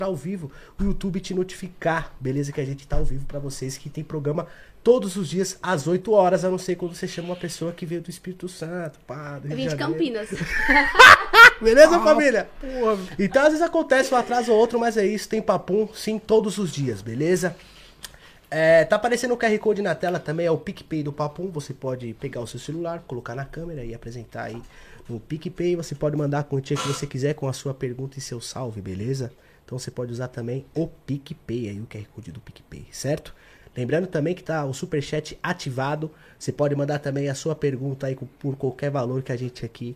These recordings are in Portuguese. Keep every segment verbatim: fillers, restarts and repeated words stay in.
tá ao vivo, o YouTube te notificar, beleza? Que a gente tá ao vivo pra vocês, que tem programa todos os dias às oito horas, a não ser quando você chama uma pessoa que veio do Espírito Santo, pá, do Rio Eu vim de Janeiro. Campinas. Beleza, Ah, família? porra. Então, às vezes acontece um atraso ou outro, mas é isso. Tem papum, sim, todos os dias, beleza? É, tá aparecendo o Q R Code na tela também, é o PicPay do Papum. Você pode pegar o seu celular, colocar na câmera e apresentar aí no PicPay. Você pode mandar a quantia que você quiser com a sua pergunta e seu salve, beleza? Então você pode usar também o PicPay, aí o Q R Code do PicPay, certo? Lembrando também que tá o Superchat ativado. Você pode mandar também a sua pergunta aí por qualquer valor que a gente aqui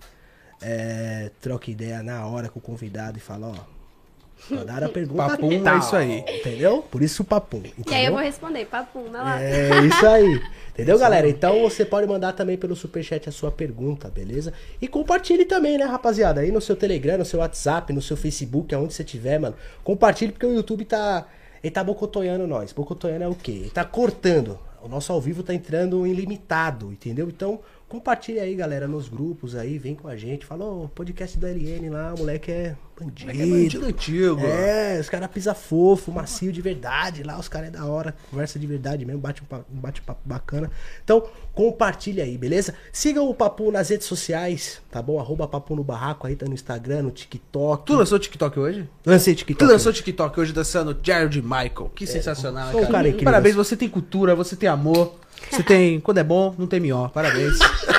é, troca ideia na hora com o convidado e fala, ó, mandaram a pergunta. Papum, tal, é isso aí. Entendeu? Por isso o papum. Entendeu? E aí eu vou responder, papum, na lá. É isso aí. Entendeu, galera? Então você pode mandar também pelo Superchat a sua pergunta, beleza? E compartilhe também, né, rapaziada? Aí no seu Telegram, no seu WhatsApp, no seu Facebook, aonde você tiver, mano. Compartilhe porque o YouTube tá... Ele tá bocotoiando nós. Bocotoiando é o quê? Ele tá cortando. O nosso ao vivo tá entrando ilimitado, entendeu? Então, compartilha aí, galera, nos grupos aí, vem com a gente. Fala, ô, podcast do L N lá, o moleque é bandido. É bandido antigo. É, os caras pisam fofo, macio de verdade. Lá os caras é da hora, conversa de verdade mesmo, bate um papo, bate um papo bacana. Então, compartilha aí, beleza? Sigam o Papu nas redes sociais, tá bom? Arroba Papu no Barraco aí, tá no Instagram, no TikTok. Tu lançou TikTok hoje? Lancei TikTok. Tu lançou TikTok hoje dançando Jared Michael. Que sensacional, sou um cara. cara incrível. Parabéns, você tem cultura, você tem amor. Você tem... Quando é bom, não tem mió. Parabéns.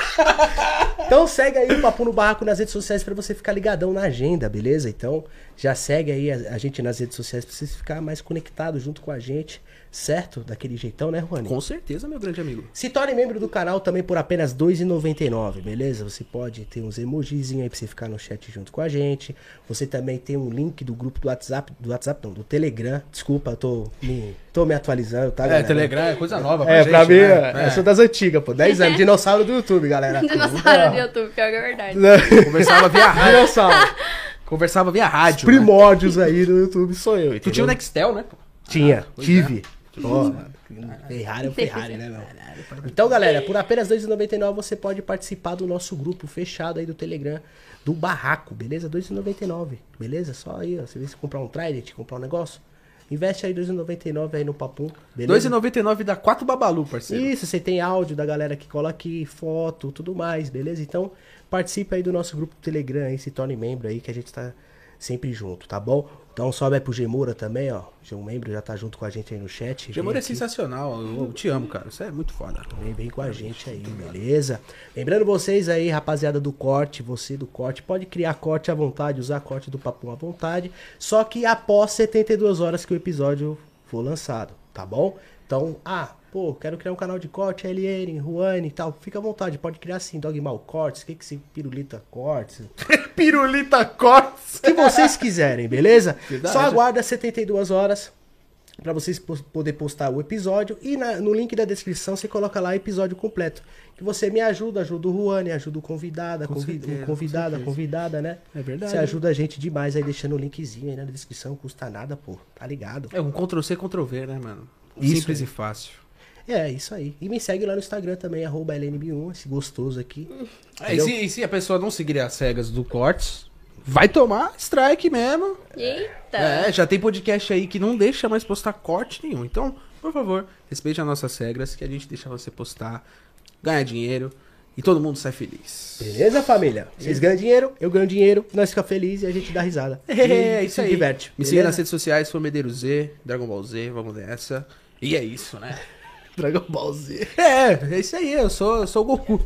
Então segue aí o Papu no Barraco nas redes sociais pra você ficar ligadão na agenda, beleza? Então já segue aí a, a gente nas redes sociais pra você ficar mais conectado junto com a gente, certo? Daquele jeitão, né, Juani? Com certeza, meu grande amigo. Se torne membro do canal também por apenas dois reais e noventa e nove centavos, beleza? Você pode ter uns emojizinhos aí pra você ficar no chat junto com a gente. Você também tem um link do grupo do WhatsApp, do WhatsApp não, do Telegram. Desculpa, eu tô me, tô me atualizando, tá, É, galera? Telegram é coisa nova pra É, gente, pra mim, né? eu sou das antigas, pô. dez anos, dinossauro do YouTube, galera. Dinossauro do YouTube, pior que é verdade. Conversava via rádio. Dinossauro. Conversava via rádio. Né? Primórdios aí do YouTube sou eu, Tu entendeu? tinha o Nextel, né? Pô? Tinha, pois tive. Ó, Ferrari é o Ferrari, né, meu? Então, galera, por apenas dois reais e noventa e nove centavos você pode participar do nosso grupo fechado aí do Telegram, do Barraco, beleza? dois reais e noventa e nove centavos, beleza? Só aí, ó, você vê se comprar um Trident, comprar um negócio, investe aí dois reais e noventa e nove centavos aí no Papum, beleza? dois reais e noventa e nove centavos dá quatro babalu, parceiro. Isso, você tem áudio da galera que cola aqui, foto, tudo mais, beleza? Então, participe aí do nosso grupo do Telegram aí, se torne membro aí, que a gente tá sempre junto, tá bom? Então sobe aí pro Gemura também, ó. Um membro já tá junto com a gente aí no chat. Gemura é Vem aqui. sensacional, eu te amo, cara. Isso é muito foda. Vem, vem com a gente aí, beleza? Lembrando vocês aí, rapaziada do corte, você do corte, pode criar corte à vontade, usar corte do Papum à vontade, só que após setenta e duas horas que o episódio for lançado, tá bom? Então, ah, pô, quero criar um canal de corte, L N, Juane e tal, fica à vontade, pode criar sim, Dogmal Cortes, o que que se pirulita cortes, Pirulita Cortes. o que vocês quiserem, beleza? Verdade. Só aguarda setenta e duas horas pra vocês po- poder postar o episódio e na- no link da descrição você coloca lá episódio completo. Que você me ajuda, ajuda o Juane, ajuda o convidado, a Com convi- certeza, o convidado, com a certeza. convidada, né? É verdade. Você ajuda a gente demais aí deixando o linkzinho aí na descrição, não custa nada, pô. Tá ligado? É um control C, control V, né, mano? Isso Simples aí. e fácil. É, isso aí. E me segue lá no Instagram também, arroba L N B um, esse gostoso aqui. É, e, se, e se a pessoa não seguir as regras do Cortes, vai tomar strike mesmo. Eita. É, já tem podcast aí que não deixa mais postar corte nenhum. Então, por favor, respeite as nossas regras, que a gente deixa você postar, ganhar dinheiro e todo mundo sai feliz. Beleza, família? Vocês ganham dinheiro, eu ganho dinheiro, nós ficamos felizes e a gente dá risada. É, E isso se aí. diverte. Me siga beleza? nas redes sociais, Fomedeiro Z, Dragon Ball Z, vamos nessa. E é isso, né? Dragon Ball Z. É, é isso aí, eu sou, eu sou o Goku.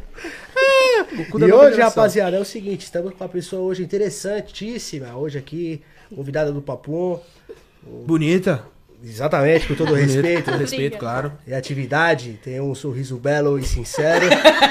É, Goku da E nova hoje, geração. rapaziada, é o seguinte, estamos com uma pessoa hoje interessantíssima, hoje aqui, convidada do Papum, Bonita. exatamente, com todo o Bonita, respeito, com respeito, claro. e atividade, tem um sorriso belo e sincero.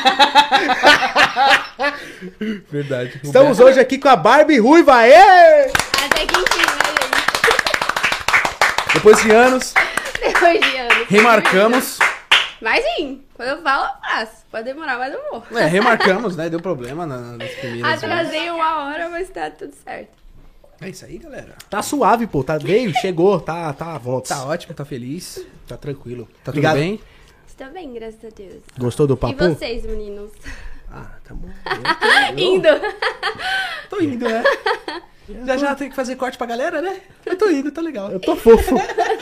Verdade. Estamos hoje aqui com a Barbie Ruiva, aê! Até que enfim, né, Depois de anos, gente? Depois de anos. remarcamos. Mas sim, quando eu falo, eu faço. Pode demorar, mas eu vou. É, remarcamos, né? Deu problema na- nas primeiras vezes. Atrasei uma hora, mas tá tudo certo. É isso aí, galera. Tá suave, pô, tá, veio, chegou, tá, tá à vontade. Tá ótimo, tá feliz. Tá tranquilo. Tá Obrigado. tudo bem? Está bem, graças a Deus. Gostou do E Papum? vocês, meninos? Ah, tá bom. Indo. Tô indo, né? Já já tem que fazer corte pra galera, né? Eu tô indo, tá legal. Eu tô fofo.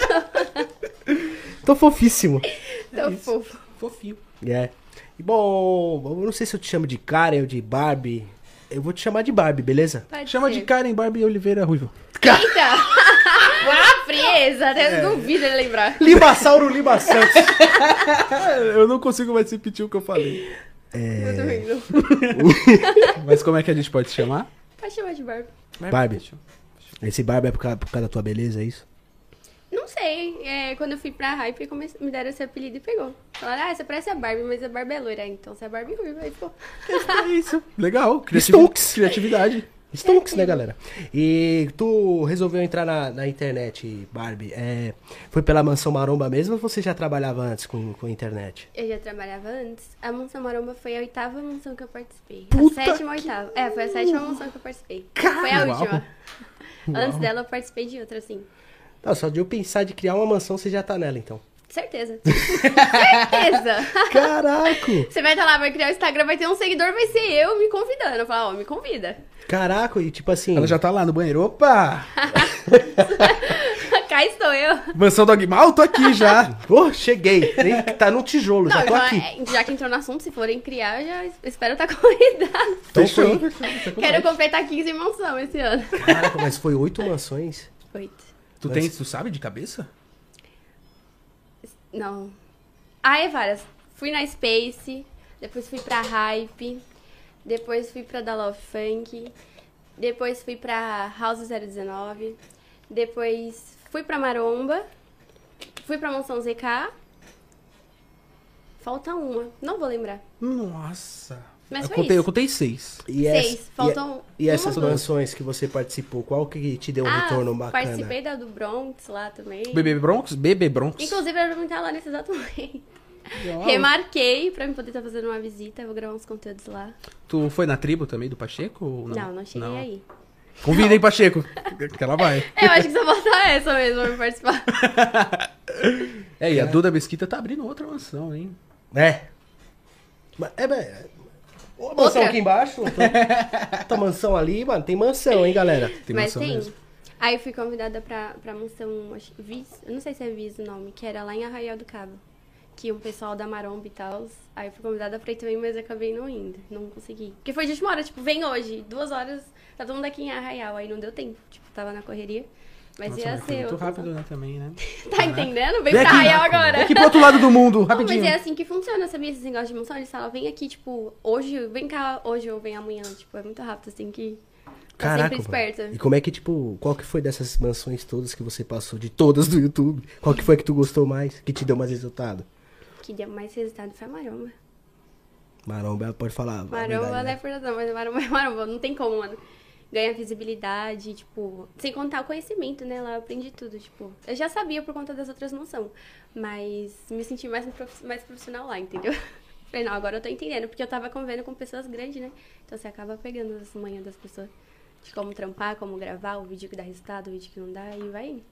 Tô fofíssimo. Tô isso. fofo. Fofinho. É. E bom, eu não sei se eu te chamo de Karen ou de Barbie. Eu vou te chamar de Barbie, beleza? Pode Chama ser. de Karen Barbie Oliveira Ruivo. Eita! Frieza, até eu duvido ele lembrar. Limasauro Lima Santos. Eu não consigo mais repetir o que eu falei. Eu tô rindo. Mas como é que a gente pode chamar? Pode chamar de Barbie. Barbie. Esse Barbie é por causa, por causa da tua beleza, é isso? Não sei, é, quando eu fui pra Hype, comece- me deram esse apelido e pegou. Falaram, ah, você parece a Barbie, mas a Barbie é loira, então você é a Barbie ruiva. Aí ficou. É isso. Legal. Criativ... Stonks. Criatividade. Stonks, né, galera? E tu resolveu entrar na, na internet, Barbie. É, foi pela Mansão Maromba mesmo ou você já trabalhava antes com, com a internet? Eu já trabalhava antes. A Mansão Maromba foi a oitava mansão que eu participei. Puta a sétima ou oitava. É, foi a sétima mansão que eu participei. Foi a Uau. última. Antes Uau. dela eu participei de outra, assim. Não, só de eu pensar de criar uma mansão, você já tá nela, então. Certeza. Certeza. Caraca! Você vai estar lá, vai criar o Instagram, vai ter um seguidor, vai ser eu me convidando. Eu falo, ó, me convida. Caraca, e tipo assim... Ela já tá lá no banheiro. Opa! Cá estou eu. Mansão Dogmal, tô aqui já. Pô, cheguei. Nem- Tá no tijolo, já tô então, aqui. é, já que entrou no assunto, se forem criar, eu já espero estar convidado. Então Fechou, foi... fechou, fechou com Quero nós. completar quinze mansão esse ano. Caraca, mas foi oito mansões? Oito. Tu, Mas- tem, tu sabe de cabeça? Não. Ah, é várias. Fui na Space, depois fui pra Hype, depois fui pra Da Love Funk, depois fui pra House zero dezenove, depois fui pra Maromba, fui pra Mansão Z K. Falta uma, não vou lembrar. Nossa. Mas eu foi contei, isso. eu contei seis. E Seis, essa- faltam E, e essas uma, duas. mansões que você participou, qual que te deu um Ah, retorno bacana? participei da do Bronx lá também. Bebê Bronx? Bebê Bronx. Inclusive, eu vou estar lá nesse exato momento. Uau. Remarquei pra eu poder estar fazendo uma visita, eu vou gravar uns conteúdos lá. Tu foi na tribo também do Pacheco? Ou não? Não, não cheguei aí. Convida aí, Pacheco, que ela vai. Eu acho que só falta essa mesmo pra me participar. É, e a Duda Mesquita tá abrindo outra mansão, hein? É. Mas- É, é, Ô, mansão Outra? aqui embaixo, outra, outra mansão ali, mano, tem mansão, hein, galera? Tem Mas mansão tem. mesmo. Aí eu fui convidada pra, pra mansão, acho que Vis, eu não sei se é Vis o nome, que era lá em Arraial do Cabo. Que o pessoal da Maromba e tal. Aí eu fui convidada pra ir também, mas eu acabei não indo. Não consegui. Porque foi de última hora, tipo, vem hoje, duas horas, tá todo mundo aqui em Arraial. Aí não deu tempo, tipo, tava na correria. Mas Nossa, ia mas foi ser. muito outra rápido, mansão. né, também, né? Tá entendendo? Vem Vem pra aqui, Arraial Vem agora. aqui pro outro lado do mundo, Não, rapidinho. mas é assim que funciona, sabia? Esses negócios de mansão, eles falam, vem aqui, tipo, hoje, vem cá hoje ou vem amanhã. Tipo, é muito rápido, assim, que tá Caraca, sempre esperta. mano. E como é que, tipo, qual que foi dessas mansões todas que você passou, de todas do YouTube? Qual que foi que tu gostou mais, que te deu mais resultado? Que deu mais resultado foi a Maromba. Maromba, ela pode falar. a Maromba verdade, não é né? por nada, mas Maromba é Maromba. Não tem como, mano. Ganha visibilidade, tipo... Sem contar o conhecimento, né? Lá eu aprendi tudo, tipo... Eu já sabia por conta das outras mansões. Mas me senti mais, um prof- mais profissional lá, entendeu? Falei, não, agora eu tô entendendo. Porque eu tava convivendo com pessoas grandes, né? Então você acaba pegando as manhas das pessoas. De como trampar, como gravar, o vídeo que dá resultado, o vídeo que não dá, e vai indo.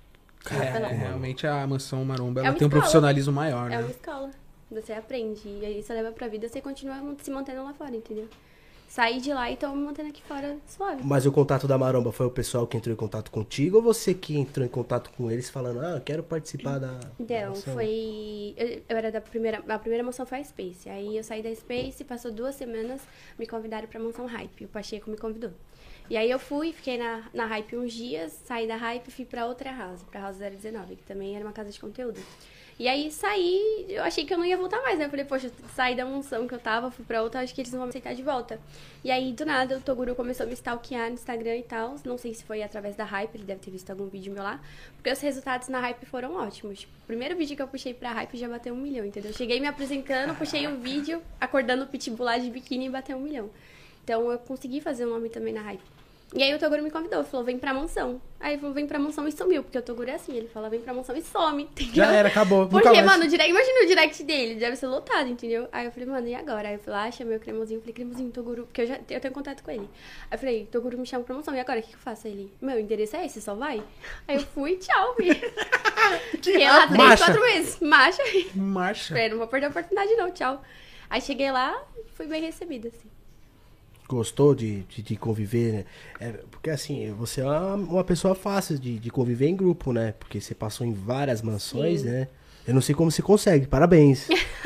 É, Vai lá. realmente a mansão Maromba É ela uma tem um escola. profissionalismo maior, É né? uma escola. Você aprende. E aí você leva pra vida, você continua se mantendo lá fora, entendeu? Saí de lá e tô me mantendo aqui fora suave. Mas o contato da Maromba foi o pessoal que entrou em contato contigo ou você que entrou em contato com eles falando, ah, eu quero participar da. da Então, mansão? foi... Eu, eu era da primeira... A primeira mansão foi a Space. Aí eu saí da Space, passou duas semanas, me convidaram pra mansão Hype. O Pacheco me convidou. E aí eu fui, fiquei na, na Hype uns dias, saí da Hype e fui pra outra house, pra House zero dezenove, que também era uma casa de conteúdo. E aí saí, eu achei que eu não ia voltar mais, né? Eu falei, poxa, saí da mansão que eu tava, fui pra outra, acho que eles não vão me aceitar de volta. E aí, do nada, o Toguro começou a me stalkear no Instagram e tal. Não sei se foi através da Hype, ele deve ter visto algum vídeo meu lá. Porque os resultados na Hype foram ótimos. Tipo, o primeiro vídeo que eu puxei pra Hype já bateu um milhão, entendeu? Cheguei me apresentando, puxei um vídeo, acordando o pitbull lá de biquíni e bateu um milhão. Então eu consegui fazer um nome também na Hype. E aí o Toguro me convidou, falou, vem pra mansão. Aí ele falou, vem pra mansão e sumiu, porque o Toguro é assim, ele fala, vem pra mansão e some, entendeu? Já era, acabou. Porque, Nunca mais. mano, o direct, imagina o direct dele, deve ser lotado, entendeu? Aí eu falei, mano, e agora? Aí eu fui lá, chamei o cremosinho, falei, cremosinho, Toguro, porque eu já eu tenho contato com ele. Aí eu falei, Toguro me chama pra mansão, e agora, o que, que eu faço? Aí ele, meu, o endereço é esse, só vai? Aí eu fui, tchau, filho. Fiquei lá três, Marcha. quatro meses, marcha. Marcha. Falei, não vou perder a oportunidade não, tchau. Aí cheguei lá, fui bem recebida, assim. Gostou de, de, de conviver, né? É, porque assim, você é uma, uma pessoa fácil de, de conviver em grupo, né? Porque você passou em várias mansões, Sim. né? Eu não sei como você consegue, parabéns.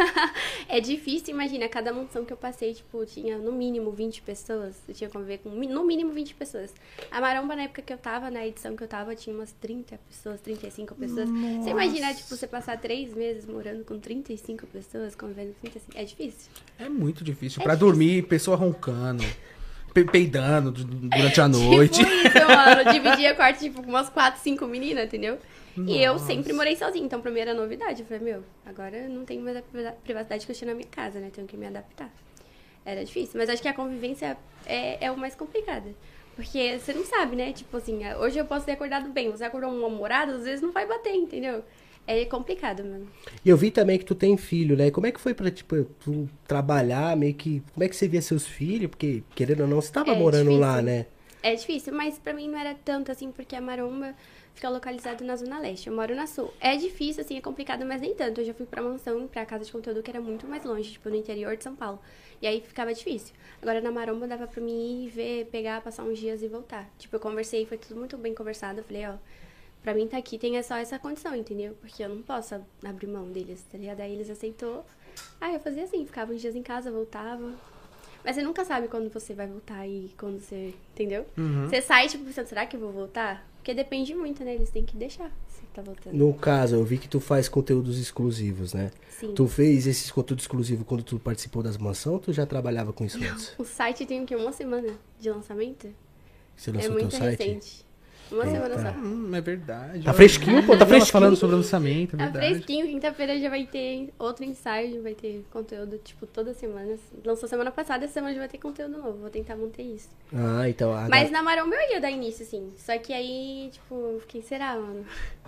É difícil, imagina, cada mansão que eu passei, tipo, tinha no mínimo vinte pessoas. Eu tinha que conviver com mi- no mínimo vinte pessoas. A Maromba, na época que eu tava, na edição que eu tava, tinha umas trinta pessoas, trinta e cinco pessoas. Você imagina, tipo, você passar três meses morando com trinta e cinco pessoas, convivendo com trinta e cinco. É difícil. É muito difícil. É Pra difícil. dormir, pessoa roncando, pe- peidando du- durante a noite. Tipo isso, mano. Dividia quarto, tipo, com umas quatro, cinco meninas, entendeu? E eu sempre morei sozinha, então pra mim era novidade. Eu falei, meu, agora eu não tenho mais a priva- privacidade que eu tinha na minha casa, né? Tenho que me adaptar. Era difícil, mas acho que a convivência é, é o mais complicado. Porque você não sabe, né? Tipo assim, hoje eu posso ter acordado bem, você acordou um mal-humorado, às vezes não vai bater, entendeu? É complicado, mano. E eu vi também que tu tem filho, né? Como é que foi pra, tipo, tu trabalhar, meio que... Como é que você via seus filhos? Porque, querendo ou não, você tava É morando difícil. lá, né? É difícil, mas pra mim não era tanto assim, porque a Maromba fica localizada na Zona Leste. Eu moro na Sul. É difícil, assim, é complicado, mas nem tanto. Eu já fui pra mansão, pra casa de conteúdo, que era muito mais longe, tipo, no interior de São Paulo. E aí ficava difícil. Agora na Maromba dava pra mim ir, ver, pegar, passar uns dias e voltar. Tipo, eu conversei, foi tudo muito bem conversado. Eu falei, ó, pra mim tá aqui tem só essa condição, entendeu? Porque eu não posso abrir mão deles, tá ligado? Aí eles aceitou. Aí eu fazia assim, ficava uns dias em casa, voltava. Mas você nunca sabe quando você vai voltar e quando você... Entendeu? Uhum. Você sai, tipo, pensando, será que eu vou voltar? Porque depende muito, né? Eles têm que deixar você tá voltando. No caso, eu vi que tu faz conteúdos exclusivos, né? Sim. Tu fez esses conteúdos exclusivos quando tu participou das mansões ou tu já trabalhava com isso antes? O site tem o quê? Uma semana de lançamento? Você É lançou teu muito site? recente. Uma semana só. Hum, é verdade. Tá fresquinho, pô, tá Ela fresquinho. falando sobre o lançamento, é Tá verdade. fresquinho, quinta-feira já vai ter outro ensaio, vai ter conteúdo, tipo, toda semana. Lançou semana passada, essa semana já vai ter conteúdo novo. Vou tentar manter isso. Ah, então... A Mas na Maromba eu ia dar início, assim. Só que aí, tipo, eu fiquei, será, mano?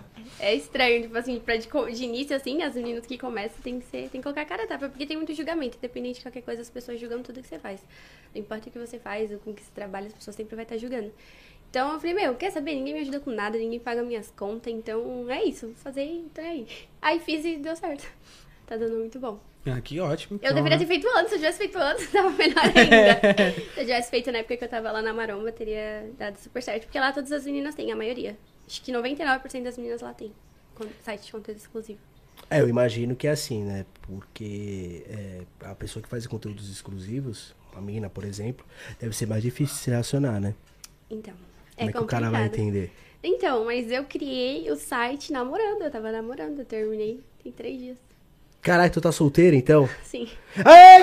É estranho, tipo assim, pra de, co- de início, assim, as meninas que começam tem que ser, tem que colocar a cara a tapa, porque tem muito julgamento. Independente de qualquer coisa, as pessoas julgam tudo que você faz. Não importa o que você faz ou com que você trabalha, as pessoas sempre vão estar julgando. Então eu falei, meu, quer saber? Ninguém me ajuda com nada, ninguém paga minhas contas, então é isso, vou fazer, então é aí. Aí fiz e deu certo. Tá dando muito bom. Ah, que ótimo. Eu então, deveria né? ter feito antes, se eu tivesse feito antes, tava melhor ainda. Se eu tivesse feito na época que eu tava lá na Maromba, teria dado super certo. Porque lá todas as meninas têm, a maioria. Acho que noventa e nove por cento das meninas lá tem con- site de conteúdo exclusivo. É, eu imagino que é assim, né? Porque é, a pessoa que faz conteúdos exclusivos, a mina, por exemplo, deve ser mais difícil de se relacionar, né? Então, Como é é que o cara vai complicado. entender? Então, mas eu criei o site namorando, eu tava namorando, eu terminei tem três dias. Caralho, tu tá solteira, então? Sim. Aê,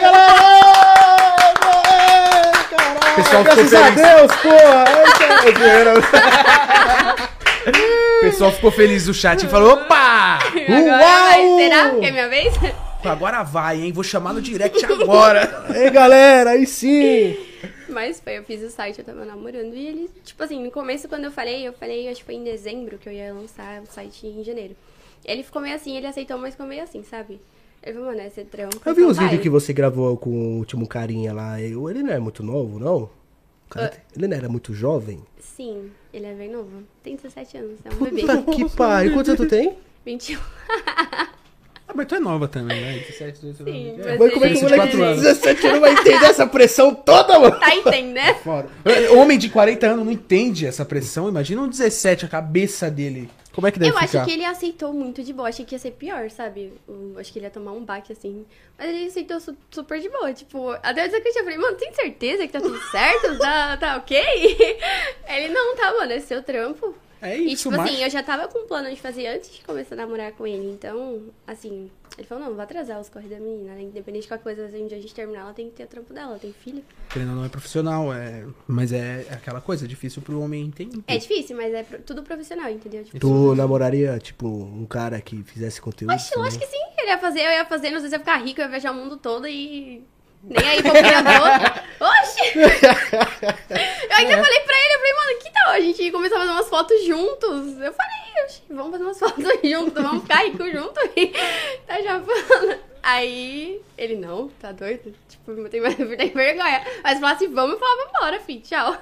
galera! Aê, caralho! O pessoal ficou Graças a feliz. Deus, porra! Ai, cara, O pessoal ficou feliz do chat e falou: opa! Agora Uau! vai, será que é minha vez? Agora vai, hein? Vou chamar no direct agora. Ei, galera, aí sim! Mas foi, eu fiz o site, eu tava namorando. E ele, tipo assim, no começo quando eu falei, eu falei, acho que foi em dezembro que eu ia lançar o site em janeiro. Ele ficou meio assim, ele aceitou, mas ficou meio assim, sabe? Ele falou, mano, é ser trampo. Eu vi então os vai. vídeos que você gravou com o último carinha lá. Eu- Ele não é muito novo, não? O cara Ah. tem- Ele não era muito jovem? Sim, ele é bem novo. Tem dezessete anos, é um bebê. Puta que pariu. Quantos anos tu tem? vinte e um. Ah, mas tu é nova também, né? dezessete, dezoito Sim, anos. mas É. Mas como é que o ele- moleque vinte e quatro de anos. dezessete anos vai entender essa pressão toda, mano? Tá entendendo? Foda. Homem de quarenta anos não entende essa pressão. Imagina um dezessete, a cabeça dele. Como é que deve Eu ficar? acho que ele aceitou muito de boa. Achei que ia ser pior, sabe? Eu acho que ele ia tomar um baque assim. Mas ele aceitou su- super de boa. Tipo, até eu disse eu falei, mano, tem certeza que tá tudo certo? Tá, tá ok? Ele não, tá, mano, é seu trampo. É E, isso, tipo mas... assim, eu já tava com um plano de fazer antes de começar a namorar com ele. Então, assim, ele falou, não, não vou atrasar os corres da menina, né? Independente de qualquer coisa, assim, um dia a gente terminar, ela tem que ter o trampo dela, ela tem filho. Querendo ou não é profissional, é... mas é aquela coisa, difícil pro homem entender. É difícil, mas é pro- tudo profissional, entendeu? Tipo, Tu namoraria, tipo, um cara que fizesse conteúdo? Oxe, lógico que sim. Ele ia fazer, eu ia fazer, não sei se eu ia ficar rico, eu ia viajar o mundo todo e... Nem aí pro criador. Oxi! Eu ainda falei pra ele, eu falei, mano, que tal a gente começar a fazer umas fotos juntos? Eu falei, oxi, vamos fazer umas fotos juntos, vamos ficar ricos juntos e tá já falando. Aí, ele, não, tá doido? Tipo, eu tenho, eu tenho vergonha. Mas falou assim, vamos, eu falava, bora, filho, tchau.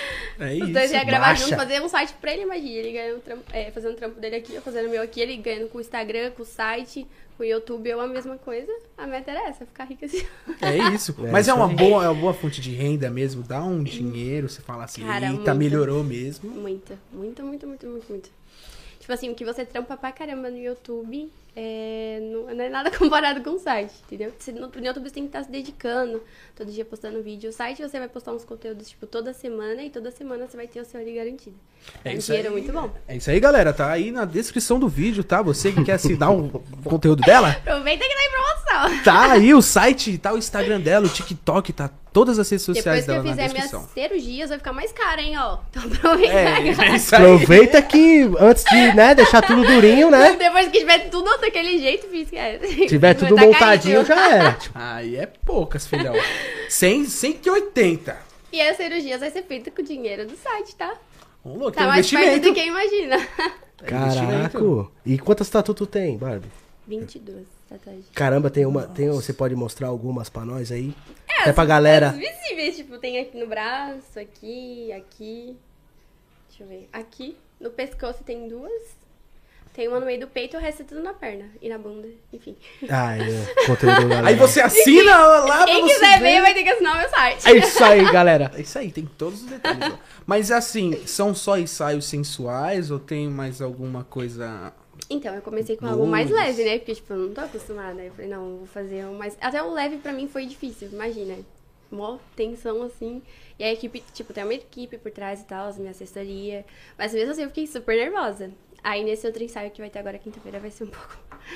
É Os isso. dois iam gravar marcha. junto, fazer um site pra ele, imagina. Ele ganhando trampo, é, fazendo o trampo dele aqui, eu fazendo o meu aqui, ele ganhando com o Instagram, com o site, com o YouTube, eu a mesma coisa. A meta era essa, ficar rica assim. É isso. É Mas é isso uma aí. boa, é uma boa fonte de renda mesmo. Dá um dinheiro, você fala assim, Cara, eita, muito. melhorou mesmo. Muita, muito, muito, muito, muito, muito. Tipo assim, o que você trampa pra caramba no YouTube é, não, não é nada comparado com o site, entendeu? Você, no, no YouTube você tem que estar se dedicando, todo dia postando vídeo. O site você vai postar uns conteúdos, tipo, toda semana, e toda semana você vai ter o seu ali garantido. É, um dinheiro muito bom. É isso aí, galera. Tá aí na descrição do vídeo, tá? Você que quer assinar um conteúdo dela, Aproveita que tá em promoção. tá aí o site, tá o Instagram dela, o TikTok, tá todas as redes sociais Depois que eu dela na fizer descrição. minhas cirurgias, vai ficar mais caro, hein, ó. Então aproveita. É, agora. é isso aí. Aproveita que antes de, né, deixar tudo durinho, né? Depois que tiver tudo daquele jeito, fiz que é. Tiver tudo Vai tá montadinho, caríssimo. já era. Tipo, Aí é poucas, filhão. cem, cento e oitenta. E as cirurgias vai ser feita com o dinheiro do site, tá? Vamos louco, Tá é mais perto investimento. do que imagina. É investimento. caraca. E quantas tatu tu tem, Barbie? vinte e duas tatuagens. Caramba, tem uma. Tem, você pode mostrar algumas pra nós aí? É, Até pra as- galera. As visíveis, tipo, tem aqui no braço, aqui, aqui. Deixa eu ver. Aqui, no pescoço tem duas. Tem uma no meio do peito e o resto é tudo na perna. E na bunda, enfim. Ah, é. Conteúdo galera. Aí você assina lá pra Quem você quiser ver. ver, vai ter que assinar o meu site. É isso aí, galera. É isso aí, tem todos os detalhes. ó. Mas assim, são só ensaios sensuais ou tem mais alguma coisa... Então, eu comecei com algo mais Nudes. leve, né? Porque, tipo, eu não tô acostumada. Eu falei, não, eu vou fazer um mais... Até o leve pra mim foi difícil, imagina. Mó tensão, assim. E a equipe, tipo, tem uma equipe por trás e tal, minha assessoria. Mas mesmo assim, eu fiquei super nervosa. Aí, nesse outro ensaio que vai ter agora quinta-feira, vai ser um pouco...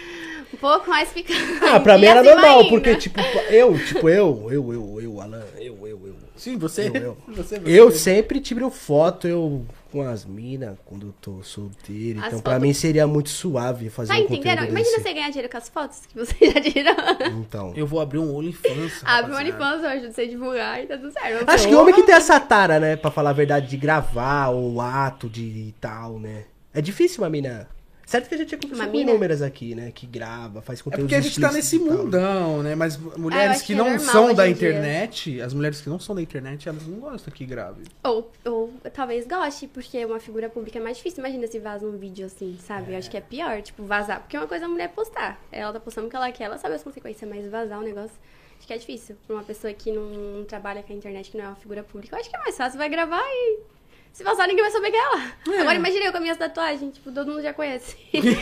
Um pouco mais picante. Ah, pra mim E era assim vai normal, indo. porque, tipo, eu, tipo, eu, eu, eu, eu, Alan, eu, eu, eu. Sim, você... Eu, eu. você, você. Eu sempre tiro foto, eu com as minas, quando eu tô solteiro. As Então, pra fotos- mim seria muito suave fazer Tá um entendendo? conteúdo Imagina desse. você ganhar dinheiro com as fotos que você já tirou. Então. Eu vou abrir um OnlyFans, Abre um rapaziada. OnlyFans, eu ajudo você a divulgar e tá tudo certo. Acho que homem que tem essa tara, né? Pra falar a verdade, de gravar o ato de tal, né? É difícil uma mina. Certo que a gente já conversou Uma com mina? inúmeras aqui, né? Que grava, faz É conteúdo porque a gente tá nesse mundão, né? Mas mulheres acho que que é não normal são hoje da em dia. internet, as mulheres que não são da internet, elas não gostam que grave. Ou, ou talvez goste, porque uma figura pública é mais difícil. Imagina se vaza um vídeo assim, sabe? Eu acho que é pior, tipo, vazar. Porque uma coisa é a mulher postar. Ela tá postando o que ela quer, ela sabe as consequências, mas vazar um negócio, acho que é difícil. Pra uma pessoa que não, não trabalha com a internet, que não é uma figura pública, eu acho que é mais fácil. Vai gravar e... Se vazar, ninguém vai saber que é ela. É. Agora imagina eu com as minhas tatuagens, tipo, todo mundo já conhece.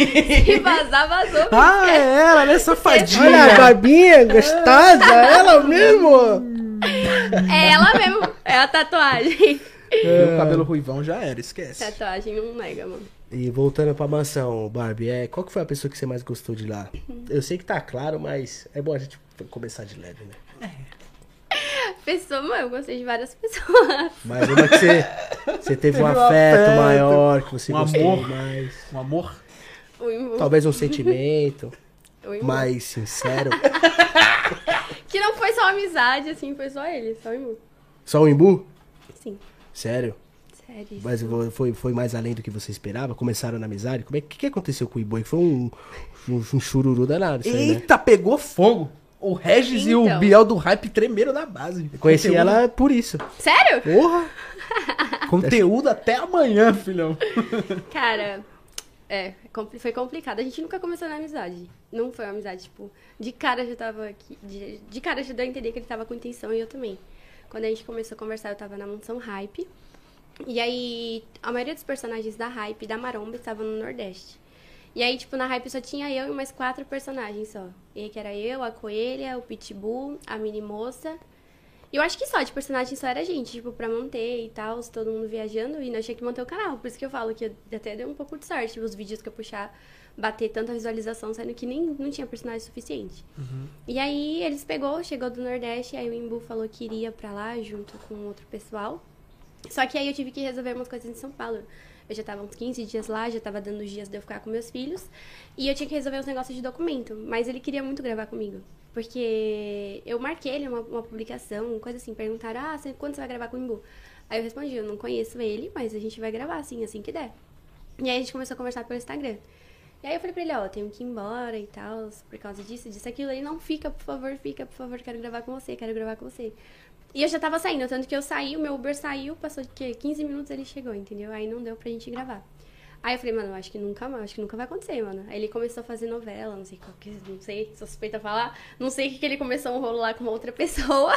Se vazar, vazou. Ah, é ela, né? Safadinha. Olha a barbinha gostosa, ela mesmo. É ela mesmo, é a tatuagem. Meu cabelo ruivão já era, esquece. Tatuagem não nega, mano. E voltando pra mansão, Barbie, é, qual que foi a pessoa que você mais gostou de lá? Eu sei que tá claro, mas é bom a gente começar de leve, né? Pessoa, mano, eu gostei de várias pessoas. Mas uma que você, você teve um Teve um afeto afeto, maior, que você um gostou amor. mais. Um amor. O Imbu. Talvez um sentimento O Imbu. mais sincero. Que não foi só amizade, assim, foi só ele, só o Imbu. Só o Imbu? Sim, Sério? sério. Mas foi, foi mais além do que você esperava? Começaram na amizade? Como é que, que aconteceu com o Imbu? Foi um, um, um chururu danado isso aí, né? Eita, pegou fogo. O Regis e o Então. Biel do Hype tremeram na base. Eu conheci Conteúdo- ela por isso. Sério? Porra! Conteúdo até amanhã, filhão. Cara, é, compli- foi complicado. A gente nunca começou na amizade. Não foi uma amizade, tipo, de cara já tava aqui. De, de cara já deu a entender que ele tava com intenção e eu também. Quando a gente começou a conversar, eu tava na mansão Hype. E aí, a maioria dos personagens da Hype e da Maromba estavam no Nordeste. E aí, tipo, na Hype só tinha eu e mais quatro personagens só. E aí que era eu, a Coelha, o Pitbull, a Mini Moça. E eu acho que só, de personagem só era a gente, tipo, pra manter e tal, todo mundo viajando. E nós tinha que manter o canal. Por isso que eu falo que até deu um pouco de sorte, tipo, os vídeos que eu puxar, bater tanta visualização, sendo que nem não tinha personagem suficiente. E aí, eles pegou, chegou do Nordeste, aí o Imbu falou que iria pra lá junto com outro pessoal. Só que aí eu tive que resolver umas coisas em São Paulo. Eu já tava uns quinze dias lá, já tava dando os dias de eu ficar com meus filhos. E eu tinha que resolver uns negócios de documento. Mas ele queria muito gravar comigo. Porque eu marquei ele uma, uma publicação, coisa assim. Perguntaram, ah, você, quando você vai gravar com o Imbu? Aí eu respondi, eu não conheço ele, mas a gente vai gravar, assim, assim que der. E aí a gente começou a conversar pelo Instagram. E aí eu falei pra ele, ó, eu tenho que ir embora e tal, por causa disso, disso, aquilo. Ele, não, fica, por favor, fica, por favor, quero gravar com você, quero gravar com você. E eu já tava saindo, tanto que eu saí, o meu Uber saiu, passou de quê? quinze minutos ele chegou, entendeu? Aí não deu pra gente gravar. Aí eu falei, mano, acho que nunca mais, acho que nunca vai acontecer, mano. Aí ele começou a fazer novela, não sei qual que, não sei, sou suspeita a falar, não sei o que que ele começou um rolo lá com uma outra pessoa.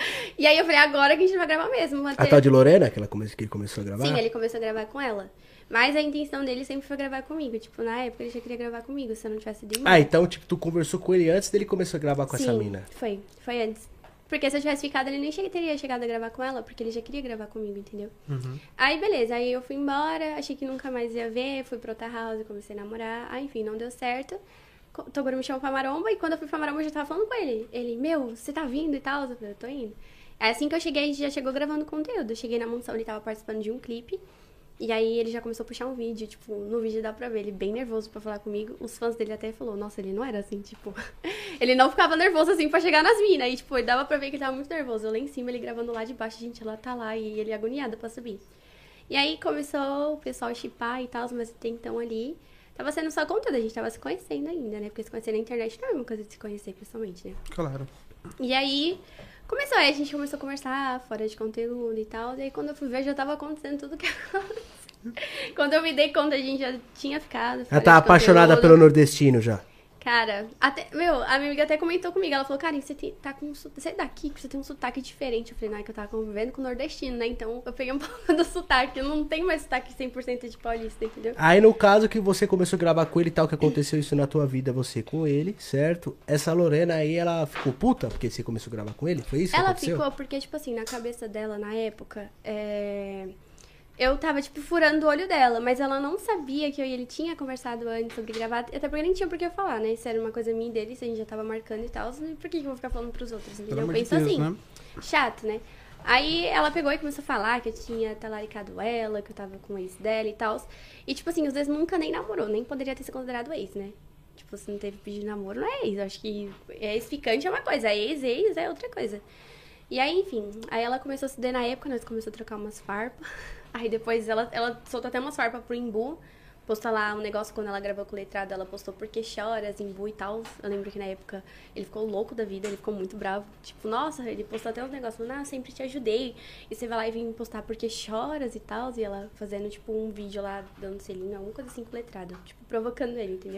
E aí eu falei, agora que a gente vai gravar mesmo. Mas A tal de Lorena, que, ela come... que ele começou a gravar? Sim, ele começou a gravar com ela. Mas a intenção dele sempre foi gravar comigo. Tipo, na época ele já queria gravar comigo, se eu não tivesse ido embora. Ah, então, tipo, tu conversou com ele antes dele começar a gravar com Sim, essa mina? foi, foi antes. Porque se eu tivesse ficado, ele nem che- teria chegado a gravar com ela, porque ele já queria gravar comigo, entendeu? Uhum. Aí, beleza, aí eu fui embora, achei que nunca mais ia ver, fui pra outra house, comecei a namorar, aí, enfim, não deu certo. Co- Toguro me chamou pra Maromba, e quando eu fui pra Maromba, eu já tava falando com ele. Ele, meu, você tá vindo e tal? Eu falei, eu tô indo. Aí, assim que eu cheguei, a gente já chegou gravando conteúdo. Eu cheguei na mansão, ele tava participando de um clipe. E aí ele já começou a puxar um vídeo, tipo, no vídeo dá pra ver, ele bem nervoso pra falar comigo. Os fãs dele até falou, nossa, ele não era assim, tipo... ele não ficava nervoso assim pra chegar nas minas. E, tipo, dava pra ver que ele tava muito nervoso. Eu lá em cima, ele gravando lá de baixo, a gente, ela tá lá e ele agoniado pra subir. E aí começou o pessoal a chipar e tal, mas até então ali... Tava sendo só conteúdo, a gente tava se conhecendo ainda, né? Porque se conhecer na internet não é uma coisa de se conhecer pessoalmente, né? Claro. E aí... Começou, aí a gente começou a conversar fora de conteúdo e tal. E aí quando eu fui ver, já tava acontecendo tudo que aconteceu. Quando eu me dei conta, a gente já tinha ficado. Ela fora tá de apaixonada conteúdo. pelo nordestino já. Cara, até, meu, a minha amiga até comentou comigo. Ela falou, Karen, você tem, tá com um sotaque, você é daqui, você tem um sotaque diferente. Eu falei, não, é que eu tava convivendo com o nordestino, né? Então eu peguei um pouco do sotaque. Eu não tenho mais sotaque cem por cento de paulista, entendeu? Aí no caso que você começou a gravar com ele e tal, que aconteceu isso na tua vida, você com ele, certo? Essa Lorena aí, ela ficou puta porque você começou a gravar com ele? Foi isso que Ela aconteceu? ficou porque, tipo assim, na cabeça dela, na época, é... eu tava, tipo, furando o olho dela, mas ela não sabia que eu e ele tinha conversado antes sobre gravar, até porque nem tinha por que eu falar, né? Isso era uma coisa minha e dele, isso a gente já tava marcando e tal, e por que que eu vou ficar falando pros outros, Pelo entendeu? Eu amor de penso Deus, assim, né? chato, né? Aí ela pegou e começou a falar que eu tinha talaricado ela, que eu tava com o ex dela e tal. E, tipo assim, os dois nunca nem namorou, nem poderia ter se considerado ex, né? Tipo, se não teve pedido de namoro, não é ex. Eu acho que ex-ficante é uma coisa, ex, ex é outra coisa. E aí, enfim, aí ela começou a se der na época, nós começamos a trocar umas farpas. Aí depois ela, ela soltou até umas farpas pro Imbu. Postou lá um negócio quando ela gravou com o letrado, ela postou Porque Choras, Imbu e tal. Eu lembro que na época ele ficou louco da vida, ele ficou muito bravo. Tipo, nossa, ele postou até uns negócios falando, ah, eu sempre te ajudei. E você vai lá e vem postar Porque Choras e tal. E ela fazendo, tipo, um vídeo lá, dando selinho, alguma coisa assim com o letrado. Tipo, provocando ele, entendeu?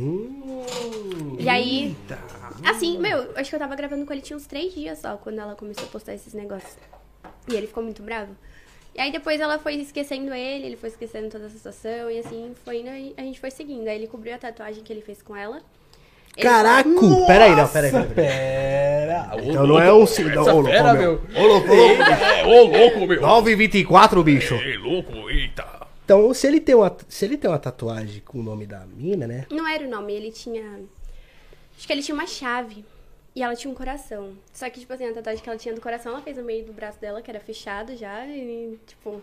Hum, E aí, assim, meu, acho que eu tava gravando com ele tinha uns três dias só, quando ela começou a postar esses negócios. E ele ficou muito bravo. E aí depois ela foi esquecendo ele, ele foi esquecendo toda essa situação, e assim, foi indo, e a gente foi seguindo. Aí ele cobriu a tatuagem que ele fez com ela. Ele Caraca! falou, Pera aí, não, pera aí. Pera aí. Pera. Então não é um... Não, ô, louco, fera, meu. meu. Ô, louco, ô, louco. É, ô, louco, meu. nove e vinte e quatro, bicho. Ei, louco, eita. Então, se ele, tem uma, se ele tem uma tatuagem com o nome da mina, né? Não era o nome, ele tinha... Acho que ele tinha uma chave. E ela tinha um coração. Só que, tipo assim, a tatuagem que ela tinha do coração, ela fez no meio do braço dela, que era fechado já. E, tipo...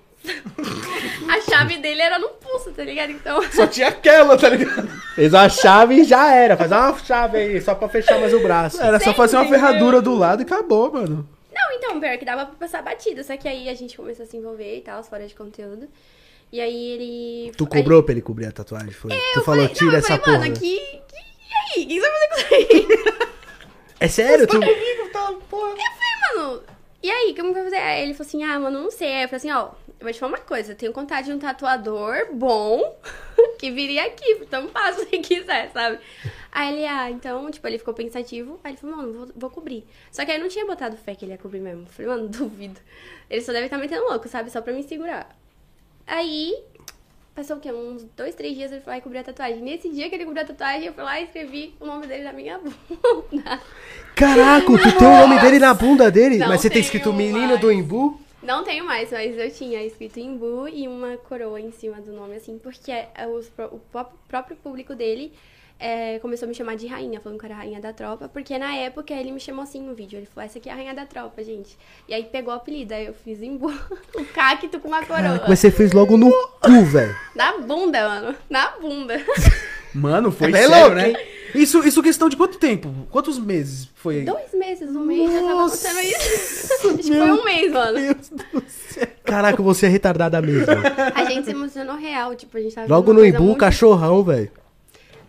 a chave dele era no pulso, tá ligado? Então... Só tinha aquela, tá ligado? Fez uma chave e já era. Faz uma chave aí, só pra fechar mais o braço. Era só Sim, fazer uma entendeu? ferradura do lado e acabou, mano. Não, então, pior que dava pra passar batida. Só que aí a gente começou a se envolver e tal, fora de conteúdo. E aí ele... Tu cobrou pra ele cobrir a tatuagem, foi? tu falou, falei, tira não, eu essa falei, porra. mano, que, que... E aí? O que você vai fazer com isso aí? É sério? Tu... Tá, porra. Mano, e aí, como vai fazer? Aí ele falou assim, ah, mano, não sei. Aí eu falei assim, ó, eu vou te falar uma coisa. Eu tenho contato de um tatuador bom que viria aqui, então passa se quiser, sabe? Aí ele, ah, então, tipo, ele ficou pensativo. Aí ele falou, mano, vou, vou cobrir. Só que aí eu não tinha botado fé que ele ia cobrir mesmo. Eu falei, mano, duvido. Ele só deve estar metendo louco, sabe? Só pra me segurar. Aí... Passou o quê? Uns dois, três dias ele foi lá e cobriu a tatuagem. Nesse dia que ele cobriu a tatuagem, eu fui lá e escrevi o nome dele na minha bunda. Caraca, tu tem o nome dele na bunda dele? Não Mas você tem tenho escrito menino mais. do Imbu? Não tenho mais, mas eu tinha escrito Imbu e uma coroa em cima do nome, assim, porque é, os pró- o pró- próprio público dele é, começou a me chamar de rainha, falando que eu era a rainha da tropa, porque na época ele me chamou assim no vídeo, ele falou, essa aqui é a rainha da tropa, gente. E aí pegou o apelido, aí eu fiz Imbu, o cacto com uma coroa. Mas você fez logo no cu, velho. Na bunda, mano, na bunda. Mano, foi É bem sério, louco, né? hein? Isso, isso questão de quanto tempo? Quantos meses foi aí? Dois meses, um mês, já tava acontecendo isso. Acho que foi um mês, mano. Deus do céu. Caraca, você é retardada mesmo. A gente se emocionou real, tipo, a gente tava Logo vendo no uma coisa Imbu, muito- cachorrão, velho.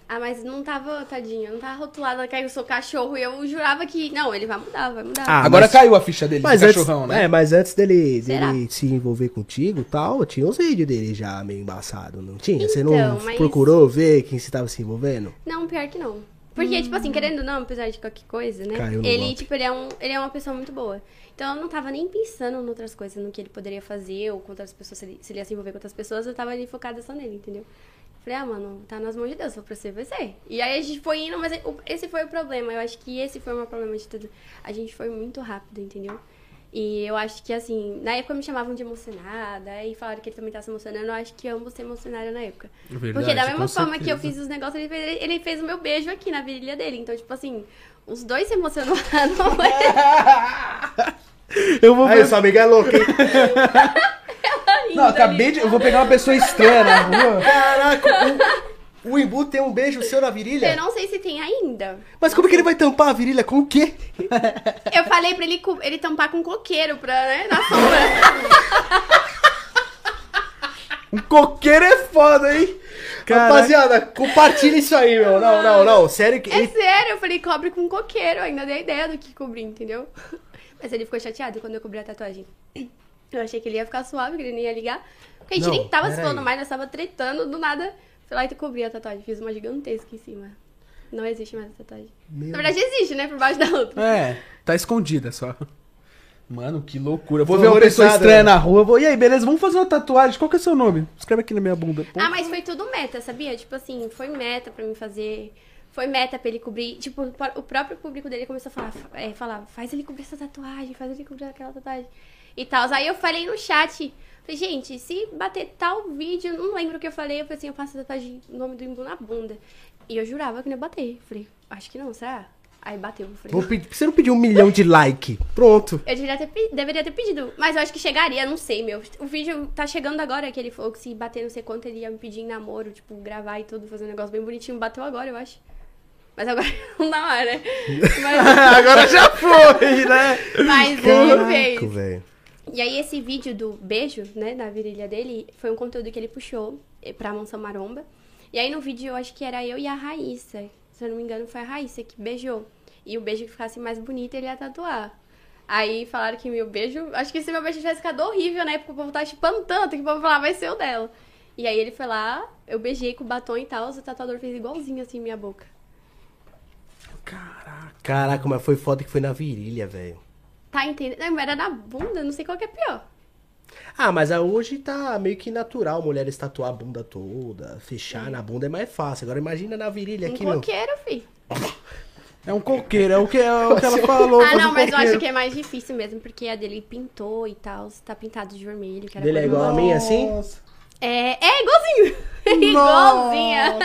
Ah, mas não tava, tadinho, não tava rotulada que eu sou cachorro e eu jurava que, não, ele vai mudar, vai mudar. Ah, Agora mas- caiu a ficha dele, Mas de antes, cachorrão, né? é, mas antes dele, Será? dele se envolver contigo e tal, tinha uns vídeos dele já meio embaçado, não tinha? Você não Então, mas- procurou ver quem você tava se envolvendo? Não, pior que não. Porque, tipo assim, querendo ou não, apesar de qualquer coisa, né? Caiu no Ele, golpe. tipo, ele é, um, ele é uma pessoa muito boa. Então eu não tava nem pensando em outras coisas, no que ele poderia fazer, ou com outras pessoas, se ele, se ele ia se envolver com outras pessoas, eu tava ali focada só nele, entendeu? Falei, ah, mano, tá nas mãos de Deus, se for pra ser, vai ser. E aí a gente foi indo, mas esse foi o problema. Eu acho que esse foi o meu problema de tudo. A gente foi muito rápido, entendeu? E eu acho que, assim, na época me chamavam de emocionada, aí falaram que ele também tava se emocionando. Eu acho que ambos se emocionaram na época. Verdade, Porque da com mesma forma que eu certeza. fiz os negócios, ele fez, ele fez o meu beijo aqui na virilha dele. Então, tipo assim, os dois se emocionaram. Eu vou Aí, sua amiga é louca, hein? Não, acabei de... Eu vou pegar uma pessoa estranha na rua. Caraca, o, o Imbu tem um beijo seu na virilha? Eu não sei se tem ainda. Mas como que ele vai tampar a virilha? Com o quê? Eu falei pra ele, cu- ele tampar com coqueiro pra, né, na sombra. Um coqueiro é foda, hein? Caraca. Rapaziada, compartilha isso aí, meu. Não, não, não. Sério que. É Ele... sério, eu falei, cobre com coqueiro. Ainda dei a ideia do que cobrir, entendeu? Mas ele ficou chateado quando eu cobri a tatuagem. Eu achei que ele ia ficar suave, que ele nem ia ligar. Porque a gente Não, nem tava se pera falando aí. mais, nós tava tretando, do nada. Fui lá e cobri a tatuagem. Fiz uma gigantesca em cima. Não existe mais a tatuagem. Meu... Na verdade existe, né? Por baixo da outra. É, tá escondida só. Mano, que loucura. Vou Tô ver uma pessoa horrorizado, estranha né? na rua. Vou... E aí, beleza? Vamos fazer uma tatuagem. Qual que é seu nome? Escreve aqui na minha bunda. Pô. Ah, mas foi tudo meta, sabia? Tipo assim, foi meta pra mim fazer. Foi meta pra ele cobrir. Tipo, o próprio público dele começou a falar, é, falar faz ele cobrir essa tatuagem, faz ele cobrir aquela tatuagem. E tal. Aí eu falei no chat, falei, gente, se bater tal vídeo, não lembro o que eu falei, eu falei assim, eu faço a tatuagem, o nome do Imbu na bunda. E eu jurava que não ia bater. Falei, acho que não, será? Aí bateu. Eu falei, Vou pedir- Você não pediu um milhão de like. Pronto. eu deveria ter, pe- deveria ter pedido, mas eu acho que chegaria, não sei, meu. O vídeo tá chegando agora, que ele falou que se bater não sei quanto, ele ia me pedir em namoro, tipo, gravar e tudo, fazer um negócio bem bonitinho. Bateu agora, eu acho. Mas agora não dá mais, né? Mas, Agora já foi, né? mas ele Caraca, fez. velho. E aí esse vídeo do beijo, né, na virilha dele, foi um conteúdo que ele puxou eh, pra Mansão Maromba. E aí no vídeo eu acho que era eu e a Raíssa. Se eu não me engano, foi a Raíssa que beijou. E o beijo que ficasse mais bonito, ele ia tatuar. Aí falaram que meu beijo... Acho que se meu beijo tivesse ficado horrível, né? Porque o povo tava chipando tanto que o povo falava, vai ser o dela. E aí ele foi lá, eu beijei com o batom e tal, o tatuador fez igualzinho assim minha boca. Caraca. Caraca, mas foi foda que foi na virilha, velho. Tá entendendo? Não, era na bunda, não sei qual que é pior. Ah, mas ah, hoje tá meio que natural mulheres tatuar a bunda toda, fechar na bunda é mais fácil. Agora imagina na virilha Um aqui, meu. coqueiro, fi. É um coqueiro, é o que, é o que ela falou. Ah, faz não, um mas eu coqueiro. acho que é mais difícil mesmo, porque a dele pintou e tal, tá pintado de vermelho. Que era Dele é cor do igual a meu- minha, assim? Nossa. É, é igualzinho. É igualzinha.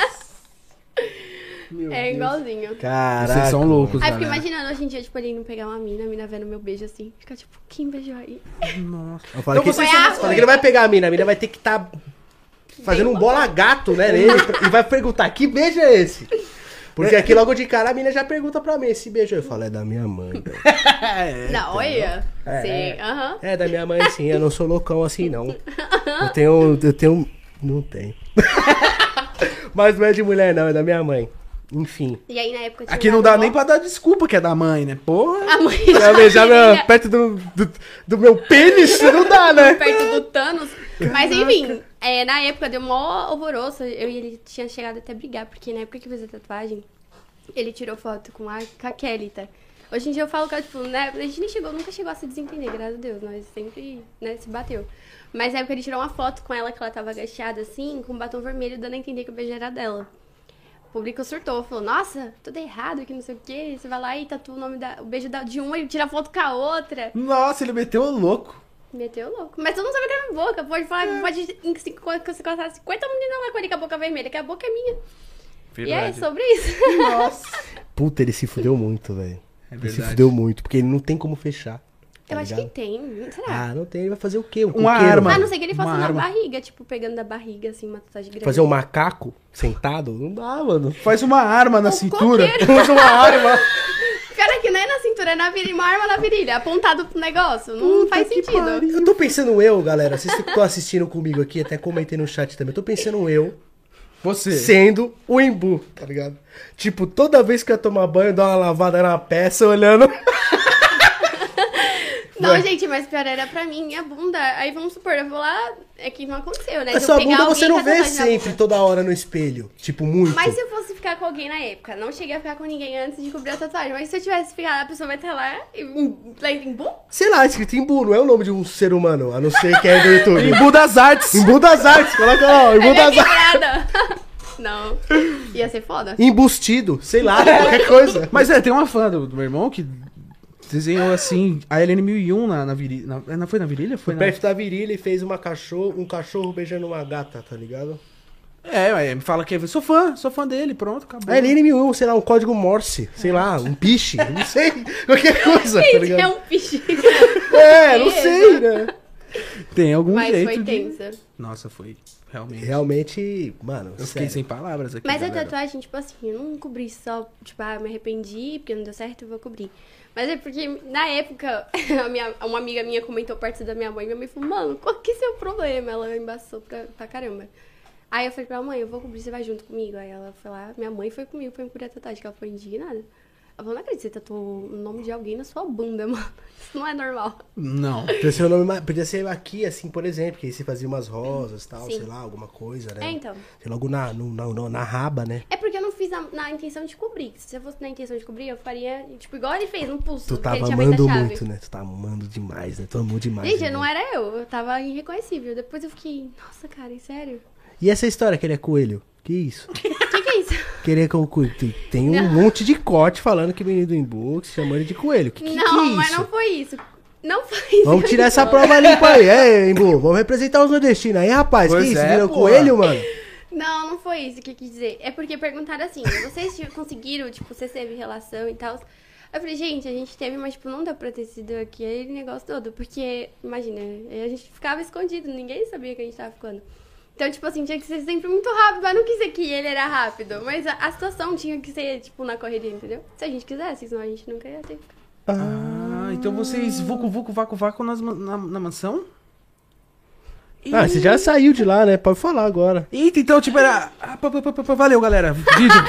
Meu É Deus. igualzinho. Caraca. Vocês são loucos, Aí eu fico galera. imaginando hoje em dia, tipo, ele não pegar uma mina, a mina vendo meu beijo assim, fica tipo, quem beijou aí? Nossa. Eu falei, Então que, vocês Foi a- eu falei que ele vai pegar a mina, a mina vai ter que tá fazendo um bola gato, né, nele, e vai perguntar, que beijo é esse? Porque aqui logo de cara a mina já pergunta pra mim, esse beijo. Eu falo, é da minha mãe, velho. não, olha. É, Sim, é. aham. É da minha mãe sim, eu não sou loucão assim não. Eu tenho, eu tenho, não tenho. Mas não é de mulher não, é da minha mãe. Enfim. E aí na época tinha Aqui um não dá avô- nem pra dar desculpa que é da mãe, né? Porra. A mãe Já da beijar minha- filha perto do, do, do meu pênis, não dá, né? perto do Thanos. Mas enfim, é, na época deu mó alvoroço. Eu e ele tinha chegado até a brigar, porque na época que eu fiz a tatuagem, ele tirou foto com a, com a Kelly, tá? Hoje em dia eu falo que, tipo, né, a gente nem chegou, nunca chegou a se desentender, graças a Deus. Nós sempre, né, se bateu. Mas na época ele tirou uma foto com ela, que ela tava agachada, assim, com um batom vermelho, dando a entender que o beijo era dela. O público surtou, falou, nossa, tudo errado, que não sei o quê. Você vai lá e tatua o nome da, o beijo da, de uma e tira foto com a outra. Nossa, ele meteu o louco. Meteu louco. Mas todo mundo sabe que era minha boca. Pode falar, pode em cinco- você cortar cinquenta meninas lá com ele com a boca vermelha, que a boca é minha. E é sobre isso. Nossa. Puta, ele se fudeu muito, velho. É Ele se verdade. fudeu muito, porque ele não tem como fechar. tá Eu acho que ligado? tem. Será? Ah, não tem, ele vai fazer o quê? Um Uma coqueiro? arma. A não ser que ele faça Uma na arma. barriga, tipo, pegando da barriga, assim, uma tatuagem grande. Fazer um macaco sentado? Não dá, mano. Faz uma arma na Um cintura. coqueiro. Usa uma arma. Cara, que não é na cintura, é na virilha, uma arma na virilha, apontado pro negócio. Não faz sentido. Eu tô pensando eu, galera, vocês que estão assistindo comigo aqui, até comentei no chat também, eu tô pensando eu, Você. Sendo o Embu, tá ligado? Tipo, toda vez que eu tomar banho, eu dou uma lavada na peça olhando. Não, Vai. gente, mas pior era pra mim, minha bunda. Aí vamos supor, eu vou lá, é que não aconteceu, né? Mas Se sua eu pegar bunda você alguém não com vê tatuagem na sempre, bunda. toda hora no espelho. Tipo, muito. Mas se eu fosse ficar com alguém na época, não cheguei a ficar com ninguém antes de cobrir a tatuagem. Mas se eu tivesse ficado, a pessoa vai estar lá em, lá em bum? Sei lá, escrito Embu, não é o nome de um ser humano, a não ser que é do YouTube. Embu das Artes. Embu das Artes, coloca lá, ó, Embu Ela é das Artes. quebrada. Não. Ia ser foda. Embustido, sei lá, qualquer coisa. Mas é, tem uma fã do, do meu irmão que desenhou assim a Helene mil e um na, na virilha. Na, não foi na virilha? Foi na... Perto da virilha e fez uma cachorro, um cachorro beijando uma gata, tá ligado? É, ué, me fala que sou fã, sou fã dele, pronto, acabou. A Helene mil e um, sei lá, um código Morse, sei lá, um piche, não sei, qualquer coisa, tá Isso ligado? é um piche. É, não sei, né? Tem algum Mas jeito foi de... tensa. Nossa, foi realmente. Realmente, mano, Eu fiquei sério. sem palavras aqui, Mas a galera. tatuagem, tipo assim, eu não cobri só, tipo, ah, me arrependi porque não deu certo, eu vou cobrir. Mas é porque, na época, a minha, uma amiga minha comentou perto da minha mãe, e minha mãe falou, mano, qual que é o seu problema? Ela embaçou pra, pra caramba. Aí eu falei pra ela, mãe, eu vou cobrir, você vai junto comigo? Aí ela foi lá, minha mãe foi comigo pra me cobrir a tatuagem, que ela foi indignada. Ela falou, não acredito, você tatuou o nome de alguém na sua bunda, mano. Isso não é normal. Não. Podia ser, o nome, ma- podia ser aqui, assim, por exemplo, que aí você fazia umas rosas e tal, Sim. sei lá, alguma coisa, né? É, então. Sei logo na, no, na, no- na raba, né? É porque eu não fiz na, na intenção de cobrir. Se eu fosse na intenção de cobrir, eu faria, tipo, igual ele fez, no pulso. Tu que tava ele tinha feito a amando chave. muito, né? Tu tava amando demais, né? Tu amou demais. Gente, né? não era eu, eu tava irreconhecível. Depois eu fiquei, nossa, cara, é sério? E essa história que ele é coelho? Que isso? O que, que é isso? Querer que eu coelho? Tem um monte de corte falando que o menino do inbox chamou ele de coelho. Que, que, não, que é mas isso? não foi isso. Não foi isso. Vamos que tirar eu essa tô. prova limpa aí. É, Embu, vamos representar os nordestinos aí, rapaz. Pois que isso? é, Virou porra. coelho, mano? Não, não foi isso que eu quis dizer. É porque perguntaram assim, vocês tipo, conseguiram, tipo, você teve relação e tal? Eu falei, gente, a gente teve, mas, tipo, não deu pra ter sido aquele negócio todo. Porque, imagina, a gente ficava escondido, ninguém sabia que a gente tava ficando. Então, tipo assim, tinha que ser sempre muito rápido, mas não quis dizer que ele era rápido. Mas a, a situação tinha que ser, tipo, na correria, entendeu? Se a gente quisesse, senão a gente nunca ia ter. Ah, então vocês vucu, vucu, vacu, vacu nas ma- na, na mansão? Ah, você já saiu de lá, né? Pode falar agora. Eita, então, tipo, era... Ah, pá, pá, pá, pá, valeu, galera. Vídeo.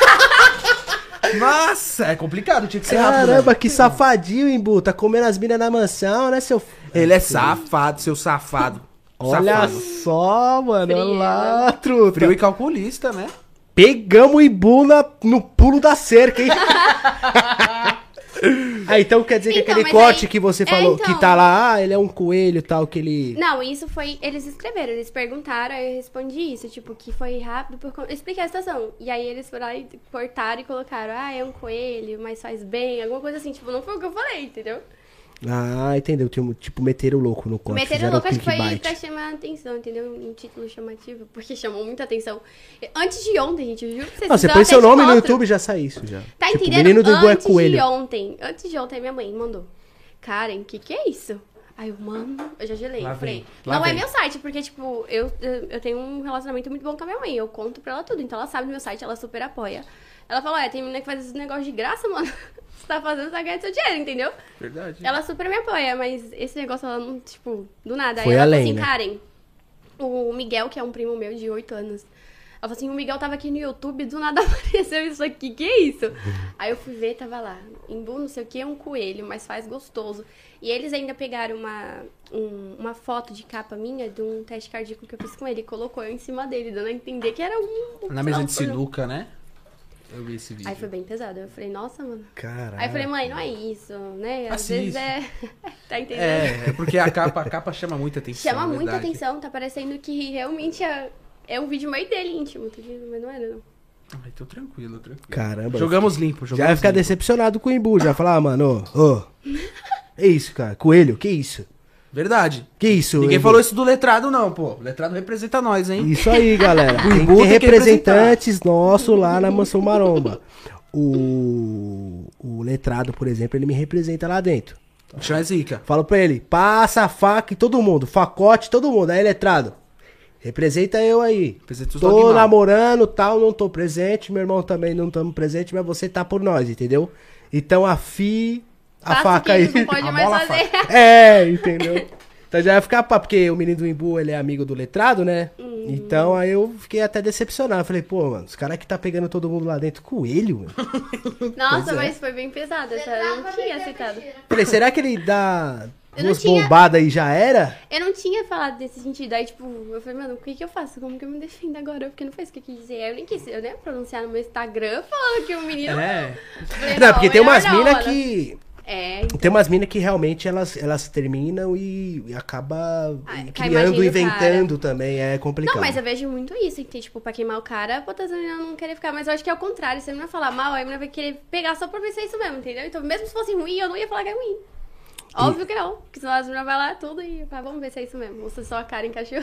Nossa, é complicado, tinha que ser rápido. Caramba, né? que safadinho, Embu. Tá comendo as minas na mansão, né, seu... Ele é safado, seu safado. Olha Safado. só, mano. Olha lá, truta. Frio e calculista, né? Pegamos o Embu na, no pulo da cerca, hein? Ah, então quer dizer que Então, aquele mas corte aí- que você É, falou, então. que tá lá, ah, ele é um coelho e tal, que ele... Não, isso foi. Eles escreveram, eles perguntaram, aí eu respondi isso, tipo, que foi rápido por. con- Eu expliquei a situação. E aí eles foram lá e cortaram e colocaram, ah, é um coelho, mas faz bem, alguma coisa assim, tipo, não foi o que eu falei, entendeu? Ah, entendeu? Tipo, tipo meteram o louco no corte. Meteram fizeram louco, o acho que foi clickbait. pra chamar a atenção, entendeu? Um título chamativo, porque chamou muita atenção. Antes de ontem, gente, eu juro pra vocês. Não, você deu põe até seu te nome no mostro. YouTube já sai isso, já. Tá tipo, entendendo? menino do Embu é Antes coelho. de ontem, antes de ontem, minha mãe mandou. Karen, que que é isso? Aí eu, mano, eu já gelei. Lá Falei, vem, lá não é vem. meu site, porque, tipo, eu, eu, eu tenho um relacionamento muito bom com a minha mãe. Eu conto pra ela tudo. Então ela sabe do meu site, ela super apoia. Ela falou, é, tem menina que faz esse negócio de graça, mano. Você tá fazendo, você tá ganhando seu dinheiro, entendeu? Verdade. Ela super me apoia, mas esse negócio, ela não, tipo, do nada. Foi Aí ela além, falou assim, né? Karen, o Miguel, que é um primo meu de oito anos, ela falou assim, o Miguel tava aqui no YouTube, do nada apareceu isso aqui, que é isso? Aí eu fui ver, tava lá, Embu não sei o que, é um coelho, mas faz gostoso. E eles ainda pegaram uma, um- uma foto de capa minha de um teste cardíaco que eu fiz com ele, e colocou eu em cima dele, dando a entender que era um... Na mesa de sinuca, né? Eu vi esse vídeo. Aí foi bem pesado, eu falei, nossa, mano. Caralho. Aí eu falei, mãe, não é isso, né? Às Assiste. vezes é... tá entendendo? É, é porque a capa, a capa chama muita atenção. Chama é muita verdade. atenção, tá parecendo que realmente é, é um vídeo meio dele íntimo, tá vendo? Mas não era, não. Ai, tô tranquilo, tranquilo. Caramba. Jogamos limpo, Já jogamos vai ficar limpo. decepcionado com o Embu, já falar, ah, mano, ô, ô. É isso, cara. Coelho, que isso? Verdade. Que isso? Ninguém Embu? falou isso do letrado, não, pô. O letrado representa nós, hein? Isso aí, galera. O Tem que Embu ter tem que representantes nossos lá na Mansão Maromba. O, o letrado, por exemplo, ele me representa lá dentro. Chama é zica. Falo pra ele, passa a faca em todo mundo, facote todo mundo. Aí, letrado, representa eu aí. Representa os Tô dogmal. namorando, tal, não tô presente, meu irmão também não estamos presente, mas você tá por nós, entendeu? Então afie a Faça o faca que aí. eles não pode A mais bola fazer. É, entendeu? Então já ia ficar pá, porque o menino do Imbu, ele é amigo do letrado, né? Hum. Então aí eu fiquei até decepcionado. Falei, pô, mano, os caras que tá pegando todo mundo lá dentro, coelho, mano. Nossa, é. mas foi bem pesado. Essa eu não tinha aceitado. Falei, será que ele dá Eu não duas tinha- bombadas e já era? Eu não tinha falado desse sentido. Aí, tipo, eu falei, mano, o que que eu faço? Como que eu me defendo agora? Porque não foi isso que eu quis dizer. Aí eu nem quis, eu nem ia pronunciar no meu Instagram falando que o menino... É. Falei, Não, porque tem melhor umas não, minas mano. que... É, Tem umas minas que realmente elas, elas terminam e, e acaba Ah, com a imagem criando, do inventando também. É complicado. Não, mas eu vejo muito isso, que, tipo, pra queimar o cara, pô, as meninas não querer ficar. Mas eu acho que é o contrário, se a menina falar mal, aí a menina vai querer pegar só pra ver se é isso mesmo, entendeu? Então, mesmo se fosse ruim, eu não ia falar que é ruim. Óbvio que não, porque senão as meninas vão lá tudo e fala, vamos ver se é isso mesmo. Você só a cara encaixou.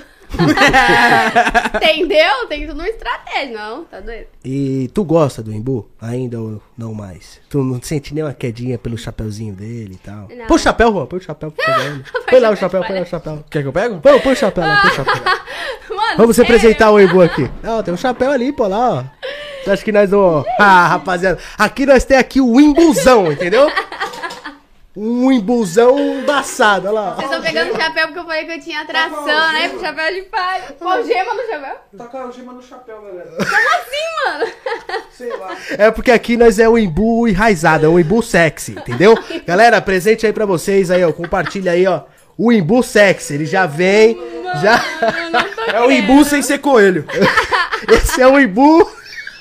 Entendeu? Tem tudo uma estratégia, não, tá doido? E tu gosta do Imbu? Ainda ou não mais? Tu não sente nem uma quedinha pelo chapeuzinho dele e tal? Não. Põe o chapéu, Juan, põe o chapéu. Põe, ele. Põe lá o chapéu, põe lá o chapéu. Quer que eu pego? Põe, põe o chapéu lá, põe o chapéu lá. Mano, Vamos sério? apresentar o Imbu aqui. Não, tem um chapéu ali, pô, lá, ó. Você acha que nós não... Ah, rapaziada, aqui nós temos aqui o Imbuzão, entendeu? Um Imbuzão embaçado, olha lá. Vocês estão pegando o chapéu porque eu falei que eu tinha atração, né? Pro chapéu de palha. Qual gema no chapéu? Tá com a gema no chapéu, galera. Como assim, mano? Sei lá. É porque aqui nós é o Imbu enraizado, é o Imbu sexy, entendeu? Galera, presente aí pra vocês aí, ó. Compartilha aí, ó. O Imbu sexy, ele já vem, já... Eu não tô É o Imbu sem ser coelho. Esse é o Imbu...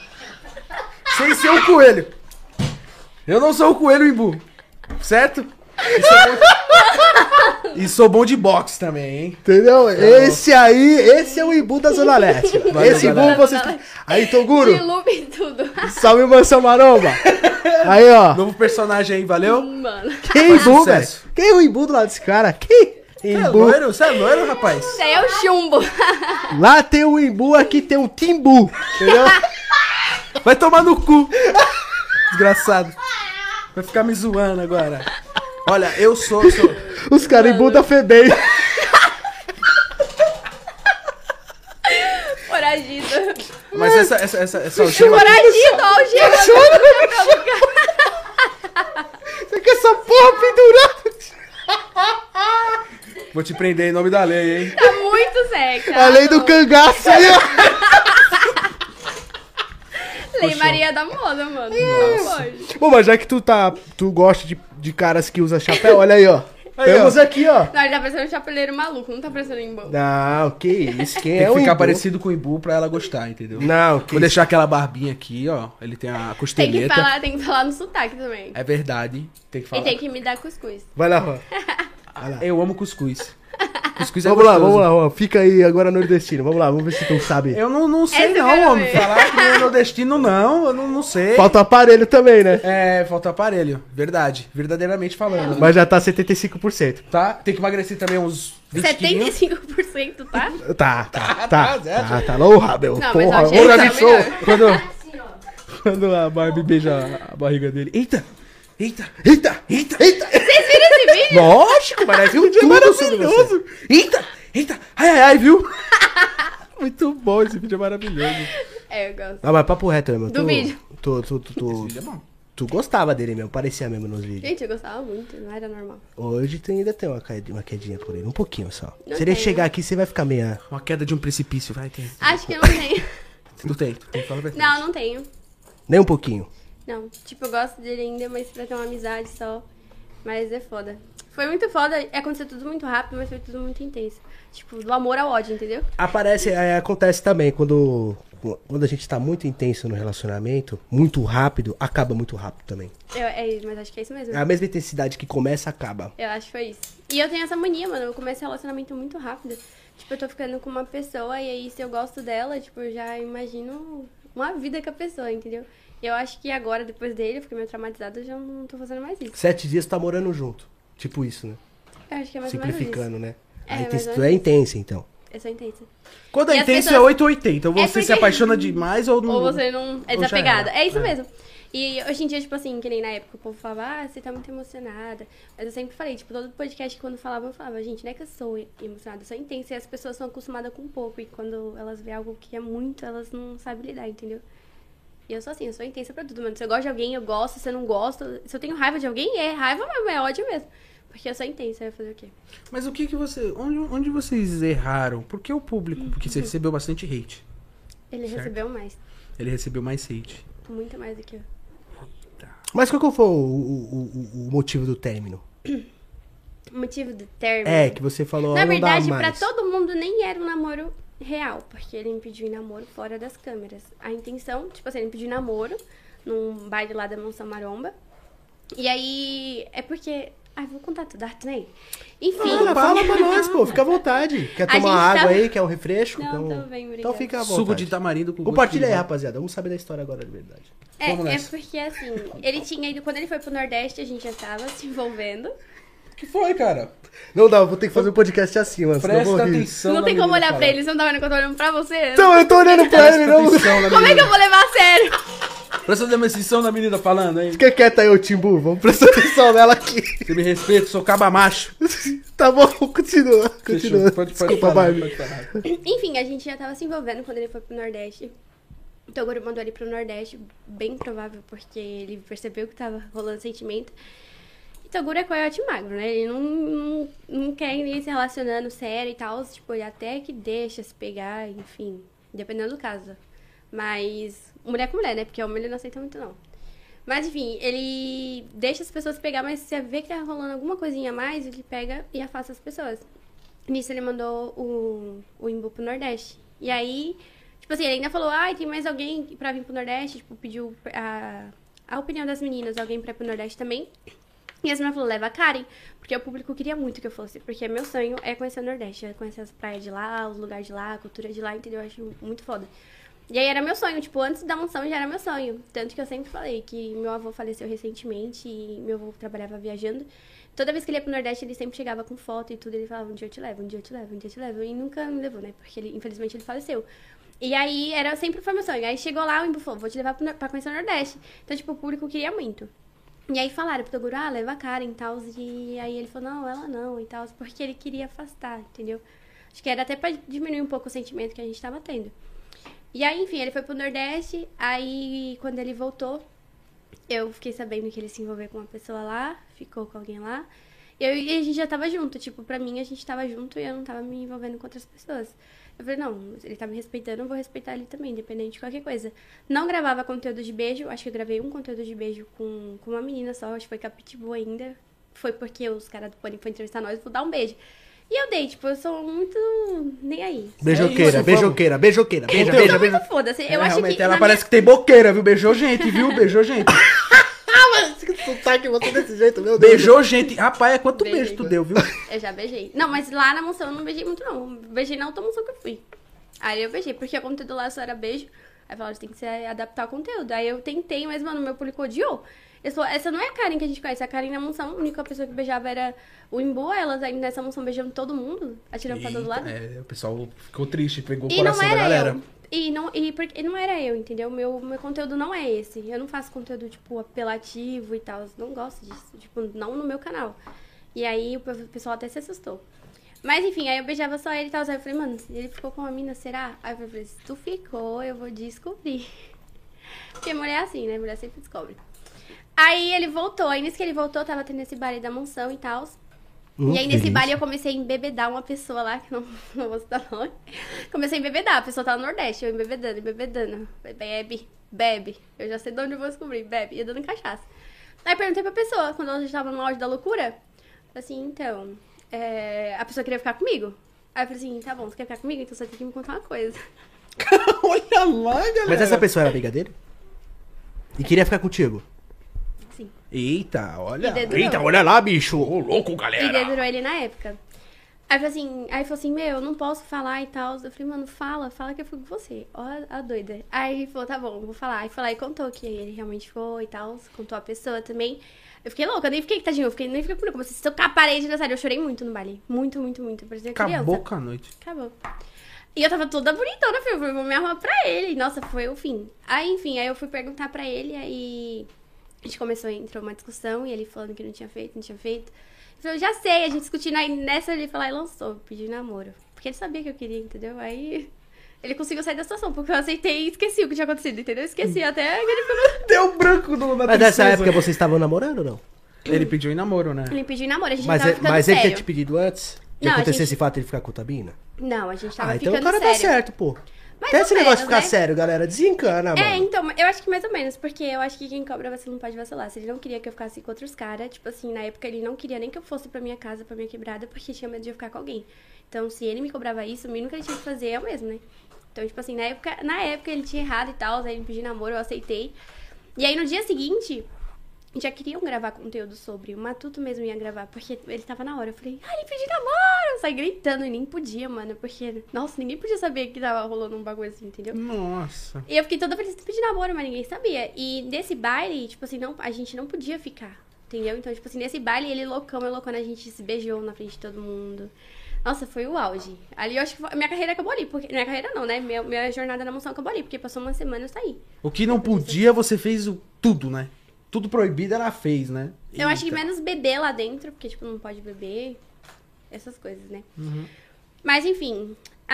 Sem ser o coelho. Eu não sou o coelho Imbu. Certo? E sou bom de, e sou bom de boxe também, hein? Entendeu? Esse aí, esse é o Imbu da Zona Leste. Valeu, Esse Imbu galera. vocês... Aí, Toguro, de loop e tudo. salve Mansão Maromba. Aí, ó. Novo personagem aí, valeu? Mano. Quem é Imbu, velho? sucesso. Quem é o Imbu do lado desse cara? Quem? Você é Imbu. loiro? Você é loiro, rapaz? Isso aí é o chumbo. Lá tem o Imbu, aqui tem o Timbu. Entendeu? Vai tomar no cu. Desgraçado. Vai ficar me zoando agora. Olha, eu sou... sou... Os caras Imbu da Febem. Foragido. Mas essa, essa, essa, essa algema... Foragido, ó, o gema. Você quer essa porra pendurada? Vou te prender em nome da lei, hein? Tá muito sexy. A lei do cangaço aí, ó. Lei Maria da moda, mano. Não pode. Bom, mas já que tu tá... Tu gosta de, de caras que usam chapéu, olha aí, ó. Aí, Temos ó. aqui, ó. Não, ele tá parecendo um chapeleiro maluco, não tá parecendo em bom. Não, que isso. Quem Tem é que o ficar Imbu? parecido com o Imbu pra ela gostar, entendeu? Não, que Vou deixar aquela barbinha aqui, ó. Ele tem a Tem que, costeleta. falar, tem que falar no sotaque também. É verdade. Tem que E falar. tem que me dar cuscuz. Vai lá, Juan. Eu amo cuscuz. Cuscuz é Vamos lá, gostoso. vamos lá, Juan. Fica aí agora nordestino. Vamos lá, vamos ver se tu sabe. Eu não, não sei Essa eu não, quero homem. ver. Falar que não é nordestino não, eu não, não sei. Falta o aparelho também, né? É, falta aparelho. Verdade. Verdadeiramente falando. Mas já tá setenta e cinco por cento. Tá? Tem que emagrecer também uns vinte setenta e quilinhos. cinco por cento, tá? Tá, tá, tá. tá, Tá, tá. Louha, meu. Não, mas eu Porra, achei hora que de tá show. melhor. Quando, quando a Barbie beija a barriga dele. Eita! Eita, Eita! eita, Eita! Vocês viram esse vídeo? Lógico, mas nós vimos tudo sobre você. eita, eita. Ai, ai, ai, viu? Muito bom, esse vídeo é maravilhoso. É, eu gosto. Ah, mas papo reto mesmo. Do tu, vídeo. Tu, tu, tu, tu, Vídeo é bom. tu gostava dele mesmo, parecia mesmo nos vídeos. Gente, eu gostava muito, não era normal. Hoje tu ainda tem uma, caid- uma quedinha por ele, um pouquinho só. Não Se ele tenho. chegar aqui, você vai ficar meia... Uma queda de um precipício, vai ter. Acho que eu não tenho. Não tem, tu tem que falar a verdade. Não, não tenho. Nem um pouquinho. Não, tipo, eu gosto dele ainda, mas pra ter uma amizade só. Mas é foda. Foi muito foda, aconteceu tudo muito rápido, mas foi tudo muito intenso. Tipo, do amor ao ódio, entendeu? Aparece, é, acontece também, quando, quando a gente tá muito intenso no relacionamento, muito rápido, acaba muito rápido também. Eu, é isso, mas acho que é isso mesmo. É a mesma intensidade que começa, acaba. Eu acho que foi isso. E eu tenho essa mania, mano. Eu começo relacionamento muito rápido. Tipo, eu tô ficando com uma pessoa e aí se eu gosto dela, tipo, eu já imagino uma vida com a pessoa, entendeu? E eu acho que agora, depois dele, eu fiquei meio traumatizada, eu já não tô fazendo mais isso. Sete dias tu tá morando junto. Tipo isso, né? Eu acho que é mais ou menos isso. Simplificando, né? É, A mais intensi- ou tu menos é intensa, então. Eu sou intensa. Quando é E as intenso pessoas- é oito ou oitenta. Ou É você porque- se apaixona demais ou não. Ou você não é ou já desapegada. era. É isso É. mesmo. E hoje em dia, tipo assim, que nem na época o povo falava, ah, você tá muito emocionada. Mas eu sempre falei, tipo, todo podcast quando falava, eu falava, gente, não é que eu sou emocionada, eu sou intensa. E as pessoas são acostumadas com pouco. E quando elas veem algo que é muito, elas não sabem lidar, entendeu? E eu sou assim, eu sou intensa pra tudo, mano. Se eu gosto de alguém, eu gosto. Se eu não gosto, se eu tenho raiva de alguém, é raiva mesmo, é ódio mesmo. porque eu sou intensa, eu ia fazer o quê? Mas o que que você... Onde, onde vocês erraram? Por que o público? Porque você recebeu bastante hate. Ele Certo. recebeu mais, Ele recebeu mais hate. muito mais do que eu. Mas qual que foi o, o, o- o motivo do término? O motivo do término... É, que você falou, Na ah, não dá verdade, pra mais. todo mundo nem era um namoro real, porque ele me pediu em namoro fora das câmeras. A intenção, tipo assim, ele me pediu namoro num baile lá da Mansão Maromba. E aí, é porque... Ai, vou contar tudo, Arthur. Enfim. Fala, fala pra nós, pô, fica à vontade. Quer A tomar gente água tava- aí, quer um refresco? Não, Quer um- tô bem, obrigada. Então fica à vontade. Suco de tamarindo com gosto Compartilha de aí, limão. rapaziada. Vamos saber da história agora de verdade. É, Vamos é nessa. porque assim, ele tinha ido, quando ele foi pro Nordeste, a gente já tava se envolvendo. O que foi, cara? Não dá, eu vou ter que fazer um podcast assim, mano. senão eu Presta vou rir. atenção não na tem como menina olhar falar. pra eles, não tá vendo que eu tô olhando pra você? Então, eu tô olhando pra ele, Presta não. atenção na Como é que menina. eu vou levar a sério? Presta atenção na menina falando, hein? Fica quieta aí, ô Timbu. Vamos prestar atenção nela aqui. Você me respeita, sou caba macho. Tá bom, continua. Fechou. Continua. Pode, pode Desculpa, falar, Barbie. pode falar. Enfim, a gente já tava se envolvendo quando ele foi pro Nordeste. Então, agora mandou ele pro Nordeste, bem provável, porque ele percebeu que tava rolando sentimento. E Toguro é coiote magro, né? Ele não, não, não quer ninguém se relacionando sério e tal. Tipo, ele até que deixa se pegar, enfim, dependendo do caso. Mas, mulher com mulher, né? Porque homem ele não aceita muito, não. Mas, enfim, ele deixa as pessoas pegar, mas se você vê que tá rolando alguma coisinha a mais, ele pega e afasta as pessoas. Nisso, ele mandou o, o Imbu pro Nordeste. E aí, tipo assim, ele ainda falou, ai, tem mais alguém pra vir pro Nordeste? Tipo, pediu a, a opinião das meninas, alguém pra ir pro Nordeste também. E as meninas falou, leva a Karen, porque o público queria muito que eu fosse. Porque meu sonho é conhecer o Nordeste, é conhecer as praias de lá, os lugares de lá, a cultura de lá, entendeu? Eu acho muito foda. E aí era meu sonho, tipo, antes da mansão já era meu sonho. Tanto que eu sempre falei que meu avô faleceu recentemente e meu avô trabalhava viajando. Toda vez que ele ia pro Nordeste, ele sempre chegava com foto e tudo. Ele falava, um dia eu te levo, um dia eu te levo, um dia eu te levo. E nunca me levou, né? Porque ele, infelizmente, ele faleceu. E aí, era sempre foi meu sonho. Aí chegou lá, o Imbu falou, vou te levar pro, Nor- pra conhecer o Nordeste. Então, tipo, o público queria muito. E aí falaram pro Toguro, ah, leva a Karen e tal. E aí ele falou, não, ela não e tal. Porque ele queria afastar, entendeu? Acho que era até pra diminuir um pouco o sentimento que a gente tava tendo. E aí, enfim, ele foi pro Nordeste. Aí, quando ele voltou, eu fiquei sabendo que ele se envolveu com uma pessoa lá. Ficou com alguém lá. E, eu, e a gente já tava junto. Tipo, pra mim, a gente tava junto e eu não tava me envolvendo com outras pessoas. Eu falei, não, ele tá me respeitando, eu vou respeitar ele também, independente de qualquer coisa. Não gravava conteúdo de beijo. Acho que eu gravei um conteúdo de beijo com, com uma menina só. Acho que foi com a Pitbull ainda. Foi porque os caras do Pânico foram entrevistar nós. Vou dar um beijo. E eu dei, tipo, eu sou muito nem aí. Beijoqueira, isso, beijoqueira, beijoqueira. Beija, Conteúdo. beija, Eu beija. muito foda-se. Eu É, acho realmente, que. ela na parece que tem boqueira, viu? Beijou gente, viu? Beijou gente. Que sotaque você desse jeito, meu Deus. Beijou gente. Rapaz, é quanto Beijei. beijo tu deu, viu? minha- Eu já beijei. Não, mas lá na mansão eu não beijei muito, não. Beijei na outra mansão que eu fui. Aí eu beijei, porque o conteúdo lá só era beijo. Aí falaram, tem que se adaptar ao conteúdo. Aí eu tentei, mas, mano, meu público odiou. Eles falaram, essa não é a Karen que a gente conhece. A Karen na mansão, a única pessoa que beijava era o Imbu. Elas aí nessa mansão beijando todo mundo, atirando pra todo lado. É, o pessoal ficou triste, pegou o E não coração da era galera. eu. E não, e porque, não era eu, entendeu? Meu, meu conteúdo não é esse. Eu não faço conteúdo, tipo, apelativo e tal. Eu não gosto disso. Tipo, não no meu canal. E aí o pessoal até se assustou. Mas enfim, aí eu beijava só ele e tal. Aí eu falei, mano, ele ficou com uma mina, será? Aí eu falei, se tu ficou, eu vou descobrir. Porque mulher é assim, né? Mulher sempre descobre. Aí ele voltou. Aí nisso que ele voltou, tava tendo esse baile da mansão e tal. Hum, E aí, nesse delícia. baile, eu comecei a embebedar uma pessoa lá, que não, não vou citar nome. Comecei a embebedar, a pessoa tava no Nordeste, eu embebedando, embebedando. Bebe, bebe. Eu já sei de onde eu vou descobrir, bebe. E eu dando cachaça. Aí perguntei pra pessoa, quando ela já tava no auge da loucura, assim, então, é, a pessoa queria ficar comigo. Aí eu falei assim, tá bom, você quer ficar comigo? Então você tem que me contar uma coisa. Olha lá, galera. Mas essa pessoa era amiga dele? E queria ficar contigo? Assim. Eita, olha. E dedurou. Eita, olha lá, bicho. Ô, louco, E galera. dedurou ele na época. Aí falou assim, aí falou assim, meu, eu não posso falar e tal. Eu falei, mano, fala, fala que eu fui com você. Ó, a doida. Aí ele falou, tá bom, vou falar. Aí foi lá e contou que ele realmente foi e tal. Contou a pessoa também. Eu fiquei louca, eu nem fiquei, tadinho, eu fiquei, nem fiquei com como se socar a parede da série. Eu chorei muito no baile. Muito, muito, muito. Parecia criança. Acabou com a noite. Acabou. E eu tava toda bonitona, filho. Eu falei, vou me arrumar pra ele. Nossa, foi o fim. Aí, enfim, aí eu fui perguntar pra ele, aí a gente começou, entrou uma discussão, e ele falando que não tinha feito, não tinha feito. Eu falei, já sei, a gente discutindo, aí nessa ele foi lá e lançou, pediu namoro. Porque ele sabia que eu queria, entendeu? Aí ele conseguiu sair da situação, porque eu aceitei e esqueci o que tinha acontecido, entendeu? Eu esqueci até que ele ficou... Deu branco no, na Mas nessa tristeza. época vocês estavam namorando ou não? Ele pediu em namoro, né? Ele pediu em namoro, a gente Mas, tava é- ficando mas ele sério. tinha te pedido antes? De Não, a acontecer gente- esse fato de ele ficar com a Tabina? Não, a gente tava Ah, então ficando o cara sério. tá certo, pô. Mais Até ou esse negócio de menos, ficar né? sério, galera, desencana, mano. É, então, eu acho que mais ou menos, porque eu acho que quem cobra vacilo não pode vacilar. Se ele não queria que eu ficasse com outros caras, tipo assim, na época ele não queria nem que eu fosse pra minha casa, pra minha quebrada, porque tinha medo de eu ficar com alguém. Então, se ele me cobrava isso, o mínimo que ele tinha que fazer é o mesmo, né? Então, tipo assim, na época, na época ele tinha errado e tal, aí ele me pediu namoro, eu aceitei. E aí no dia seguinte, já queriam gravar conteúdo sobre, o Matuto mesmo ia gravar, porque ele tava na hora. Eu falei, ah, ele pediu namoro! Eu saí gritando e nem podia, mano, porque, nossa, ninguém podia saber que tava rolando um bagulho assim, entendeu? Nossa. E eu fiquei toda feliz de pedir namoro, mas ninguém sabia. E nesse baile, tipo assim, não, a gente não podia ficar, entendeu? Então, tipo assim, nesse baile, ele loucão, eu loucona, a gente se beijou na frente de todo mundo. Nossa, foi o auge. Ali eu acho que foi- minha carreira acabou ali. Porque, minha carreira não, né? Minha, minha jornada na mansão acabou ali, porque passou uma semana e eu saí. O que não podia, você fez o tudo, né? Tudo proibido, ela fez, né? Eu acho que Eita. menos beber lá dentro, porque, tipo, não pode beber. Essas coisas, né? Uhum. Mas, enfim.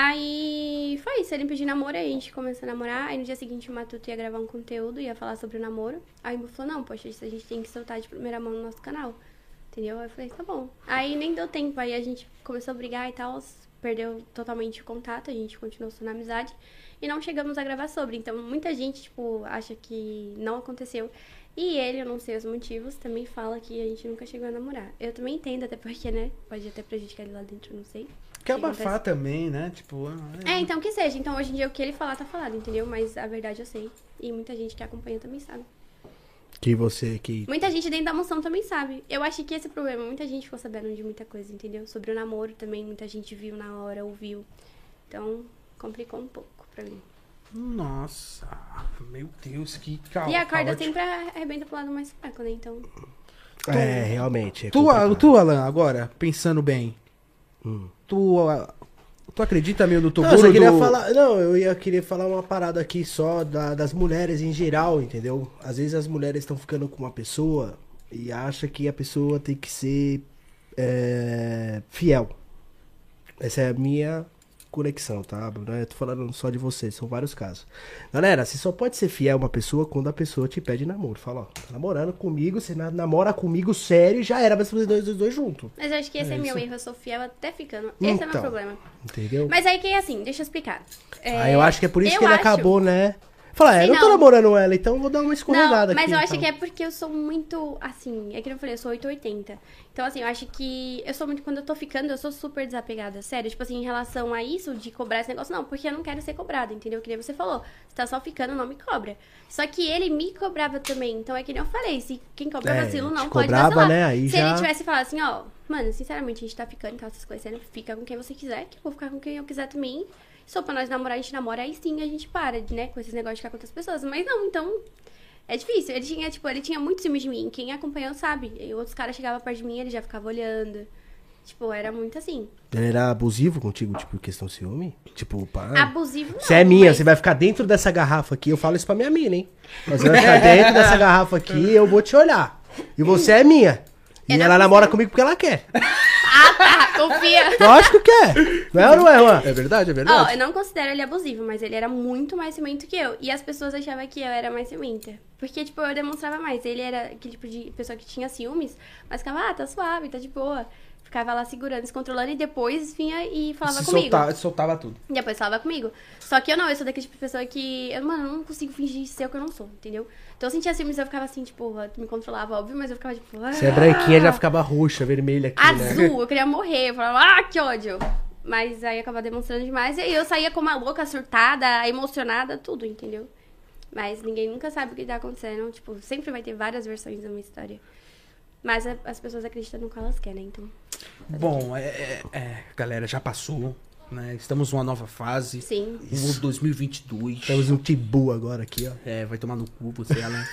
Aí foi isso. Ele me pediu namoro, aí a gente começou a namorar. Aí no dia seguinte o Matuto ia gravar um conteúdo, ia falar sobre o namoro. Aí ele falou, não, poxa, isso a gente tem que soltar de primeira mão no nosso canal. Entendeu? Aí eu falei, tá bom. Aí nem deu tempo, aí a gente começou a brigar e tal, perdeu totalmente o contato, a gente continuou só na amizade. E não chegamos a gravar sobre. Então muita gente, tipo, acha que não aconteceu. E ele, eu não sei os motivos, também fala que a gente nunca chegou a namorar. Eu também entendo, até porque, né, pode até prejudicar ele lá dentro, eu não sei. Quer O que abafar acontece? também, né? Tipo, ah, É, então que seja. Então hoje em dia o que ele falar tá falado, entendeu? Mas a verdade eu sei. E muita gente que acompanha também sabe. Que você, que... Muita gente dentro da mansão também sabe. Eu acho que esse problema, muita gente ficou sabendo de muita coisa, entendeu? Sobre o namoro também, muita gente viu na hora, ouviu. Então, complicou um pouco pra mim. Nossa, meu Deus, que calma. e a corda sempre arrebenta pro lado mais fraco, né? Então, É, realmente. É Tu, complicado. tu, Alan, agora, pensando bem, Hum. tu, ah, tu acredita meio no Não, eu Toguro só queria do... falar, não, eu ia querer falar uma parada aqui só da- das mulheres em geral, entendeu? Às vezes as mulheres estão ficando com uma pessoa e acha que a pessoa tem que ser é, fiel. Essa é a minha conexão, tá? Não é- tô falando só de você, são vários casos. Galera, você só pode ser fiel a uma pessoa quando a pessoa te pede namoro. Fala, ó, tá namorando comigo, você na- namora comigo sério e já era pra vocês dois, os dois juntos. mas eu acho que esse é, É meu isso. erro, eu sou fiel até ficando. Esse é meu Então. problema. Entendeu? Mas aí que é assim, deixa eu explicar. É, Ah, eu acho que é por isso eu que ele acho- acabou, né? Fala, é, Sim, eu não tô não. namorando ela, então eu vou dar uma Não, escorregada mas aqui. eu e acho tal. que é porque eu sou muito, assim, é que eu falei, eu sou oito ou oitenta. Então, assim, eu acho que eu sou muito, quando eu tô ficando, eu sou super desapegada, sério. Tipo assim, em relação a isso, de cobrar esse negócio, não, porque eu não quero ser cobrada, entendeu? Que nem você falou, você tá só ficando, não me cobra. Só que ele me cobrava também, então é que nem eu falei, se quem cobra É, vacilo não te pode cobrava, vacilar. né, aí se já- ele tivesse falado assim, ó, mano, sinceramente, a gente tá ficando, então essas coisas, você fica com quem você quiser, que eu vou ficar com quem eu quiser também. Só pra nós namorar, a gente namora, aí sim a gente para, né, com esses negócios de ficar com outras pessoas. Mas não, então, é difícil. Ele tinha, tipo, ele tinha muito ciúme de mim. Quem acompanhou sabe. E outros caras chegavam perto de mim, ele já ficava olhando. Tipo, era muito assim. Ele era abusivo contigo, tipo, questão ciúme? Tipo, pá. Abusivo não. Você é minha, mas- você vai ficar dentro dessa garrafa aqui. Eu falo isso pra minha mina, hein? Você vai ficar dentro dessa garrafa aqui, eu vou te olhar. E você é minha. E É ela da namora você. comigo porque ela quer. Ah, tá, confia. Lógico que é. Não é ou não é, Juan? É verdade, é Ó, verdade. eu não considero ele abusivo, mas ele era muito mais ciumento que eu. E as pessoas achavam que eu era mais ciumenta. Porque, tipo, eu demonstrava mais. Ele era aquele tipo de pessoa que tinha ciúmes, mas ficava, ah, tá suave, tá de boa. Ficava lá segurando, se controlando e depois vinha e falava Se comigo. soltava, soltava tudo. E depois falava comigo. Só que eu não, eu sou daquele tipo de pessoa que, eu, mano, eu não consigo fingir ser o que eu não sou, entendeu? Então eu sentia ciúmes, eu ficava assim, tipo, me controlava, óbvio, mas eu ficava tipo, ah, Você é branquinha, já ficava roxa, vermelha aqui, né? azul, eu queria morrer, eu falava, ah, que ódio. Mas aí acabava demonstrando demais, e aí eu saía como uma louca, surtada, emocionada, tudo, entendeu? Mas ninguém nunca sabe o que tá acontecendo, tipo, sempre vai ter várias versões da uma história. Mas a- as pessoas acreditam no que elas querem, então. Bom, é, é, é, galera, já passou, né? Estamos numa nova fase. Sim. Rumo dois mil e vinte e dois. Temos um tibu agora aqui, ó. É, vai tomar no cu você, Alan.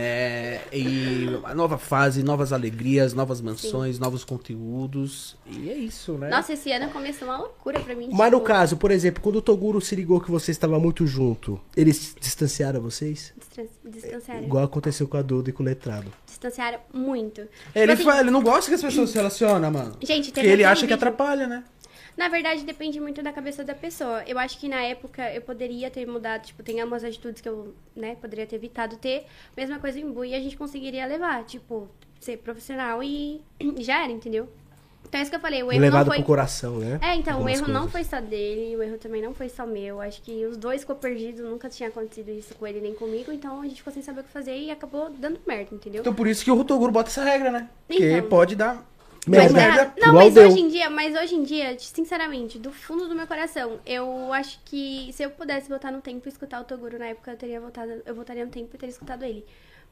É, e a nova fase, novas alegrias, novas mansões, novos conteúdos. E é isso, né? Nossa, esse ano começou uma loucura pra mim. Mas no tipo, caso, por exemplo, quando o Toguro se ligou que você estava muito junto, eles distanciaram vocês? distan- Distanciaram. Igual aconteceu com a Duda e com o Letrado. Distanciaram muito. Ele, Tipo assim, fa- ele não gosta que as pessoas se relacionam, mano. Gente, Porque teve ele até um acha que vídeo- atrapalha, né? Na verdade, depende muito da cabeça da pessoa. Eu acho que na época eu poderia ter mudado, tipo, tem algumas atitudes que eu, né, poderia ter evitado ter. Mesma coisa em Bu e a gente conseguiria levar, tipo, ser profissional e já era, entendeu? Então é isso que eu falei, o erro Levado não foi... pro coração, né? É, então, Algumas o erro não coisas. foi só dele, o erro também não foi só meu. Acho que os dois ficou perdido, nunca tinha acontecido isso com ele nem comigo, então a gente ficou sem saber o que fazer e acabou dando merda, entendeu? Então por isso que o Rotoguro bota essa regra, né? Porque Então. pode dar... Mas Merda. é- não, Igual mas deu. hoje em dia, mas hoje em dia, sinceramente, do fundo do meu coração, eu acho que se eu pudesse voltar no tempo e escutar o Toguro na época, eu teria voltado, eu voltaria no tempo e teria escutado ele.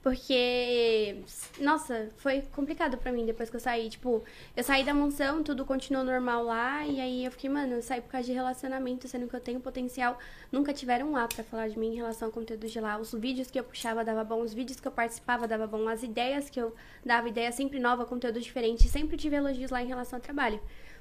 Porque, nossa, foi complicado pra mim depois que eu saí. Tipo, eu saí da mansão, tudo continuou normal lá. E aí eu fiquei, mano, eu saí por causa de relacionamento, sendo que eu tenho potencial. Nunca tiveram lá pra falar de mim em relação ao conteúdo de lá. Os vídeos que eu puxava dava bom, os vídeos que eu participava dava bom. As ideias que eu dava, ideia sempre nova, conteúdo diferente. Sempre tive elogios lá em relação ao trabalho.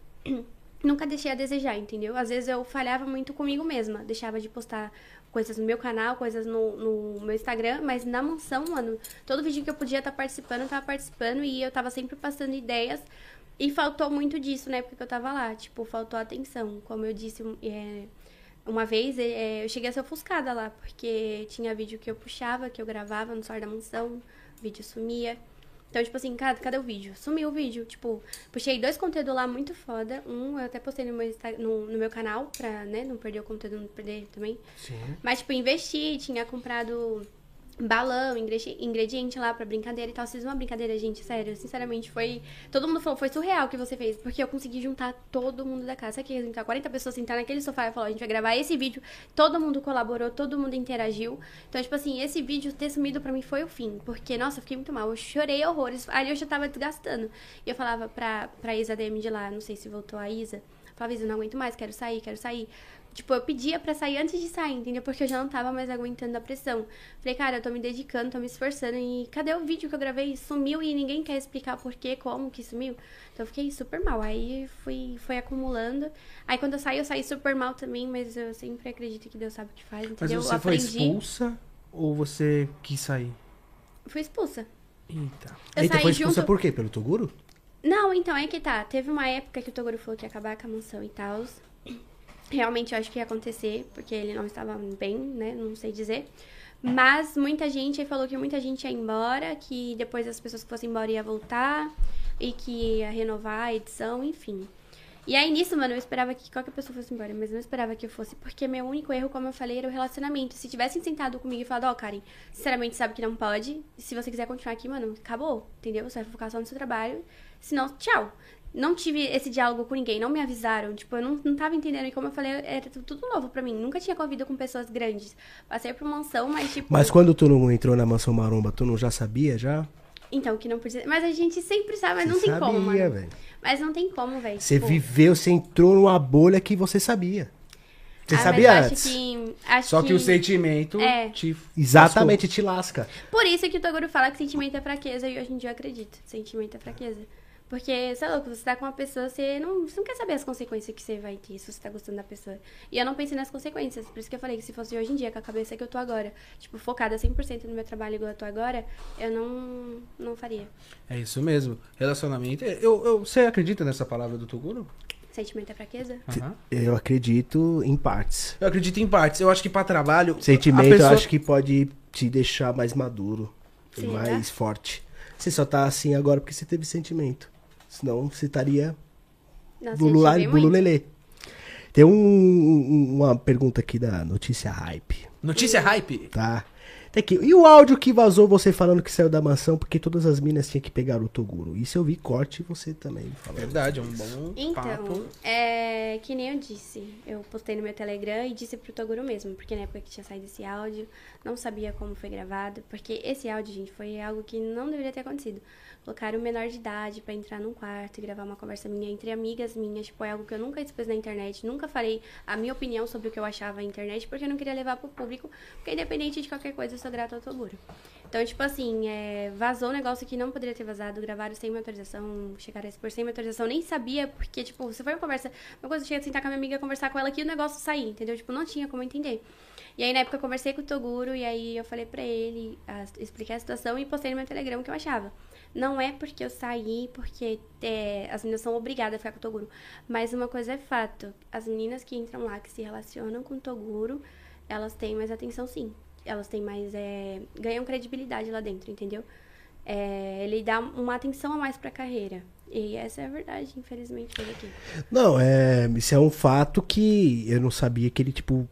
Nunca deixei a desejar, entendeu? Às vezes eu falhava muito comigo mesma. Deixava de postar coisas no meu canal, coisas no, no meu Instagram. Mas na mansão, mano, todo vídeo que eu podia estar participando, eu tava participando. E eu tava sempre passando ideias. E faltou muito disso na época que eu tava lá. Tipo, faltou atenção. Como eu disse, é, uma vez é, eu cheguei a ser ofuscada lá. Porque tinha vídeo que eu puxava, que eu gravava no celular da mansão. O vídeo sumia. Então, tipo assim, cadê, cadê o vídeo? Sumiu o vídeo. Tipo, puxei dois conteúdos lá muito foda. Um, eu até postei no meu, Insta- no, no meu canal, pra, né, não perder o conteúdo, não perder também. Sim. Mas, tipo, investi, tinha comprado balão, ingredi- ingrediente lá pra brincadeira e tal. Fiz uma brincadeira, gente, sério. Sinceramente, foi... Todo mundo falou, foi surreal o que você fez. Porque eu consegui juntar todo mundo da casa. Sabe que juntar quarenta pessoas, sentar naquele sofá e falar, a gente vai gravar esse vídeo. Todo mundo colaborou, todo mundo interagiu. Então, tipo assim, esse vídeo ter sumido pra mim foi o fim. Porque, nossa, eu fiquei muito mal. Eu chorei horrores. Ali eu já tava desgastando. E eu falava pra, pra Isa D M de lá, não sei se voltou a Isa. Falava, Isa, não aguento mais, quero sair, quero sair. Tipo, eu pedia pra sair antes de sair, entendeu? Porque eu já não tava mais aguentando a pressão. Falei, cara, eu tô me dedicando, tô me esforçando. E cadê o vídeo que eu gravei? Sumiu e ninguém quer explicar por quê, como que sumiu. Então eu fiquei super mal. Aí fui, foi acumulando. Aí quando eu saí, eu saí super mal também. Mas eu sempre acredito que Deus sabe o que faz, Mas entendeu? você eu foi aprendi. expulsa ou você quis sair? Fui expulsa. Eita. Eu Eita, saí foi expulsa junto... por quê? Pelo Toguro? Não, então, é que tá. Teve uma época que o Toguro falou que ia acabar com a mansão e tal. Realmente eu acho que ia acontecer, porque ele não estava bem, né? Não sei dizer. Mas muita gente, ele falou que muita gente ia embora, que depois as pessoas que fossem embora ia voltar, e que ia renovar a edição, enfim. E aí nisso, mano, eu esperava que qualquer pessoa fosse embora, mas eu não esperava que eu fosse, porque meu único erro, como eu falei, era o relacionamento. Se tivessem sentado comigo e falado, ó, oh, Karen, sinceramente sabe que não pode, se você quiser continuar aqui, mano, acabou, entendeu? Você vai focar só no seu trabalho, senão, tchau. Não tive esse diálogo com ninguém, não me avisaram, tipo, eu não, não tava entendendo, e como eu falei, era tudo novo pra mim, nunca tinha convido com pessoas grandes. Passei por mansão, mas tipo... Mas quando tu não entrou na Mansão Maromba, tu não já sabia, já? Então, que não podia... Mas a gente sempre sabe, mas não Você tem como, sabia, mano. velho. Mas não tem como, velho. Você tipo... viveu, você entrou numa bolha que você sabia. Você Ah, mas sabia eu antes. Acho que, acho Só que, que o sentimento É. te... Exatamente, te lasca. Por isso que o Toguro fala que sentimento é fraqueza, e hoje em dia eu acredito. Sentimento é fraqueza. Porque, sei lá, você tá com uma pessoa, você não, você não quer saber as consequências que você vai ter se você tá gostando da pessoa. E eu não pensei nas consequências, por isso que eu falei que se fosse hoje em dia, com a cabeça que eu tô agora, tipo, focada cem por cento no meu trabalho igual eu tô agora, eu não, não faria. É isso mesmo. Relacionamento. Eu, eu, você acredita nessa palavra do Toguro? Sentimento é fraqueza? Aham. Eu acredito em partes. Eu acredito em partes. Eu acho que pra trabalho. Sentimento a pessoa... eu acho que pode te deixar mais maduro e Será? mais forte. Você só tá assim agora porque você teve sentimento. Senão você estaria Nossa, bululá, eu tive muito. bululelê. Tem um, um- uma pergunta aqui da Notícia Hype, Notícia hype? tá? Tem aqui. E o áudio que vazou você falando que saiu da mansão porque todas as minas tinham que pegar o Toguro? Isso eu vi corte e você também falou. Verdade, é um bom Então, papo. é que nem eu disse, eu postei no meu Telegram e disse pro Toguro mesmo, porque na época que tinha saído esse áudio, não sabia como foi gravado, porque esse áudio, gente, foi algo que não deveria ter acontecido. Colocaram um menor de idade pra entrar num quarto e gravar uma conversa minha entre amigas minhas, tipo, é algo que eu nunca expus na internet, nunca falei a minha opinião sobre o que eu achava na internet, porque eu não queria levar pro público, porque independente de qualquer coisa, eu sou grata ao Toguro. Então, tipo assim, é, vazou um negócio que não poderia ter vazado, gravaram sem minha autorização, chegaram a expor sem minha autorização, nem sabia, porque, tipo, se foi uma conversa, uma coisa, eu tinha que sentar com a minha amiga, conversar com ela que o negócio sair, entendeu? Tipo, não tinha como entender. E aí, na época, eu conversei com o Toguro, e aí eu falei pra ele, a, expliquei a situação e postei no meu Telegram o que eu achava. Não é porque eu saí, porque é, as meninas são obrigadas a ficar com o Toguro, mas uma coisa é fato, as meninas que entram lá, que se relacionam com o Toguro, elas têm mais atenção, sim. Elas têm mais, é, ganham credibilidade lá dentro, entendeu? É, ele dá uma atenção a mais pra carreira. E essa é a verdade, infelizmente, dele aqui. Não, é, isso é um fato que eu não sabia que ele, tipo,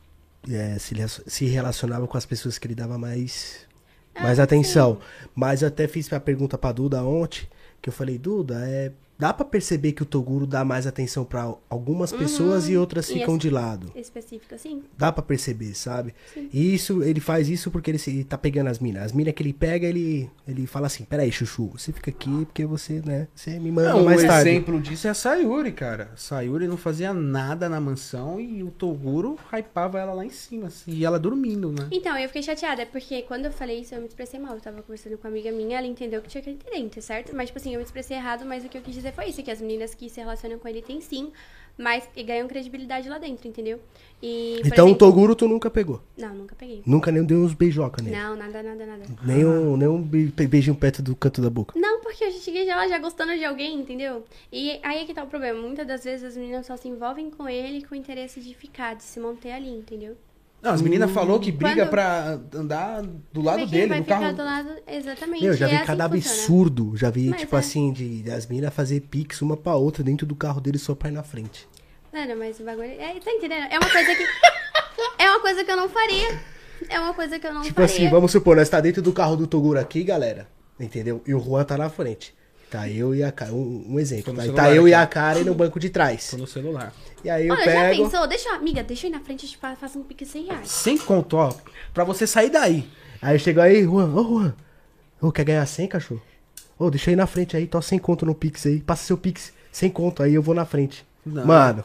é, se, se relacionava com as pessoas que ele dava mais, ah, mais atenção. Sim. Mas eu até fiz a pergunta pra Duda ontem, que eu falei, Duda, é... dá pra perceber que o Toguro dá mais atenção pra algumas pessoas uhum. e outras ficam e de lado. Específico, assim? Dá pra perceber, sabe? Sim. E isso, ele faz isso porque ele, se, ele tá pegando as minas. As minas que ele pega, ele, ele fala assim, peraí, Chuchu, você fica aqui porque você, né, você me manda não, mais um tarde. Um exemplo disso é a Sayuri, cara. A Sayuri não fazia nada na mansão e o Toguro hypava ela lá em cima, assim, e ela dormindo, né? Então, eu fiquei chateada, porque quando eu falei isso, eu me expressei mal. Eu tava conversando com uma amiga minha, ela entendeu que tinha que entender, certo? Mas, tipo assim, eu me expressei errado, mas o que eu quis dizer foi isso, que as meninas que se relacionam com ele tem sim, mas e ganham credibilidade lá dentro, entendeu? E, então exemplo, o Toguro tu nunca pegou? Não, nunca peguei. Nunca nem deu uns beijoca nele? Não, nada, nada, nada. Nem um, nem um beijinho perto do canto da boca? Não, porque eu já cheguei já, já gostando de alguém, entendeu? E aí é que tá o problema. Muitas das vezes as meninas só se envolvem com ele com o interesse de ficar, de se manter ali, entendeu? Não, as meninas hum, falou que briga quando... pra andar do lado Porque dele, vai no ficar carro. do lado, exatamente. Meu, já vi é cada assim absurdo. Já vi, Mas tipo é. assim, de, de as meninas fazer pix uma pra outra dentro do carro dele só pra ir na frente. Mano, mas o bagulho... É, tá entendendo? É uma coisa que... é uma coisa que eu não faria. É uma coisa que eu não tipo faria. Tipo assim, vamos supor, nós tá dentro do carro do Toguro aqui, galera. Entendeu? E o Juan tá na frente. Tá eu e a Karen. Um, um exemplo. Tá, tá eu aqui. E a Karen no banco de trás. Tô no celular. E aí eu Olha, pego... já pensou? Deixa, amiga, deixa eu ir na frente, tipo, faça um pique cem reais. Sem conto, ó. Pra você sair daí. Aí chegou aí, Juan, ô Juan. Ô, quer ganhar cem, cachorro? Ô, deixa eu ir na frente aí, tô sem conto no Pix aí. Passa seu Pix sem conto, aí eu vou na frente. Não. Mano.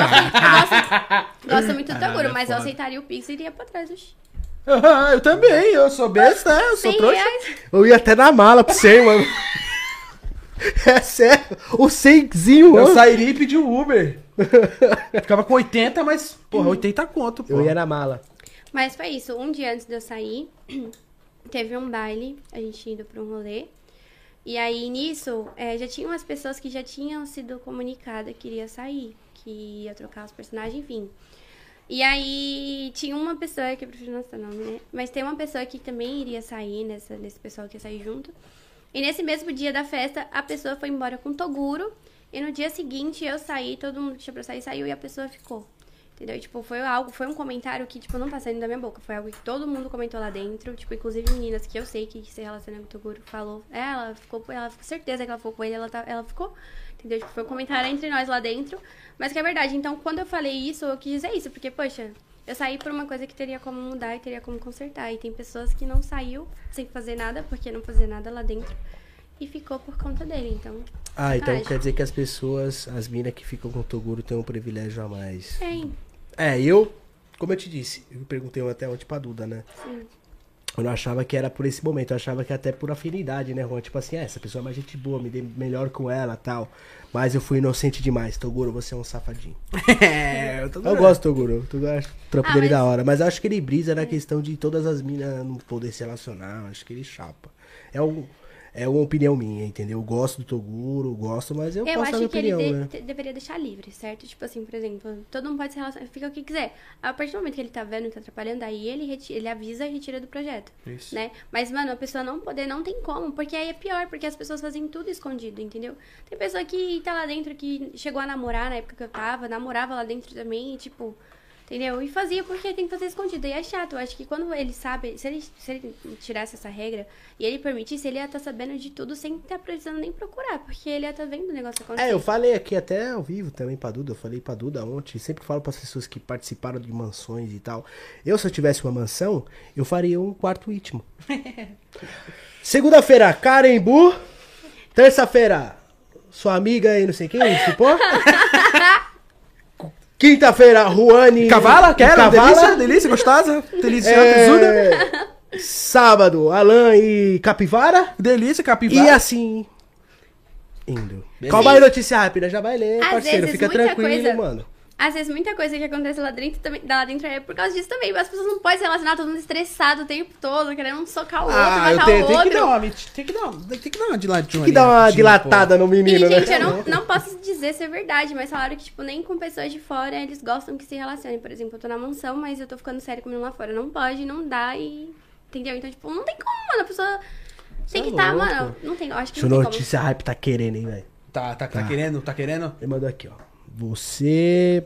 Gosto, gosto muito do Toguro, ah, mas foda. Eu aceitaria o Pix e iria pra trás. Oxi. Ah, eu também, eu sou besta, eu sou trouxa. Reais. Eu ia até na mala pra você, mano. É sério, o cenzinho, eu sairia e pedi um Uber. Ficava com oitenta, mas, porra, oitenta conto, pô. Eu ia na mala. Mas foi isso, um dia antes de eu sair, teve um baile, a gente indo pra um rolê. E aí, nisso, é, já tinha umas pessoas que já tinham sido comunicadas que iria sair, que ia trocar os personagens, enfim. E aí, tinha uma pessoa, que eu prefiro não citar nome, né? Mas tem uma pessoa que também iria sair, nessa, nesse pessoal que ia sair junto. E nesse mesmo dia da festa, a pessoa foi embora com o Toguro. E no dia seguinte, eu saí, todo mundo que tinha pra sair saiu e a pessoa ficou. Entendeu? Tipo, foi algo, foi um comentário que, tipo, não tá saindo da minha boca. Foi algo que todo mundo comentou lá dentro. Tipo, inclusive meninas que eu sei que se relacionam com o Toguro falou. É, ela ficou com ela, ficou certeza que ela ficou com ele, ela, tá, ela ficou. Entendeu? Tipo, foi um comentário entre nós lá dentro. Mas que é verdade. Então, quando eu falei isso, eu quis dizer isso. Porque, poxa, eu saí por uma coisa que teria como mudar e teria como consertar. E tem pessoas que não saiu sem fazer nada, porque não fazer nada lá dentro. E ficou por conta dele, então... Ah, então acho. Quer dizer que as pessoas, as minas que ficam com o Toguro têm um privilégio a mais. Tem. É, eu, como eu te disse, eu perguntei até ontem pra Duda, né? Sim. Eu não achava que era por esse momento, eu achava que até por afinidade, né, Juan? Tipo assim, é, essa pessoa é mais gente boa, me dei melhor com ela e tal. Mas eu fui inocente demais. Toguro, você é um safadinho. É, eu tô Eu gosto do Toguro, eu acho o trampo Ah, dele mas- da hora. Mas eu acho que ele brisa na questão de todas as minas não poder se relacionar. Eu acho que ele chapa. É um... É uma opinião minha, entendeu? Eu gosto do Toguro, gosto, mas eu, Eu posso dar minha acho que opinião, ele de- né? te- deveria deixar livre, certo? Tipo assim, por exemplo, todo mundo pode se relacionar, fica o que quiser. A partir do momento que ele tá vendo e tá atrapalhando, aí ele, reti- ele avisa e retira do projeto, Isso. né? Mas, mano, a pessoa não poder, não tem como, porque aí é pior, porque as pessoas fazem tudo escondido, entendeu? Tem pessoa que tá lá dentro, que chegou a namorar na época que eu tava, namorava lá dentro também, e, tipo... Entendeu? E fazia porque tem que fazer escondido. E é chato. Eu acho que quando ele sabe... Se ele, se ele tirasse essa regra e ele permitisse, ele ia estar sabendo de tudo sem estar precisando nem procurar. Porque ele ia estar vendo o negócio acontecer. É, eu falei aqui até ao vivo também pra Duda. Eu falei pra Duda ontem. Sempre falo pras pessoas que participaram de mansões e tal. Eu, se eu tivesse uma mansão, eu faria um quarto íntimo. Segunda-feira, Karen Bu. Terça-feira, sua amiga aí, não sei quem, supor. Quinta-feira, Ruane. Cavala, quero, Cavala. delícia, delícia, gostosa, deliciosa, tesuda. É... Sábado, Alan e Capivara. Delícia, capivara. E assim. Indo. Beleza. Calma aí, notícia rápida. Já vai ler, Às parceiro. vezes, Fica muita tranquilo, coisa- mano. Às vezes, muita coisa que acontece lá dentro, também, lá dentro é por causa disso também. As pessoas não podem se relacionar, todo mundo estressado o tempo todo, querendo um socar o outro, Ah, eu matar tenho, o tenho outro. que dar uma, tem que dar, uma- tem que dar uma dilatada. Tem que dar uma dilatada no E, menino, né? gente, eu não, não posso dizer se é verdade, mas falaram que, tipo, nem com pessoas de fora eles gostam que se relacionem. Por exemplo, eu tô na mansão, mas eu tô ficando sério com o menino lá fora. Não pode, não dá e... Entendeu? Então, tipo, não tem como, mano. A pessoa Cê tem é que estar, louco. mano. Não tem, eu acho que Sua não tem notícia hype tá querendo, hein, velho? Tá, tá, tá, Tá. querendo? Tá querendo? Ele mandou aqui, ó. Você.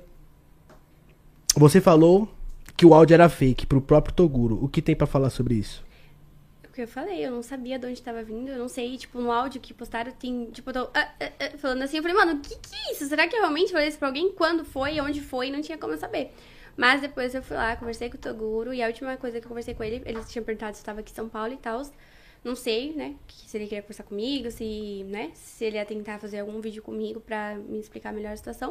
Você falou que o áudio era fake pro próprio Toguro. O que tem pra falar sobre isso? como. O que eu falei, eu não sabia de onde tava vindo. Eu não sei, tipo, no áudio que postaram, tem, tipo, eu tô ah, ah, ah, falando assim. Eu falei, mano, o que que é isso? Será que eu realmente falei isso pra alguém? Quando foi, onde foi? Não tinha como eu saber. Mas depois eu fui lá, conversei com o Toguro. E a última coisa que eu conversei com ele, ele tinha perguntado se eu tava aqui em São Paulo e tal. Não sei, né, que- se ele queria conversar comigo, se, né, se ele ia tentar fazer algum vídeo comigo pra me explicar melhor a situação.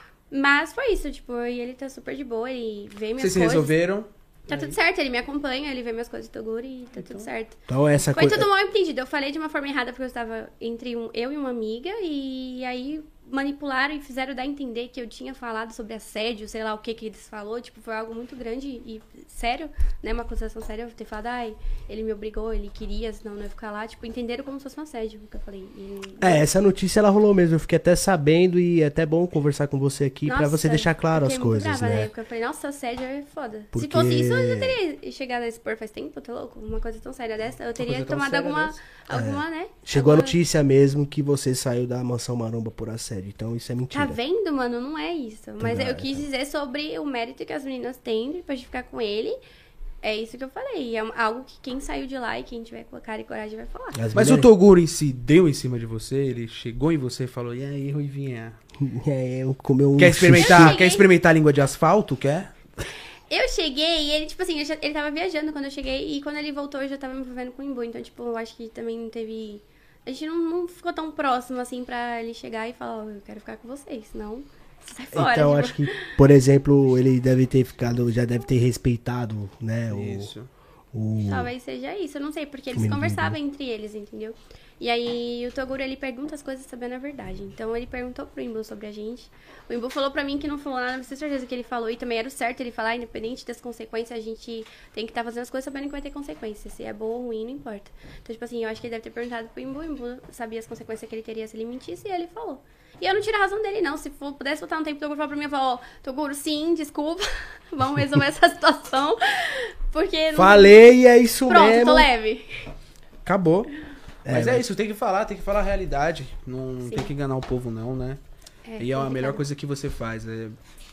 Mas foi isso, tipo, e ele tá super de boa, ele vê minhas Vocês se coisas. resolveram? Tá tudo certo, ele me acompanha, ele vê minhas coisas do Toguro e tá tudo certo. Então, essa Foi coisa. tudo mal entendido. Eu falei de uma forma errada porque eu estava entre um, eu e uma amiga e aí manipularam e fizeram dar a entender que eu tinha falado sobre assédio, sei lá o que que eles falou. Tipo, foi algo muito grande e sério, né? Uma acusação séria. Eu ter falado, ai, ele me obrigou, ele queria, senão não ia ficar lá. Tipo, entenderam como se fosse um assédio, o que eu falei. E- É, essa notícia ela rolou mesmo. Eu fiquei até sabendo e é até bom conversar com você aqui pra Nossa, você deixar claro as fiquei muito coisas, brava na né? época. Eu falei, nossa, assédio é foda. Porque- Se fosse isso, eu já teria chegado a expor faz tempo, tá louco? Uma coisa tão séria dessa. Eu teria coisa tão tomado séria alguma, dessa. alguma, né? Chegou a alguma- notícia mesmo que você saiu da mansão maromba por assédio. Então isso é mentira. Tá vendo, mano? Não é isso. Mas ligado, eu quis dizer sobre o mérito que as meninas têm pra gente ficar com ele. É isso que eu falei. É algo que quem saiu de lá e quem tiver com a cara e coragem vai falar. As Mas o mulheres- Toguro em si deu em cima de você? Ele chegou em você e falou, e aí, Ruivinha? É, eu comi um Quer experimentar, cheguei. quer experimentar a língua de asfalto? Quer? Eu cheguei e ele, tipo assim, eu já- ele tava viajando quando eu cheguei. E quando ele voltou, eu já tava me envolvendo com o Imbu. Então, tipo, eu acho que também não teve... A gente não, não ficou tão próximo, assim, pra ele chegar e falar, ó, eu quero ficar com vocês, senão... você sai fora. Então, tipo. acho que, por exemplo, ele deve ter ficado, já deve ter respeitado, né, o, Isso. o... Talvez seja isso, eu não sei, porque eles Menino. conversavam entre eles, entendeu? E aí o Toguro, ele pergunta as coisas sabendo a verdade. Então ele perguntou pro Imbu sobre a gente. O Imbu falou pra mim que não falou nada, mas tenho certeza que ele falou. E também era o certo ele falar, independente das consequências, a gente tem que estar fazendo as coisas sabendo que vai ter consequências. Se é boa ou ruim, não importa. Então, tipo assim, eu acho que ele deve ter perguntado pro Imbu. O Imbu sabia as consequências que ele teria se ele mentisse e ele falou. E eu não tiro a razão dele, não. Se for, pudesse voltar um tempo, o Toguro falou pra mim, eu falo, ó, Toguro, sim, desculpa. Vamos resolver essa situação. Porque não... Falei, é isso Pronto, mesmo. tô leve. Acabou. Mas é, mas- isso, tem que falar, tem que falar a realidade. Não Sim. tem que enganar o povo, não, né? É, e é a complicado. melhor coisa que você faz, é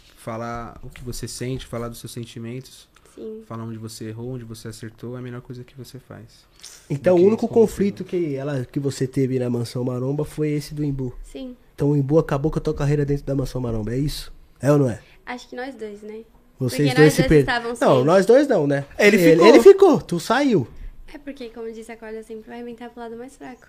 falar o que você sente, falar dos seus sentimentos, Sim. falar onde você errou, onde você acertou, é a melhor coisa que você faz. Então, Do o que único responder, conflito que, ela, que você teve na Mansão Maromba foi esse do Imbu. Sim. Então, o Imbu acabou com a tua carreira dentro da Mansão Maromba, é isso? É ou não é? Acho que nós dois, né? Vocês Porque dois nós se dois per... estavam Não, sem. nós dois não, né? Ele ficou. Ele ficou, tu saiu. É porque, como disse a corda, sempre vai arrebentar pro lado mais fraco.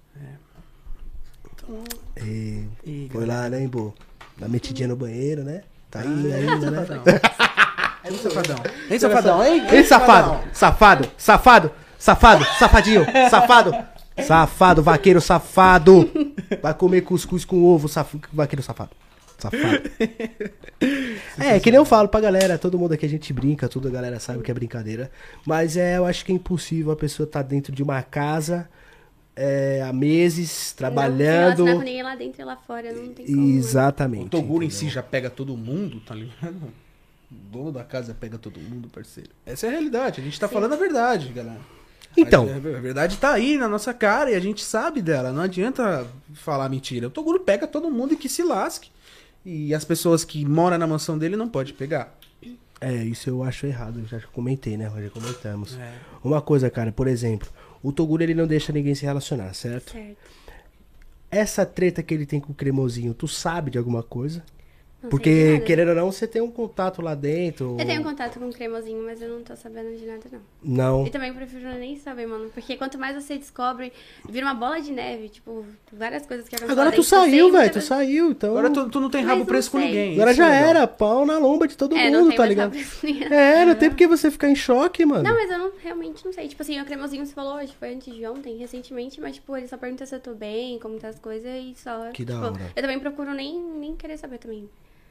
E Ih, foi lá, né, Imbu? Dá metidinha no banheiro, né? Tá aí ainda, né? Hein, safadão? Hein, safadão? Hein, Ei, safado! Safado! Safado! Safado! Safadinho! Safado! Safado, vaqueiro safado! Vai comer cuscuz com ovo, saf... vaqueiro safado. Safado. É, que nem eu falo pra galera, todo mundo aqui a gente brinca, toda a galera sabe que é brincadeira. Mas é, eu acho que é impossível a pessoa estar dentro de uma casa é, há meses, Não se trabalhando. relacionar com ninguém lá dentro e lá fora, não tem como. né? Exatamente. O Toguro em entendeu? si já pega todo mundo, tá ligado? O dono da casa pega todo mundo, parceiro. Essa é a realidade, a gente tá falando a verdade, galera. Então. A a verdade tá aí na nossa cara e a gente sabe dela. Não adianta falar mentira. O Toguro pega todo mundo e que se lasque. E as pessoas que moram na mansão dele não pode pegar. É, isso eu acho errado, já comentei, né? Já comentamos. É. Uma coisa, cara, por exemplo, o Toguro ele não deixa ninguém se relacionar, certo? Certo. Essa treta que ele tem com o Cremosinho, tu sabe de alguma coisa? Não sei de Porque, nada. querendo ou não, você tem um contato lá dentro. Eu tenho contato com o cremosinho, mas eu não tô sabendo de nada, não. Não. E também prefiro nem saber, mano. Porque quanto mais você descobre, vira uma bola de neve. Tipo, várias coisas que acontecem. Agora tu saiu, velho. Tu saiu, então. Agora tu, tu não tem Mas rabo não preso com sei. ninguém. Agora isso já é legal. era, pau na lomba de todo É, não mundo, tem tá mais ligado? cabecinha. É, não tem porque você ficar em choque, mano. Não, mas eu não, realmente não sei. Tipo assim, o cremosinho você falou hoje, foi antes de ontem, recentemente, mas tipo, ele só pergunta se eu tô bem, como tá as coisas e só. Que da tipo, hora. Eu também procuro nem, nem querer saber também.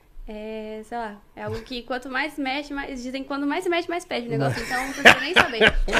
É, sei lá, é algo que quanto mais mexe, mais. Dizem que quando mais se mexe, mais perde o negócio. Então eu prefiro nem saber.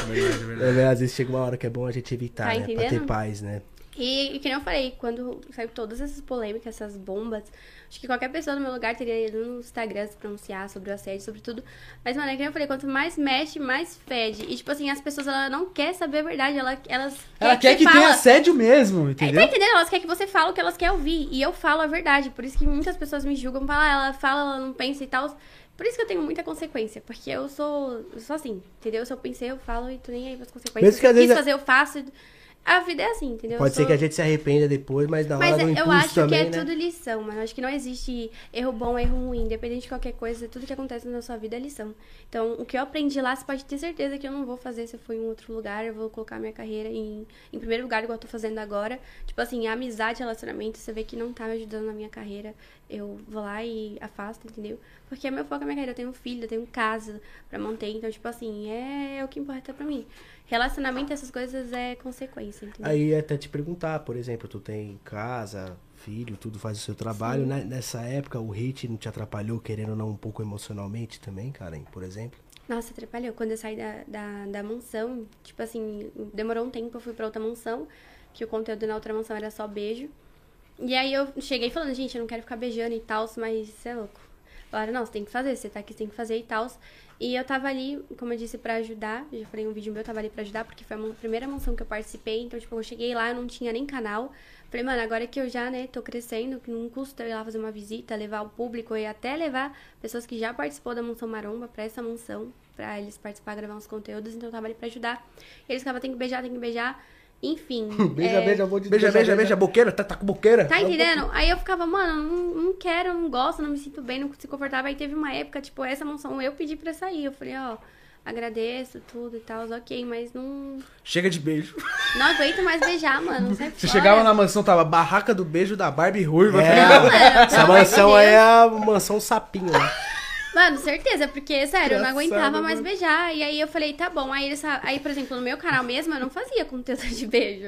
É, às vezes chega uma hora que é bom a gente evitar, Tá né? Pra ter entendendo? paz, né? E, e que nem eu falei, quando saiu todas essas polêmicas, essas bombas, acho que qualquer pessoa no meu lugar teria ido no Instagram se pronunciar sobre o assédio, sobre tudo. Mas, mano, é que nem eu falei, quanto mais mexe, mais fede. E, tipo assim, as pessoas, elas não querem saber a verdade, ela, elas Ela quer você que fala. tenha assédio mesmo, É, entendeu? tá entendendo? Elas querem que você fale o que elas querem ouvir. E eu falo a verdade. Por isso que muitas pessoas me julgam, falam, ah, ela fala, ela não pensa e tal. Por isso que eu tenho muita consequência. Porque eu sou, eu sou assim, entendeu? Se eu pensei, eu falo e tô nem aí pras consequências. Mesmo que Se eu às quis vezes- fazer, eu faço. A vida é assim, entendeu? Pode Eu ser sou- que a gente se arrependa depois, mas na hora Mas do eu impulso acho também, que é né? tudo lição, mano. Acho que não existe erro bom, erro ruim. Independente de qualquer coisa, tudo que acontece na sua vida é lição. Então, o que eu aprendi lá, você pode ter certeza que eu não vou fazer se eu for em outro lugar. Eu vou colocar minha carreira em, em primeiro lugar, igual eu tô fazendo agora. Tipo assim, amizade, relacionamento, você vê que não tá me ajudando na minha carreira. Eu vou lá e afasto, entendeu? Porque meu foco é minha carreira. Eu tenho um filho, eu tenho casa pra manter. Então, tipo assim, é, é o que importa pra mim. Relacionamento, essas coisas é consequência, entendeu? Aí até te perguntar, por exemplo, tu tem casa, filho, tudo faz o seu trabalho. Né? Nessa época, o hate não te atrapalhou, querendo ou não, um pouco emocionalmente também, Karen, por exemplo? Nossa, atrapalhou. Quando eu saí da, da, da mansão, tipo assim, demorou um tempo, eu fui pra outra mansão, que o conteúdo na outra mansão era só beijo. E aí eu cheguei falando, gente, eu não quero ficar beijando e tal, mas você é louco. Falaram, não, você tem que fazer, você tá aqui, você tem que fazer e tal. E eu tava ali, como eu disse, pra ajudar. Eu já falei um vídeo meu, eu tava ali pra ajudar, porque foi a primeira mansão que eu participei. Então, tipo, eu cheguei lá, eu não tinha nem canal. Falei, mano, agora que eu já, né, tô crescendo, que não custa eu ir lá fazer uma visita, levar o público e até levar pessoas que já participou da Mansão Maromba pra essa mansão, pra eles participar, gravar uns conteúdos. Então, eu tava ali pra ajudar. E eles ficavam, tem que beijar, tem que beijar. Enfim. Beija, é, beija, vou de Beija, beija, beija, boqueira, tá, tá com boqueira. Tá entendendo? Aí eu ficava, mano, não, não quero, não gosto, não me sinto bem, não se confortável. Aí teve uma época, tipo, essa mansão eu pedi pra sair. Eu falei, ó, agradeço tudo e tal, ok, mas não. Chega de beijo. Não aguento mais beijar, mano. Sai Você fora. chegava na mansão, tava barraca do beijo da Barbie ruiva. tá É, ligado? mano, essa pelo amor de mansão aí Deus. é a mansão sapinho, né? Mano, certeza, porque, sério, eu não Engraçado, aguentava mais mano. beijar. E aí eu falei, tá bom. Aí, eles, aí, por exemplo, no meu canal mesmo, eu não fazia conteúdo de beijo.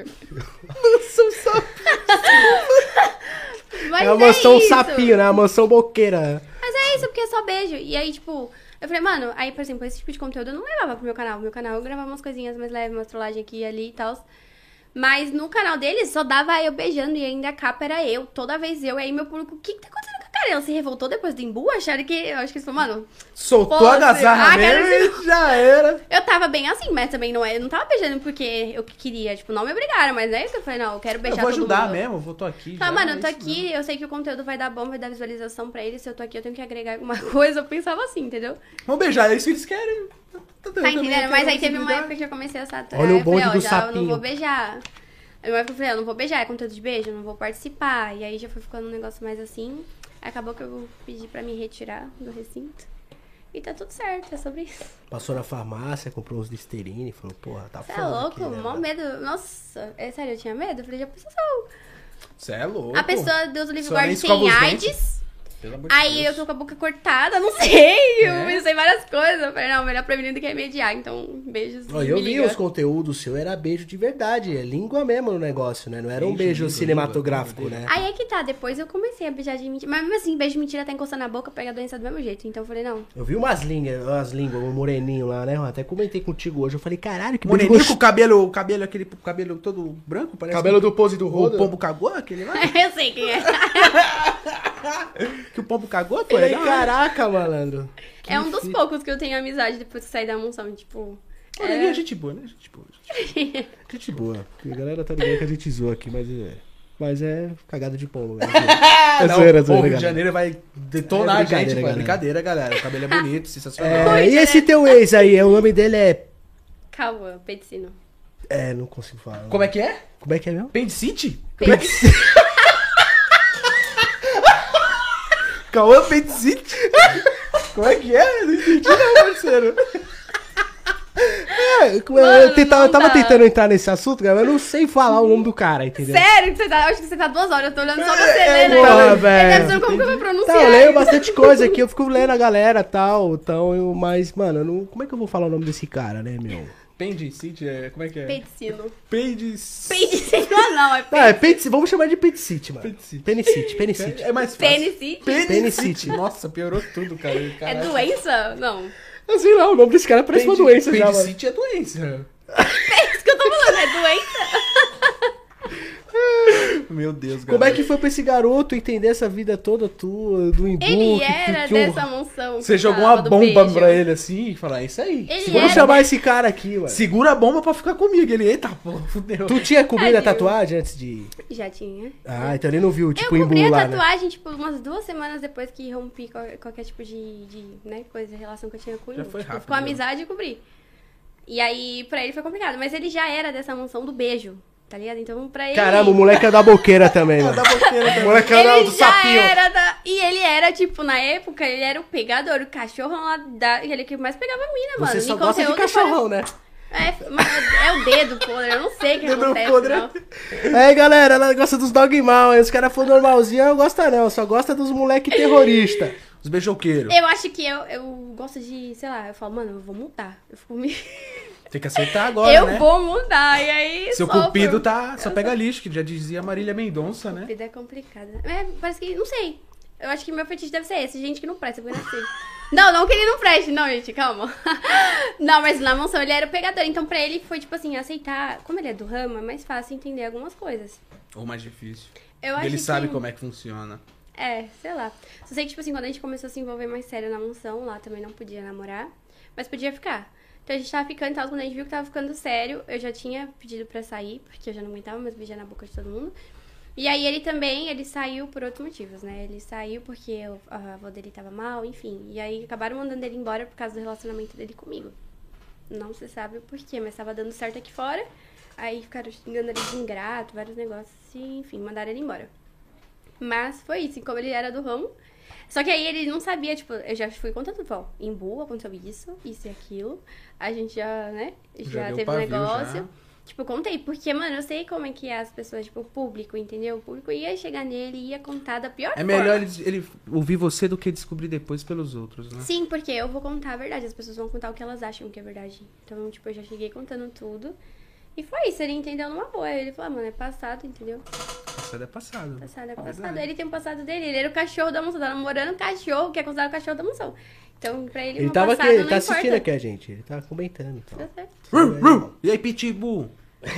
Mansão sapinho. Mas É a mansão isso. sapinho, né? A mansão boqueira. Mas é isso, porque é só beijo. E aí, tipo, eu falei, mano, aí, por exemplo, esse tipo de conteúdo eu não levava pro meu canal. No meu canal eu gravava umas coisinhas mais leves, uma trollagem aqui e ali e tal. Mas no canal deles só dava eu beijando e ainda a capa era eu, toda vez eu. E aí meu público, o que que tá acontecendo com a cara? Ela se revoltou depois do Embu, acharam que. Eu acho que eles falaram, mano, Soltou Pô, a gazarra ah, cara, mesmo e já era. eu tava bem assim, mas também não é. Eu não tava beijando porque eu queria, tipo, não me obrigaram, mas é isso que eu falei, não, eu quero Eu beijar vou todo ajudar mundo. mesmo, vou tô aqui. Tá, já, mano, é eu tô isso aqui, mesmo. eu sei que o conteúdo vai dar bom, vai dar visualização pra eles. Se eu tô aqui, eu tenho que agregar alguma coisa. Eu pensava assim, entendeu? Vamos beijar, é isso que eles querem. Tá entendendo? Mas aí teve uma época que eu comecei a saturar. Olha o eu falei, bonde ó, do já eu não sapinho. vou beijar. Aí uma época eu falei, eu não vou beijar, é conteúdo de beijo, eu não vou participar. E aí já foi ficando um negócio mais assim. Acabou que eu pedi pra me retirar do recinto. E tá tudo certo, é sobre isso. Passou na farmácia, comprou uns Listerine, falou, porra, tá Você é foda louco? aqui, né, Mó mano? medo. Nossa, é sério, eu tinha medo? Eu falei, já pensou só. Você é louco. A pessoa Deus o livre Só guarde nem escova tem os AIDS. dentes. Pelo amor de Aí eu Deus. tô com a boca cortada, não sei. Eu É? pensei várias coisas. Eu falei, não, melhor prevenir do que remediar. Então, beijos. Ó, me eu vi liga. os conteúdos seu, era beijo de verdade, é língua mesmo no negócio, né? Não era um Beijo, beijo língua, cinematográfico, língua, né? Aí é que tá, depois eu comecei a beijar de mentira. Mas mesmo assim, beijo de mentira tá encostando na boca, pega a doença do mesmo jeito. Então eu falei, não. Eu vi umas línguas, umas línguas, um moreninho lá, né? Eu até comentei contigo hoje, eu falei, caralho, que beijo Moreninho com o gostoso. cabelo, o cabelo, aquele cabelo todo branco, parece. Cabelo do pose do O rodo. pombo cagou, aquele lá? Eu sei quem é. Que o pombo cagou, pô, Falei, legal, né? caraca, malandro. É um dos fi- poucos que eu tenho amizade depois que saí da mansão. Tipo. Moreninho É... é gente boa, né? Gente boa. Gente Gente boa. Porque a galera tá ligando que a gente zoa aqui, mas é. Mas é cagada de pombo, né? Ah, É não, zoeira, o zoeira, Rio de galera. Janeiro vai detonar É a gente, brincadeira, pô. É galera. brincadeira, galera. O cabelo é bonito, sensacional. É, Muito, e esse né? teu ex aí, o nome dele é. Calma, Peticino. É, não consigo falar. Como é que é? Como é que é mesmo? Pendicite? Calma Cauã Pedicite? Como é que é? Não entendi não, parceiro. É, eu, Mano, tentava- eu não tava dá. tentando entrar nesse assunto, cara, mas eu não sei falar o nome do cara, entendeu? Sério? Que você tá, eu acho que você tá duas horas, eu tô olhando só você É, lendo porra, aí. velho. Ele deve ser como que eu vou pronunciar. Tá, eu leio bastante coisa aqui, eu fico lendo a galera e tal, então eu, mas, mano, eu não, como é que eu vou falar o nome desse cara, né, meu? Pendicite, é, como é que é? Peidicino. Pendicite. Peidicino não, é Ah, é Penicite, vamos chamar de Penicite, mano. Penicite. Penicite, Penicite. É mais fácil. Penicite. Penicite. Nossa, piorou tudo, cara. É Caralho. doença? Não. Assim não, o nome desse cara parece uma Pendi- doença já, mano. Pendicite é doença. É isso que eu tô falando, é doença? Meu Deus, Como é que foi pra esse garoto entender essa vida toda tua, do Imbu? Ele que- era que, que um- dessa mansão. Você que jogou tava uma do bomba beijo. pra ele assim e falar, é isso aí. Ele Segura, Vamos era- chamar esse cara aqui, mano. segura a bomba pra ficar comigo. Ele, eita, pô, fudeu. Tu tinha cobrido a Tadinho. tatuagem antes de... Já tinha. Ah, então ele não viu, tipo, o eu cobri Imbu a lá, né? tatuagem, tipo, umas duas semanas depois que rompi qual- qualquer tipo de, de né, coisa, relação que eu tinha com o Já Imbu. foi Tipo, rápido, com a né? amizade, eu cobri. E aí, pra ele foi complicado. Mas ele já era dessa mansão do beijo, tá ligado? Então, pra ele... Caramba, o moleque é da boqueira também, mano. O moleque é Ele do já sapinho. era da... E ele era, tipo, na época, ele era o pegador, o cachorrão lá da... Ele que mais pegava mina, mano. Você só Em gosta de conteúdo cachorrão, né? É, mas é o dedo podre, eu não sei o que Dedo acontece, podre. não. Aí, galera, ela gosta dos dog mal, aí os caras foram normalzinho, eu gosto não, só gosta dos moleque terrorista. Os beijoqueiros. Eu acho que eu, eu gosto de, sei lá, eu falo, mano, eu vou mudar. Eu fico me... Tem que aceitar agora, eu né? vou mudar, e aí Seu sofro. cupido tá... Só pega lixo, que já dizia Marília Mendonça, né? Cupido é complicado. É, parece que, não sei. Eu acho que meu fetiche deve ser esse, gente que não presta, porque não é assim. Não, não que ele não preste, não, gente, calma. Não, mas na mansão ele era o pegador, então pra ele foi, tipo assim, aceitar. Como ele é do ramo, é mais fácil entender algumas coisas. Ou mais difícil. Eu acho Ele que... sabe como é que funciona. É, sei lá. Só sei que, tipo assim, quando a gente começou a se envolver mais sério na mansão, lá também não podia namorar, mas podia ficar. Então a gente tava ficando e tal, quando a gente viu que tava ficando sério, eu já tinha pedido pra sair, porque eu já não aguentava mais beijar na boca de todo mundo. E aí ele também, ele saiu por outros motivos, né? Ele saiu porque o- a avó dele tava mal, enfim. E aí acabaram mandando ele embora por causa do relacionamento dele comigo. Não se sabe o porquê, mas tava dando certo aqui fora. Aí ficaram xingando ele de ingrato, vários negócios, e enfim, mandaram ele embora. Mas foi isso, e como ele era do ramo. Só que aí ele não sabia, tipo, eu já fui contando, pô, em Boa aconteceu isso, isso e aquilo. A gente já, né, Já já deu teve um pavio, negócio. já. Tipo, contei, porque, mano, eu sei como é que é as pessoas, tipo, o público, entendeu? O público ia chegar nele e ia contar da pior É forma. melhor ele, ele ouvir você do que descobrir depois pelos outros, né? Sim, porque eu vou contar a verdade, as pessoas vão contar o que elas acham que é verdade. Então, tipo, eu já cheguei contando tudo. E foi isso, ele entendeu numa boa. Ele falou, ah, mano, é passado, entendeu? Passado é passado. Passado é passado. Verdade. Ele tem o passado dele, ele era o cachorro da mansão, tá namorando o cachorro, que é considerado o cachorro da mansão. Então, pra ele, Ele meu tava aqui, passado ele não tá importa. assistindo aqui a gente, ele tá comentando e tal. Tá certo. E aí, Pitbull?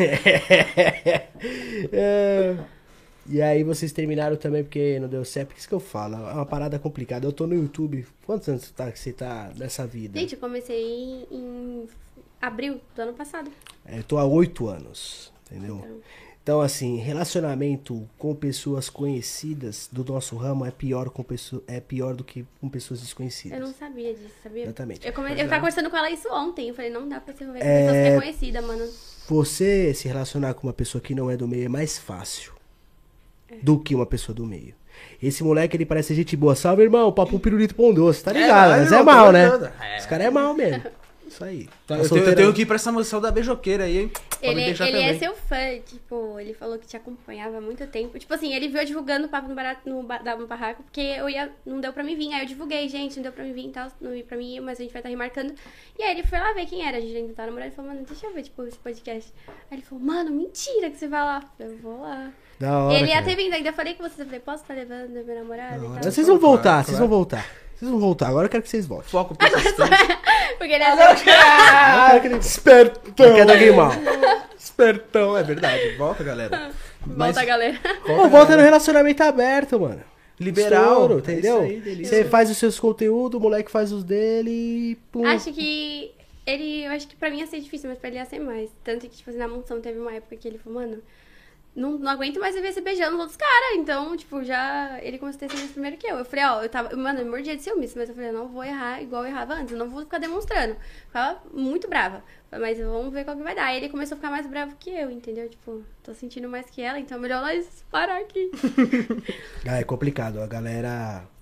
É, E aí vocês terminaram também porque não deu certo, porque isso que eu falo, é uma parada complicada. Eu tô no YouTube, quantos anos você tá, que você tá nessa vida? Gente, eu comecei em, em abril do ano passado. É, eu tô há oito anos, entendeu? Então, assim, relacionamento com pessoas conhecidas do nosso ramo é pior, com pessoa, é pior do que com pessoas desconhecidas. Eu não sabia disso, sabia? Exatamente. Eu, come... Pois eu é. tava conversando com ela isso ontem. Eu falei, não dá pra se envolver com É. pessoas que é conhecida, mano. Você se relacionar com uma pessoa que não é do meio é mais fácil do que uma pessoa do meio. Esse moleque, ele parece gente boa. Salve, irmão, papo pirulito pão doce, tá ligado? mas Mas eu é tô mal, né? gostando. Esse cara é mal mesmo. Isso aí. Tá Eu tenho, eu solteirão. tenho que ir pra essa mansão da beijoqueira aí, hein? Pra me Ele, beijar ele também. é seu fã, tipo, ele falou que te acompanhava há muito tempo. Tipo assim, ele viu eu divulgando o papo no, barato, no, ba- da- no barraco, porque eu ia, não deu pra mim vir. Aí eu divulguei, gente, não deu pra mim vir e tal, não ia pra mim, mas a gente vai estar remarcando. E aí ele foi lá ver quem era, a gente ainda tava namorando, ele falou, mano, deixa eu ver, tipo, esse podcast. Aí ele falou, mano, mentira que você vai lá. Eu vou lá. Da hora, ele ia cara. ter vindo, ainda falei com você, eu falei, posso estar levando meu namorado Da e hora. tal. Vocês vão voltar, Claro, vocês claro. vão voltar. Vocês vão voltar. Agora eu quero que vocês voltem. Foco persistente. Porque ele é seu Ah, eu quero que- Espertão. Eu quero dar mal. Espertão, é verdade. Volta, galera. Volta, galera. Pô, volta no relacionamento aberto, mano. Liberal. Estouro, É entendeu? isso aí, delícia. Você faz os seus conteúdos, o moleque faz os dele e pum. Acho que ele, eu acho que pra mim ia ser difícil, mas pra ele ia ser mais. Tanto que, tipo assim, na mansão teve uma época que ele falou, mano, não, não aguento mais ver você beijando os outros caras. Então, tipo, já ele começou a ter ciúmes primeiro que eu. Eu falei, ó, eu tava, mano, eu mordia de ciúmes, mas eu falei, eu não vou errar igual eu errava antes, eu não vou ficar demonstrando. Ficava muito brava. Mas vamos ver qual que vai dar. Aí ele começou a ficar mais bravo que eu, entendeu? Tipo, tô sentindo mais que ela, então é melhor nós parar aqui. Ah, é complicado, a galera...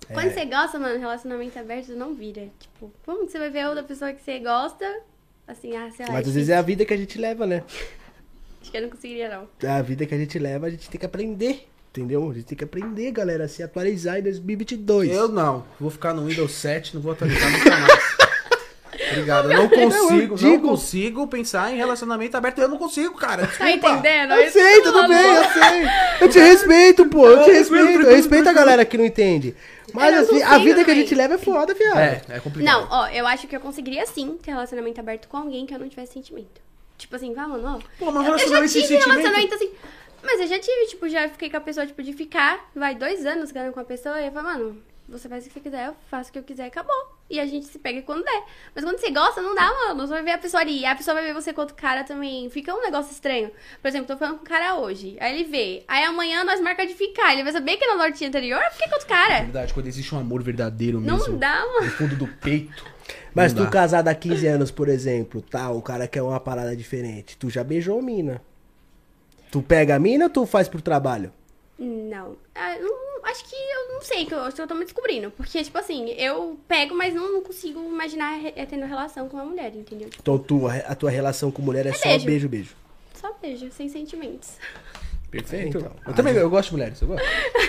Quando você gosta, mano, relacionamento aberto não vira. Tipo, como que você vai ver outra pessoa que você gosta, assim, ah, sei lá. Mas é às vezes é a vida que a gente leva, né? Acho que eu não conseguiria, não. A vida que a gente leva, a gente tem que aprender. Entendeu? A gente tem que aprender, galera, a se atualizar em dois mil e vinte e dois. Eu não. Vou ficar no Windows sete, não vou atualizar nunca mais. Obrigado. Eu não consigo, digo- não consigo pensar em relacionamento aberto. Eu não consigo, cara. Tá Desculpa. entendendo? Eu sei, tudo bem, eu sei. Eu te respeito, pô. Eu te Não, respeito. tranquilo, Eu respeito a tranquilo. galera que não entende. Mas Eu não assim, a consigo vida que a também. gente leva é foda, viado. É, é complicado. Não, ó, eu acho que eu conseguiria sim ter relacionamento aberto com alguém que eu não tivesse sentimento. Tipo assim, vá, mano, ó. Pô, mas eu, eu já relacionamento sem tive sentimento- relacionamento assim. Mas eu já tive, tipo, já fiquei com a pessoa, tipo, de ficar, vai, dois anos ficando com a pessoa, e eu falo, mano, você faz o que você quiser, eu faço o que eu quiser, acabou. E a gente se pega quando der. Mas quando você gosta, não dá, mano. Você vai ver a pessoa ali, a pessoa vai ver você com outro cara também. Fica um negócio estranho. Por exemplo, tô falando com o cara hoje, aí ele vê. Aí amanhã nós marca de ficar. Ele vai saber que na noite anterior eu fiquei com outro É cara. verdade, quando existe um amor verdadeiro mesmo. Não dá, No mano. fundo do peito. Mas não tu dá. casado há quinze anos, por exemplo, tá? O cara quer uma parada diferente. Tu já beijou mina. Tu pega a mina ou tu faz pro trabalho? Não. Ah, não- acho que eu não sei, que eu acho que eu tô me descobrindo. Porque, tipo assim, eu pego, mas não, não consigo imaginar re- é, tendo relação com uma mulher, entendeu? Então tu, a tua relação com mulher é, É só beijo. beijo, beijo. Só beijo, sem sentimentos. Perfeito. Então, eu também eu gosto de mulheres, eu gosto.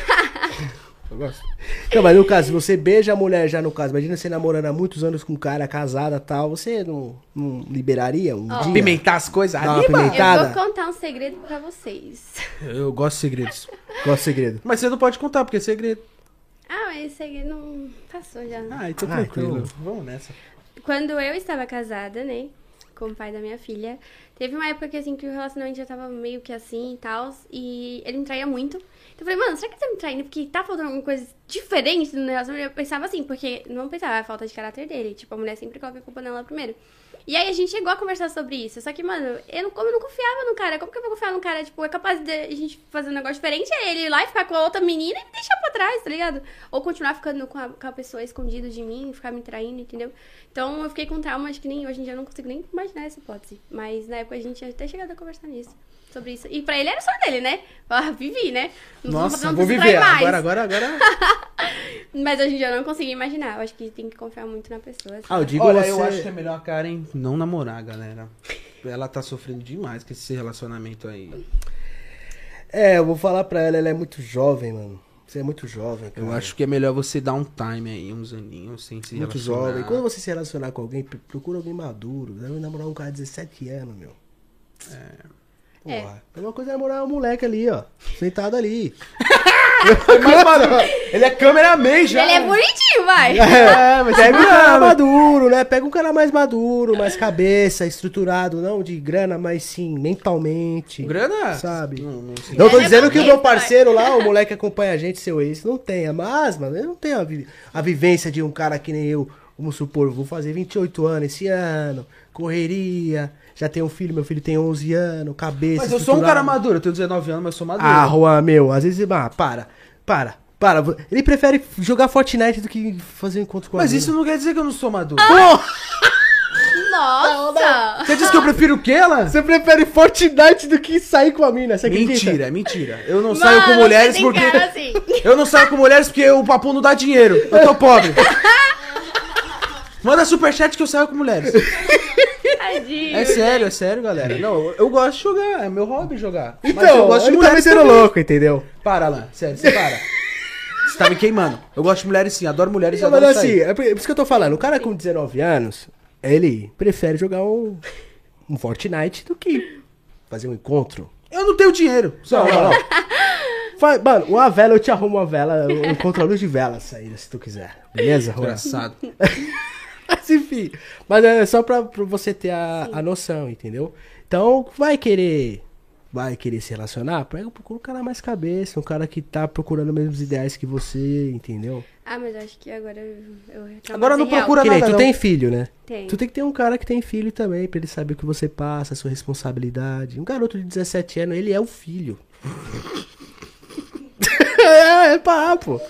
Eu gosto. Não, mas no caso, se você beija a mulher já no caso, imagina você namorando há muitos anos com um cara, casada e tal, você não, não liberaria um Ó. dia? Pimentar as coisas. Dá uma Ali, mano. Eu pimentada? vou contar um segredo pra vocês. Eu gosto de segredos. Qual é o segredo? Mas você não pode contar, porque é segredo. Ah, mas esse segredo não passou já. Ah, então Ah, tranquilo. então- Vamos nessa. Quando eu estava casada, né, com o pai da minha filha, teve uma época que, assim, que o relacionamento já tava meio que assim e tal, e ele me traía muito. Então eu falei, mano, será que ele tá me traindo porque tá faltando alguma coisa diferente no relacionamento? Eu pensava assim, porque não pensava, é a falta de caráter dele. Tipo, a mulher sempre coloca a culpa nela primeiro. E aí a gente chegou a conversar sobre isso. Só que, mano, eu não, como eu não confiava no cara. Como que eu vou confiar no cara? Tipo, é capaz de a gente fazer um negócio diferente, é ele ir lá e ficar com a outra menina e me deixar pra trás, tá ligado? Ou continuar ficando com a, com a pessoa escondida de mim, ficar me traindo, entendeu? Então eu fiquei com trauma, acho que nem hoje em dia eu não consigo nem imaginar essa hipótese. Mas na época a gente tinha até chegado a conversar nisso. Sobre isso. E pra ele era o sonho dele, né? Ah, vivi, né? Não, Nossa, não vou preciso viver. trair mais. Agora, agora, agora. Mas hoje em dia eu não consigo imaginar. Eu acho que tem que confiar muito na pessoa. assim. Ah, eu digo Olha, você... eu acho que é melhor a Karen não namorar, galera. Ela tá sofrendo demais com esse relacionamento aí. É, eu vou falar pra ela, ela é muito jovem, mano. Você é muito jovem, cara. Eu acho que é melhor você dar um time aí, uns aninhos, sem se muito relacionar. jovem. Quando você se relacionar com alguém, p- procura alguém maduro. Deve namorar um cara de dezessete anos, meu. É. Porra. É. É a mesma coisa é namorar um moleque ali, ó. Sentado ali. Mas, mano, ele é cameraman já. Ele é bonitinho, vai. É, mas pega um cara maduro, né? Pega um cara mais maduro, mais cabeça, estruturado, não de grana, mas sim mentalmente. Grana? Sabe? Não, não sei. Não tô Grana é dizendo que o bonito, meu parceiro lá, o moleque que acompanha a gente, seu ex, não tenha. Mas, mano, ele não tem a, vi- a vivência de um cara que nem eu. Vamos supor, vou fazer vinte e oito anos esse ano, correria, já tenho um filho, meu filho tem onze anos, cabeça. Mas eu sou um cara estruturado. maduro, eu tenho dezenove anos, mas eu sou maduro. Ah, Juan, meu, às vezes, ah, para, para, para. Ele prefere jogar Fortnite do que fazer um encontro com mas alguém. isso não quer dizer que eu não sou maduro. Nossa! Você disse que eu prefiro o quê, Alan? Você prefere Fortnite do que sair com a mina, você acredita? Mentira, é mentira. Eu não saio com Mano, mulheres você tem porque... cara assim. Eu não saio com mulheres porque o papo não dá dinheiro. Eu tô pobre. Manda superchat que eu saio com mulheres. Tadinho. É sério, é sério, galera. Não, eu, eu gosto de jogar, é meu hobby jogar. Mas Então, eu gosto de ele tá mulheres metendo também. louco, entendeu? Para, Alan, sério, você para. Você tá me queimando. Eu gosto de mulheres sim, adoro mulheres e Não, adoro mas assim, sair. é por é por isso que eu tô falando. O cara com dezenove anos, ele prefere jogar um, um Fortnite do que fazer um encontro. Eu não tenho dinheiro. Só, Não, não, não. Faz- mano, uma vela, eu te arrumo uma vela, eu encontro a luz de vela saída, se tu quiser. Beleza, Juan? Engraçado. Mas enfim, mas é só pra, pra você ter a, a noção, entendeu? Então, vai querer vai querer se relacionar, pega, procura um cara mais cabeça, um cara que tá procurando os mesmos ideais que você, entendeu? Ah, mas eu acho que agora eu, eu Agora não real. procura Que nem, nada, tu não. tem filho, né? Tem. Tu tem que ter um cara que tem filho também, pra ele saber o que você passa, a sua responsabilidade. Um garoto de dezessete anos, ele é o filho. é, é papo.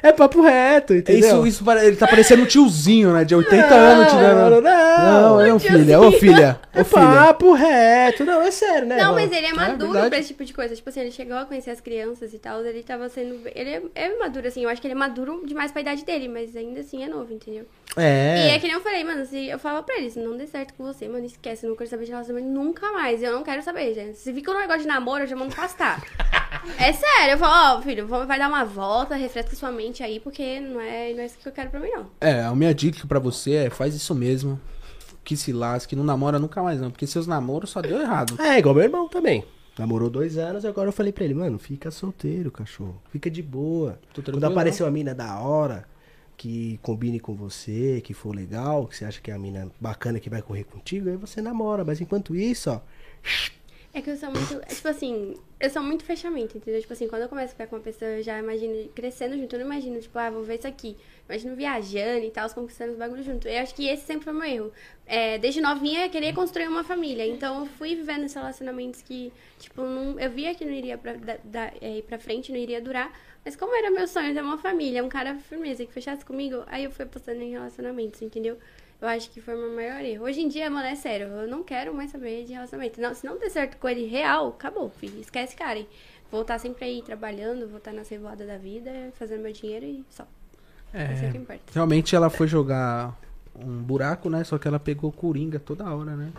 É papo reto, entendeu? Isso, isso, pare- ele tá parecendo um tiozinho, né? De oitenta Não, anos te dando. não, não. Não, é um Tiozinho. filho, ô filha. É Ô filha. papo reto. Não, é sério, né? Não, Ron? mas ele é maduro verdade. pra esse tipo de coisa. Tipo assim, ele chegou a conhecer as crianças e tal, ele tava sendo... Ele é, é maduro, assim, eu acho que ele é maduro demais pra idade dele, mas ainda assim é novo, entendeu? É. E é que nem eu falei, mano, se eu falava pra ele, se não der certo com você, mano, esquece, eu não quero saber de relacionamento nunca mais. Eu não quero saber, gente. Se fica um negócio de namoro, eu já mando afastar. É sério, eu falo, ó, filho, vamos- vai dar uma volta, refresca sua mente aí, porque não é, não é isso que eu quero pra mim, não. É, a minha dica pra você é faz isso mesmo. Que se lasque, não namora nunca mais não. Porque seus namoros só deu errado. É, igual meu irmão também. Namorou dois anos, agora eu falei pra ele, mano, fica solteiro, cachorro. Fica de boa. Tô Quando tranquilo, aparecer uma mina da hora, que combine com você, que for legal, que você acha que é a mina bacana que vai correr contigo, aí você namora. Mas enquanto isso, ó. É que eu sou muito, é, tipo assim, eu sou muito fechamento, entendeu? Tipo assim, quando eu começo a ficar com uma pessoa, eu já imagino crescendo junto. Eu não imagino, tipo, ah, vou ver isso aqui. Imagino viajando e tal, conquistando os bagulhos junto. Eu acho que esse sempre foi o meu erro. É, desde novinha, eu queria construir uma família. Então, eu fui vivendo esses relacionamentos que, tipo, não, eu via que não iria pra, da, da, é, ir pra frente, não iria durar. Mas como era meu sonho ter uma família, um cara firmeza que fechasse comigo, aí eu fui apostando em relacionamentos, entendeu? Eu acho que foi o meu maior erro. Hoje em dia, mano, é sério, eu não quero mais saber de relacionamento. Não, se não der certo com ele real, acabou, filho. Esquece, cara. E vou estar sempre aí trabalhando, vou estar na revoada da vida, fazendo meu dinheiro e só. Isso é o que É, importa. realmente ela foi jogar um buraco, né? Só que ela pegou coringa toda hora, né?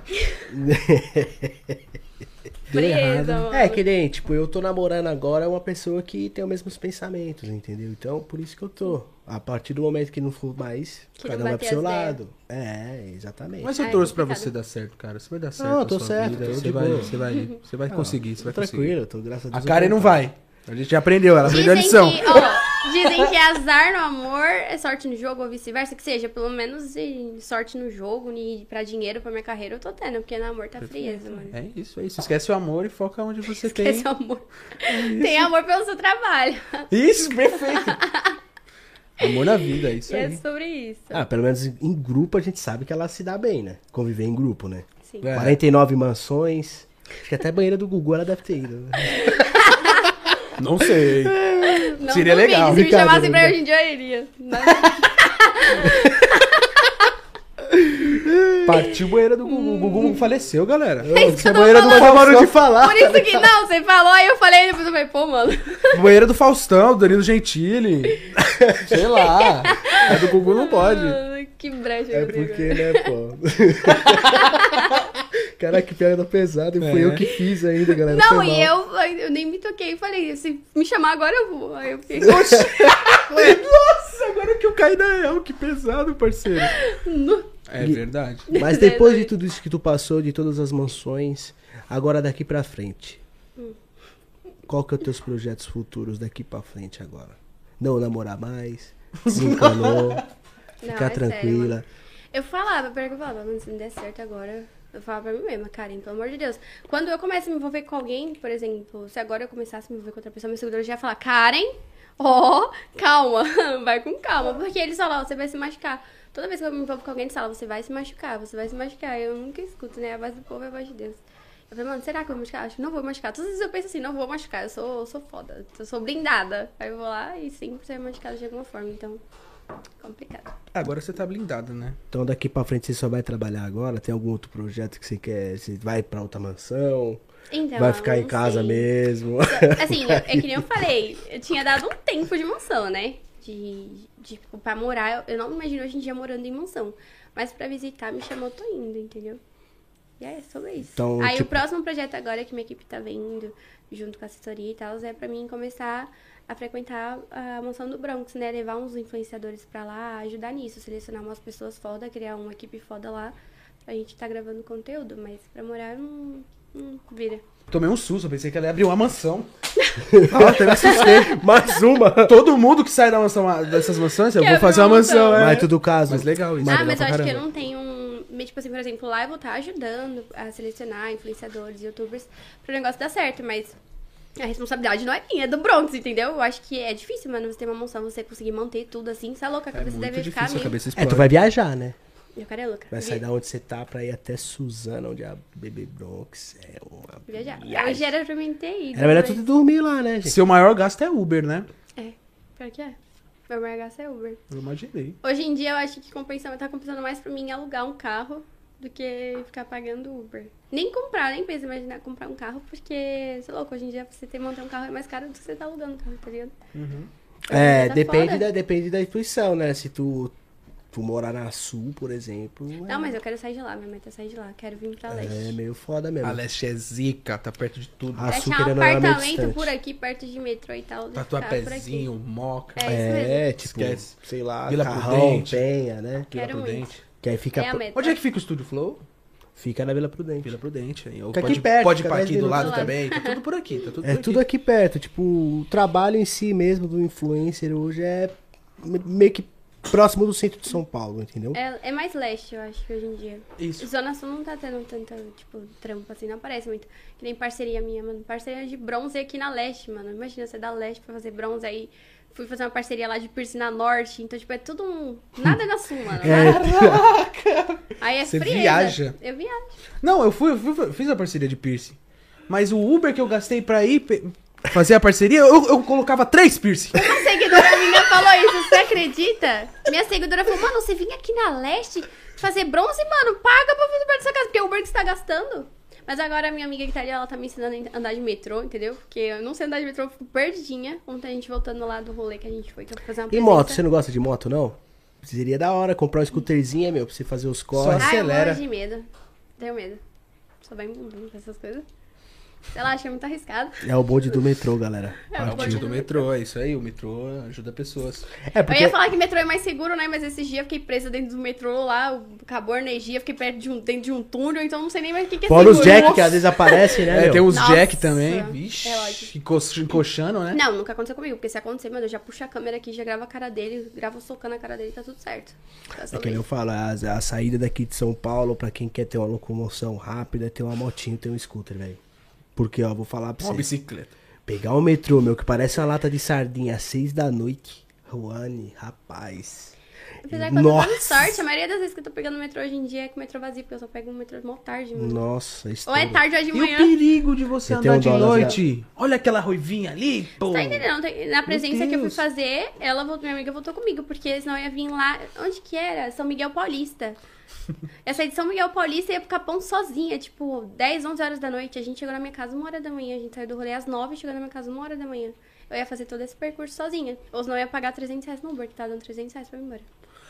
Deu Frieza, errado. mano. É, que nem, tipo, eu tô namorando agora uma pessoa que tem os mesmos pensamentos, entendeu? Então, por isso que eu tô. A partir do momento que não for mais, Que cada não um vai bater pro seu as ideias. lado. É, exatamente. Mas eu Ah, é torço pra complicado. você dar certo, cara. Você vai dar certo. Não, eu na tô sua certo, vida. tô Você de vai, boa. você vai, você vai Não, conseguir, você vai tô conseguir. tranquilo, tô graças a A Deus. Karen eu não tô- vai. A gente já aprendeu, ela aprendeu a Dizem lição. que, ó, dizem que azar no amor é sorte no jogo ou vice-versa, que seja, pelo menos em sorte no jogo e pra dinheiro, pra minha carreira, eu tô tendo, porque no amor tá frieza, mano. É isso, é isso. Esquece o amor e foca onde você tem. Esse amor. Tem amor pelo seu trabalho. Isso, perfeito. Amor na vida, é isso E é aí. sobre isso. Ah, pelo menos em grupo a gente sabe que ela se dá bem, né? Conviver em grupo, né? Sim. É. quarenta e nove mansões. Acho que até a banheira do Gugu ela deve ter ido. Né? Não sei. Não Seria duvide, legal. Se me Brincadeira, chamassem pra brincadeira. hoje em dia, eu iria. Mas- Partiu banheira do Gugu. O Gugu faleceu, galera. Essa eu tô banheira do falando. Faustão de falar. Por isso que, não, você falou, aí eu falei, depois eu falei, pô, mano. Banheira do Faustão, do Danilo Gentili. Sei lá. A do Gugu não pode. Ah, Que brecha É eu dei porque, agora. né, pô? Caraca, que piada pesada. E fui É. eu que fiz ainda, galera. Não, Foi e mal. eu, eu nem me toquei e falei, se me chamar agora eu vou. Aí eu fiquei. Nossa, agora que eu caí na real, que pesado, parceiro. É verdade. Mas depois de tudo isso que tu passou, de todas as mansões, agora daqui pra frente. Qual que é os teus projetos futuros daqui pra frente agora? Não namorar mais? Desencanou? Não, Ficar é sério, tranquila? mano. Eu falava, pior que eu falava, mano, se não der certo agora, eu falava pra mim mesma, Karen, pelo amor de Deus. Quando eu começo a me envolver com alguém, por exemplo, se agora eu começasse a me envolver com outra pessoa, meu seguidor já ia falar, Karen, ó, calma, vai com calma. Porque eles falam, você vai se machucar. Toda vez que eu me envolvo com alguém, eles falam, você vai se machucar, você vai se machucar. Eu nunca escuto, né? A voz do povo é a voz de Deus. Eu falei, mano, será que eu vou machucar? Acho que não vou machucar. Todas as vezes eu penso assim, não vou machucar, eu sou, eu sou foda, eu sou blindada. Aí eu vou lá e sempre saio machucada de alguma forma, então, complicado. Agora você tá blindado, né? Então daqui pra frente você só vai trabalhar agora? Tem algum outro projeto que você quer? Você vai pra outra mansão? Então, vai ficar eu em não casa sei. mesmo? Assim, eu- é que nem eu falei, eu tinha dado um tempo de mansão, né? De, de tipo, pra morar, eu, eu não me imagino hoje em dia morando em mansão. Mas pra visitar, me chamou, tô indo, entendeu? E é sobre isso. Então, Aí tipo- o próximo projeto agora que minha equipe tá vendo, junto com a assessoria e tal, é pra mim começar a frequentar a mansão do Bronx, né? Levar uns influenciadores pra lá, ajudar nisso, selecionar umas pessoas foda, criar uma equipe foda lá, pra gente tá gravando conteúdo, mas pra morar não, não vira. Tomei um susto, eu pensei que ela ia abrir uma mansão. Ah, até me assustei. Mais uma! Todo mundo que sai da mansão, dessas mansões, eu Quer vou fazer uma abrir uma mansão, mansão. é. Mas tudo caso. Mas legal isso. Ah, legal mas eu pra acho que eu caramba. não tenho um... Tipo assim, por exemplo, lá eu vou estar ajudando a selecionar influenciadores, youtubers, pro negócio dar certo, mas a responsabilidade não é minha, é do Bronx, entendeu? Eu acho que é difícil, mano, você ter uma mansão, você conseguir manter tudo assim, você é louca, a É cabeça muito deve ficar difícil, a meio... cabeça É, explode. tu vai viajar, né? Meu cara é louca. Vai sair da onde você tá pra ir até Suzano, onde é a Bebê Bronx. É uma Viajar. viagem. Hoje era pra mim ter ido. Era melhor mas- tu dormir lá, né, gente? Seu maior gasto é Uber, né? É, pior que é. Meu maior gasto é Uber. Eu imaginei. Hoje em dia eu acho que compensa, tá compensando mais pra mim alugar um carro do que ficar pagando Uber. Nem comprar, nem penso em imaginar comprar um carro, porque, sei lá, hoje em dia você ter manter um carro é mais caro do que você tá alugando um carro, tá ligado? Uhum. É, Tá depende foda. da, depende da intuição, né? Se tu, tu morar na Sul, por exemplo. Não, mas eu quero sair de lá, minha meta é sair de lá, quero vir pra é, leste. é meio foda mesmo. A Leste é zica, tá perto de tudo. A Sul, Achar um querendo ou não, é meio apartamento distante. por aqui, perto de metrô e tal. ficar por aqui. Tatuapézinho, moca. É, isso mesmo. É, tipo, Esquece. sei lá, Vila Carrão, Prudente. Penha, né? Vila Quero Prudente. Que aí fica, É a pro- meta. Onde é que fica o Estúdio Flow? fica na Vila Prudente. Vila Prudente. Aí. Ou Fica pode, aqui perto, pode ir fica pra dez aqui do minutos. lado Do lado. também. Tá tudo por aqui, tá tudo É por tudo aqui. aqui perto. Tipo, o trabalho em si mesmo do influencer hoje é me- meio que próximo do centro de São Paulo, entendeu? É, é mais leste, eu acho, hoje em dia. Isso. Zona Sul não tá tendo tanta, tipo, trampo assim, não aparece muito. Que nem parceria minha, mano. Parceria de bronze aqui na leste, mano. Imagina, você é da leste pra fazer bronze aí. Fui fazer uma parceria lá de piercing na norte. Então, tipo, é tudo um... Nada na sul, mano. É, Aí é Você frieza. viaja. Eu viajo. Não, eu fui, eu fui, eu fiz a parceria de piercing. Mas o Uber que eu gastei pra ir pe- fazer a parceria, eu, eu colocava três piercing. Uma seguidora minha falou isso, você acredita? Minha seguidora falou, mano, você vinha aqui na leste fazer bronze, mano, paga pra fazer perto dessa casa, porque é o Uber que você tá gastando. Mas agora a minha amiga que tá ali, ela tá me ensinando a andar de metrô, entendeu? Porque eu não sei andar de metrô, eu fico perdidinha. Ontem a gente voltando lá do rolê que a gente foi, que eu fui fazer uma E presença. moto, você não gosta de moto, não? Seria da hora comprar um scooterzinho, meu, pra você fazer os corres. Só Ah, eu acelera. morro de medo. Tenho medo. Sou bem bumbum com essas coisas. Sei lá, acho que é muito arriscado. É o bonde do metrô, galera. É, É o eu bonde gosto do de metrô, é isso aí. O metrô ajuda pessoas. É, Eu porque... ia falar que metrô é mais seguro, né? Mas esses dias eu fiquei presa dentro do metrô lá, acabou a energia, fiquei perto de um, dentro de um túnel, então eu não sei nem mais o que, que é Fora os seguro. jack que às vezes aparecem, né, É, meu? tem os Nossa. jack também. Vixe, É lógico. enco- encoxando, né? Não, nunca aconteceu comigo, porque se acontecer, mano, eu já puxo a câmera aqui, já gravo a cara dele, gravo socando a cara dele, tá tudo certo. Tá É só que nem bem. eu falo, a, a saída daqui de São Paulo, pra quem quer ter uma locomoção rápida, é ter uma motinho, ter um scooter, velho. Porque, ó, vou falar pra Uma você. bicicleta. Pegar o metrô, meu, que parece uma lata de sardinha às seis da noite. Juane, rapaz. Apesar que eu tô dando Nossa. sorte, a maioria das vezes que eu tô pegando o metrô hoje em dia é com o metrô vazio, porque eu só pego o metrô mó tarde, mano. Nossa, Ou estouro. é tarde ou é de E o manhã. perigo de você Eu tenho andar um de dó das noite? Olha aquela ruivinha ali, pô. Tá entendendo? Tem- Na presença que eu fui Deus. fazer, ela voltou, minha amiga voltou comigo, porque senão eu ia vir lá. Onde que era? São Miguel Paulista. Eu saí de São Miguel Paulista e ia pro Capão sozinha, tipo, dez, onze horas da noite. A gente chegou na minha casa uma hora da manhã. A gente saiu do rolê às nove e chegou na minha casa uma hora da manhã. Eu ia fazer todo esse percurso sozinha. Ou senão eu ia pagar trezentos reais no Uber, que tá dando trezentos reais pra ir embora.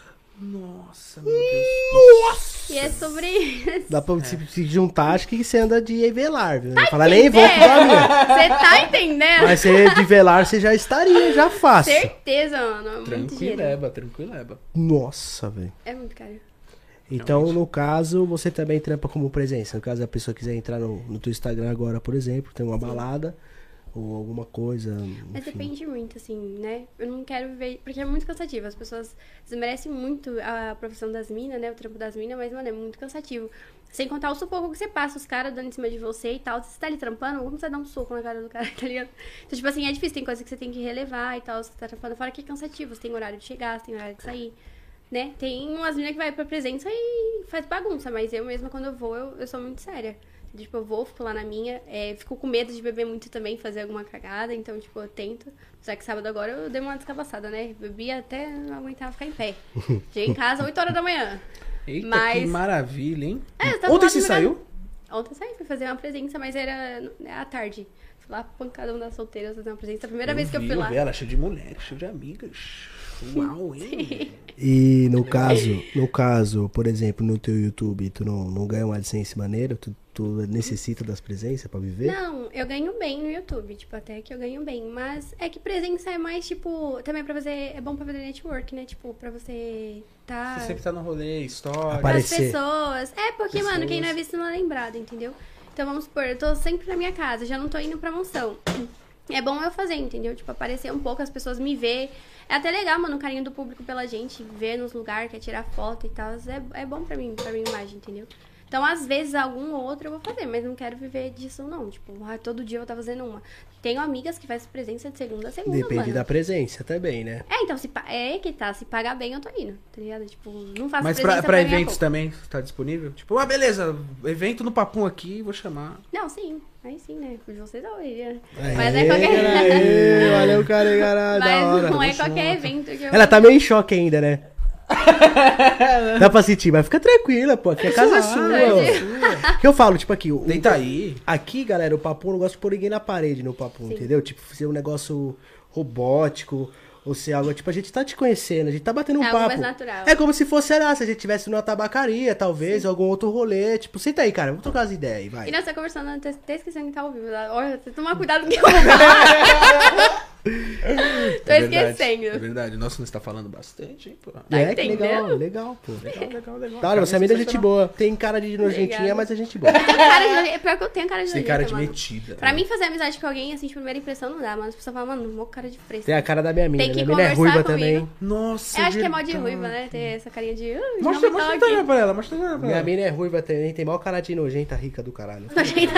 Nossa, meu Deus. E é sobre isso. Dá pra se, se juntar, acho que você anda de velar, viu? Tá Não fala nem volta pra mim. Você tá entendendo? Mas você de velar, você já estaria, já fácil. Certeza, mano. É muito dinheiro. Tranquileba, tranquileba. Nossa, velho. É muito caro. Então, no caso, você também trampa como presença. No caso, a pessoa quiser entrar no, no teu Instagram agora, por exemplo, tem uma balada ou alguma coisa. Mas enfim. depende muito, assim, né? Eu não quero viver. Porque é muito cansativo. As pessoas desmerecem muito a profissão das minas, né? O trampo das minas, mas, mano, é muito cansativo. Sem contar o sufoco que você passa, os caras dando em cima de você e tal. Você tá ali trampando, como você dá um soco na cara do cara, tá ligado? Então, tipo assim, é difícil. Tem coisa que você tem que relevar e tal. Você tá trampando fora que é cansativo. Você tem horário de chegar, você tem horário de sair. Né? Tem umas meninas que vai pra presença e faz bagunça, mas eu mesma, quando eu vou, eu, eu sou muito séria. Tipo, eu vou, fico lá na minha, é, fico com medo de beber muito também, fazer alguma cagada, então, tipo, eu tento. Já que sábado agora eu dei uma descabaçada, né? Bebi até não aguentava ficar em pé. Cheguei em casa oito horas da manhã. Eita, Mas- que maravilha, hein? É, eu tava Ontem lá você no saiu? lugar- Ontem eu saí, fui fazer uma presença, mas era à tarde. Fui lá pancadão das solteiras fazer uma presença. A primeira vez que eu vi, fui lá. vi ela cheia de mulheres, cheia de amigas. Uau, hein? E no caso, no caso, por exemplo, no teu YouTube, tu não, não ganha uma licença maneira? Tu, tu necessita das presenças pra viver? Não, eu ganho bem no YouTube, tipo, até que eu ganho bem. Mas é que presença é mais, tipo, também pra fazer. É bom pra fazer network, né? Tipo, pra você tá. Você sempre tá no rolê, história. Das Aparecer. pessoas. É, porque, Pessoas. mano, quem não é visto não é lembrado, entendeu? Então vamos supor, eu tô sempre na minha casa, já não tô indo pra mansão. É bom eu fazer, entendeu? Tipo, aparecer um pouco, as pessoas me ver. É até legal, mano, o carinho do público pela gente, ver nos lugares, quer tirar foto e tal. É, é bom pra mim, pra minha imagem, entendeu? Então, às vezes, algum ou outro eu vou fazer, mas não quero viver disso, não. Tipo, ah, todo dia eu vou estar fazendo uma. Tenho amigas que fazem presença de segunda a segunda, Depende mano. da presença também, né? É, então, se pa... é que tá. Se pagar bem, eu tô indo, tá ligado? Tipo, não faço Mas presença pra, pra ganhar eventos pouco. também, tá disponível? Tipo, ah, beleza, evento no Papum aqui, vou chamar. Não, sim. Aí sim, né? Vocês ouviram. Aê, Mas é qualquer... aê, valeu, cara, caralho, da Mas hora. não é qualquer evento que eu... Ela tá meio em choque ainda, né? Dá pra sentir, mas fica tranquila, pô. Aqui a casa é sua. O que eu falo, tipo aqui. O, Deita aí. Aqui, galera, o Papum, eu não gosto de pôr ninguém na parede no Papum, Sim. entendeu? Tipo, ser um negócio robótico, ou ser algo, tipo, a gente tá te conhecendo, a gente tá batendo um É algo papo. mais natural. É como se fosse, sei lá, se a gente tivesse numa tabacaria, talvez, algum outro rolê. Tipo, senta aí, cara, vamos trocar as ideias aí, vai. E nós tá conversando, até até esquecendo que tá ao vivo. Olha, você toma cuidado com o que eu vou falar. Tô É verdade, esquecendo. É verdade. Nossa, você tá falando bastante, hein, pô. Tá É, que entendendo? legal, legal, pô. Legal, legal, legal. Da hora, você é menina gente boa. Tem cara de nojentinha, Obrigada. mas é gente boa. Tem cara de... É pior que eu tenho cara de Você tem nojenta, cara de mano. metida. Pra né? mim, fazer amizade com alguém, assim, de primeira impressão, não dá, mano. As pessoas falam, mano, mó cara de fresco. Tem a cara da minha mina. Tem que Minha mina é conversar ruiva comigo. também. Nossa, Eu acho que é mó de verdade. ruiva, né? Ter essa carinha de... Uh, Mostra, não me mostra o toque. Instagram pra ela, mostra o Instagram pra Minha ela. mina é ruiva também, tem maior cara de nojenta rica do caralho. Nojenta.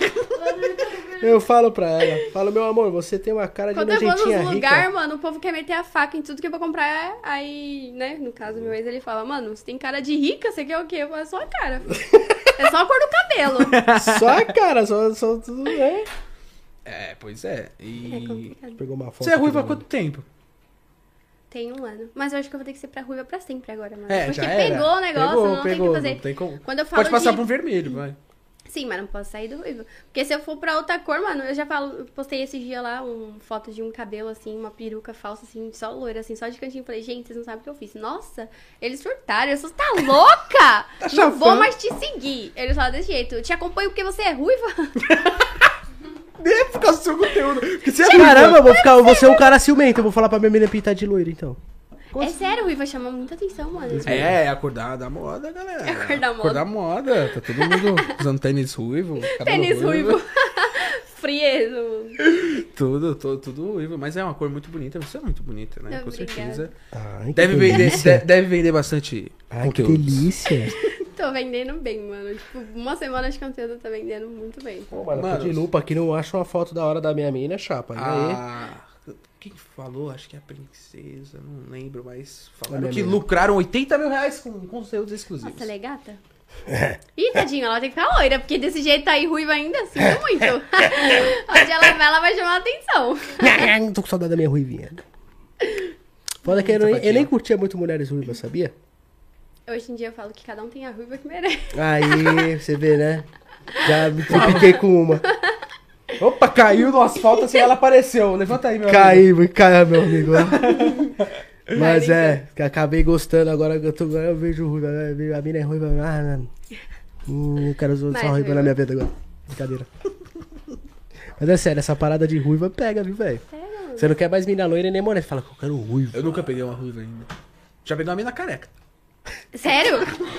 Eu falo pra ela, falo, meu amor, você tem uma cara de Quando eu vou nojentinha nos rica. lugares, mano, o povo quer meter a faca em tudo que eu vou comprar. Aí, né, no caso, meu ex, ele fala, mano, você tem cara de rica, você quer o quê? Eu falo, é só a cara. É só a cor do cabelo. Só a cara, só, só tudo, né? É, pois é. É E... complicado. Pegou uma foto. Você é ruiva há aqui do- quanto tempo? Tem um ano. Mas eu acho que eu vou ter que ser pra ruiva pra sempre agora, mano. É, Porque já era. pegou o negócio, Pegou, não pegou, tem o que fazer. não tem como. Quando eu falo Pode passar de... pra um vermelho, vai. Sim, mas não posso sair do ruivo. Porque se eu for pra outra cor, mano, eu já falo, eu postei esse dia lá uma foto de um cabelo, assim, uma peruca falsa, assim, só loira, assim, só de cantinho. Falei, gente, vocês não sabem o que eu fiz. Nossa, eles surtaram. Eu sou, tá louca? Não chafando. vou mais te seguir. Eles falaram desse jeito. Eu te acompanho porque você é ruiva. Nem por causa do seu conteúdo. Porque você é Caramba, eu vou ficar, eu vou ser um cara ciumento, eu vou falar pra minha menina pintar de loiro, então. É sério, ruiva chama muita atenção, mano. É, acordar da moda, galera. É acordar da moda. Acordar moda. Tá todo mundo usando tênis ruivo. cabelo Tênis ruivo. Frieso. Tudo, tudo, tudo ruivo. Mas é uma cor muito bonita. Você é muito bonita, né? Com Obrigada. certeza. Ai, que Deve vender, delícia. de- deve vender bastante Ai, que conteúdo. delícia. Tô vendendo bem, mano. Tipo, uma semana de conteúdo tá vendendo muito bem. Pô, mano, Mano, tô de lupa aqui, não acho uma foto da hora da minha mina, chapa. E aí? Ah, quem falou? Acho que é a princesa, não lembro, mas falaram Olha que mesmo. lucraram oitenta mil reais com conteúdos exclusivos. Nossa, ela é gata? Ih, tadinha, ela tem que ficar loira, porque desse jeito tá aí ruiva ainda, sinto muito. Onde ela vai, ela vai chamar a atenção. Não tô com saudade da minha ruivinha. Foda que eu, nem- eu nem curtia muito mulheres ruivas, sabia? Hoje em dia eu falo que cada um tem a ruiva que merece. Aí, você vê, né? Já me tripiquei com uma. Opa, caiu no asfalto assim ela apareceu. Levanta aí, meu amigo. Caí, caiu, meu amigo. Mas é, que acabei gostando agora que eu tô. Agora eu vejo ruiva, né? Vejo a mina é ruiva. Ah, não. Hum, eu quero usar Mais ruiva ruiva. na minha vida agora. Brincadeira. Mas é sério, essa parada de ruiva pega, viu, velho? Sério? Você não quer mais mina loira e nem morena. Você fala que eu quero ruiva. Eu nunca peguei uma ruiva ainda. Já peguei uma mina careca. Sério?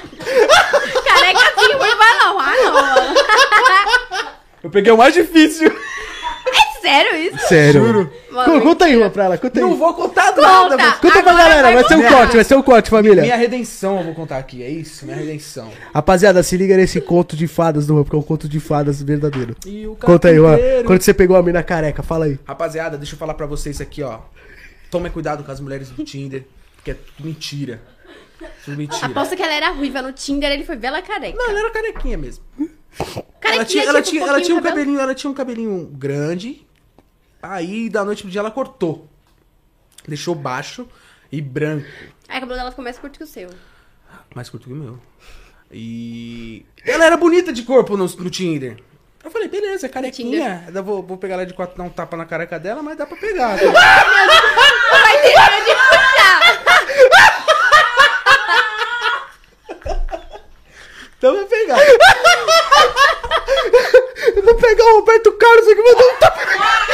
Careca assim, ruiva não. Ah, não, mano. Eu peguei o mais difícil. É sério isso? Sério. Juro. Mano, Co- Conta aí uma pra ela, conta aí. Não vou contar nada. Conta. mas- Conta pra Agora galera, vai vai ser um contar. corte, vai ser um corte, família. Minha redenção eu vou contar aqui, é isso? Minha redenção. Rapaziada, se liga nesse conto de fadas do porque é um conto de fadas verdadeiro. E o Conta aí, mano. carpinteiro- Quando você pegou a mina careca, fala aí. Rapaziada, deixa eu falar pra vocês aqui, ó. Tomem cuidado com as mulheres do Tinder, porque é tudo mentira. Tudo mentira. aposto que ela era ruiva no Tinder, ele foi ver ela careca. Não, ela era carequinha mesmo. Carequinha, ela tinha, ela tipo, tinha, ela pouquinho tinha um cabelo. cabelinho, ela tinha um cabelinho grande. Aí da noite pro dia ela cortou. Deixou baixo e branco. Aí o cabelo dela ficou mais curto que o seu. Mais curto que o meu. E ela era bonita de corpo no, no Tinder. Eu falei, beleza, é carequinha. Eu vou, vou pegar ela de quatro, dar um tapa na careca dela, mas dá pra pegar. Né? Vai ter medo de puxar. Então vai pegar. Eu vou pegar o Roberto Carlos aqui e vou dar um tapa.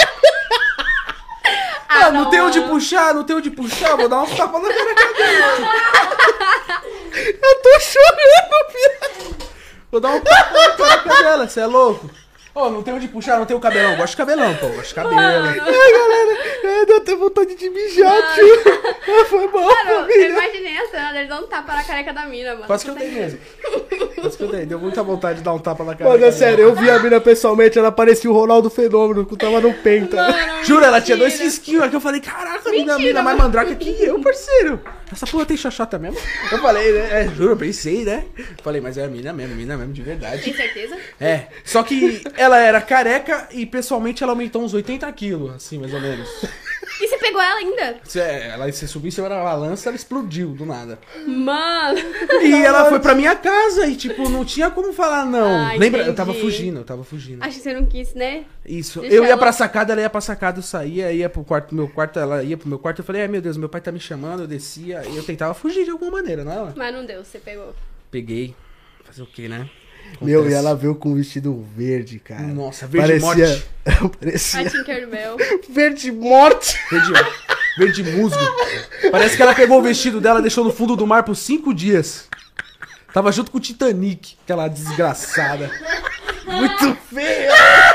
Ah, não tem onde puxar, não tem onde puxar, vou dar um tapa na careca dela. Eu tô chorando, filho. Vou dar um tapa na careca dela, você é louco? Ô, não tem onde puxar, não tem o cabelão. Gosto de cabelão, pô, gosto de cabelo. Ai, galera, eu deu até vontade de mijar, tio. Ah, foi mal, Mano, eu família. imaginei a cena dele dando um tapa na careca da mina, mano. Quase que eu dei mesmo. Por isso que eu dei, deu muita vontade de dar um tapa na cara. Mano, é sério, eu vi a mina pessoalmente, ela parecia o Ronaldo Fenômeno, que tava no penta. Mano, Juro, ela tinha dois mentira. risquinhos aqui. Eu falei, caraca, a mina, Mentira, mina mais mano. mandraca que eu, parceiro. Essa porra tem xoxota mesmo? Eu falei, né? É, juro, eu pensei, né? Falei, mas é a mina mesmo, mina mesmo, de verdade. Tem certeza? É, só que ela era careca e pessoalmente ela aumentou uns oitenta quilos, assim, mais ou menos. E você pegou ela ainda? Se ela se subir em cima da balança, ela explodiu do nada. Mano. E ela foi pra minha casa e, tipo, não tinha como falar não. Ah, Lembra? Eu tava entendi. fugindo, eu tava fugindo. Acho que você não quis, né? Isso. Deixa eu ia ela- pra sacada, ela ia pra sacada, eu saía, ia pro quarto, meu quarto, ela ia pro meu quarto. Eu falei, ai meu Deus, meu pai tá me chamando, eu descia. E eu tentava fugir de alguma maneira, não é? Mas não deu, você pegou. Peguei. Fazer o quê, né? Meu, Acontece. e ela veio com um vestido verde, cara. Nossa, verde parecia... A parecia Tinkerbell. verde morte. Verde, verde musgo. Parece que ela pegou o vestido dela e deixou no fundo do mar por cinco dias. Tava junto com o Titanic, aquela desgraçada. Muito feia.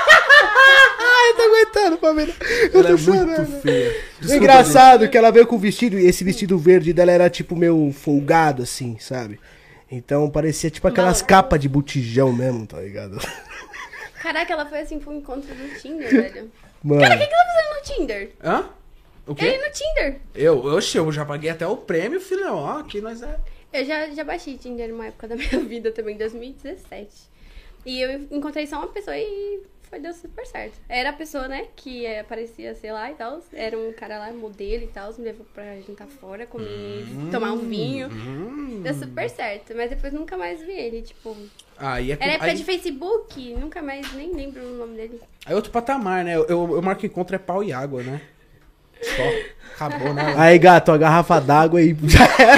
Ai, eu tô aguentando, família. Eu Ela tô é chorando. muito feia. O Desculpa, engraçado que ela veio com o vestido, e esse vestido verde dela era tipo meio folgado, assim, sabe? Então parecia tipo aquelas Balão. capas de botijão mesmo, tá ligado? Caraca, ela foi assim pro encontro do Tinder, velho. Mano, Cara, o que, que ela tá fazendo no Tinder? Hã? O Ele quê? no Tinder. Eu, oxe, eu já paguei até o prêmio, filhão. Ó, aqui nós é... Eu já, já baixei Tinder numa época da minha vida também, em dois mil e dezessete. E eu encontrei só uma pessoa e foi, deu super certo. Era a pessoa, né, que é, aparecia, sei lá, e tal. Era um cara lá, modelo e tal, me levou pra jantar fora, comer, tomar um vinho. Hum. Deu super certo, mas depois nunca mais vi ele, tipo... Aí é, Era época aí, de Facebook, nunca mais, nem lembro o nome dele. aí é outro patamar, né? Eu, eu, eu marco encontro é pau e água, né? Só. Acabou, né? aí gato, a garrafa d'água e já era.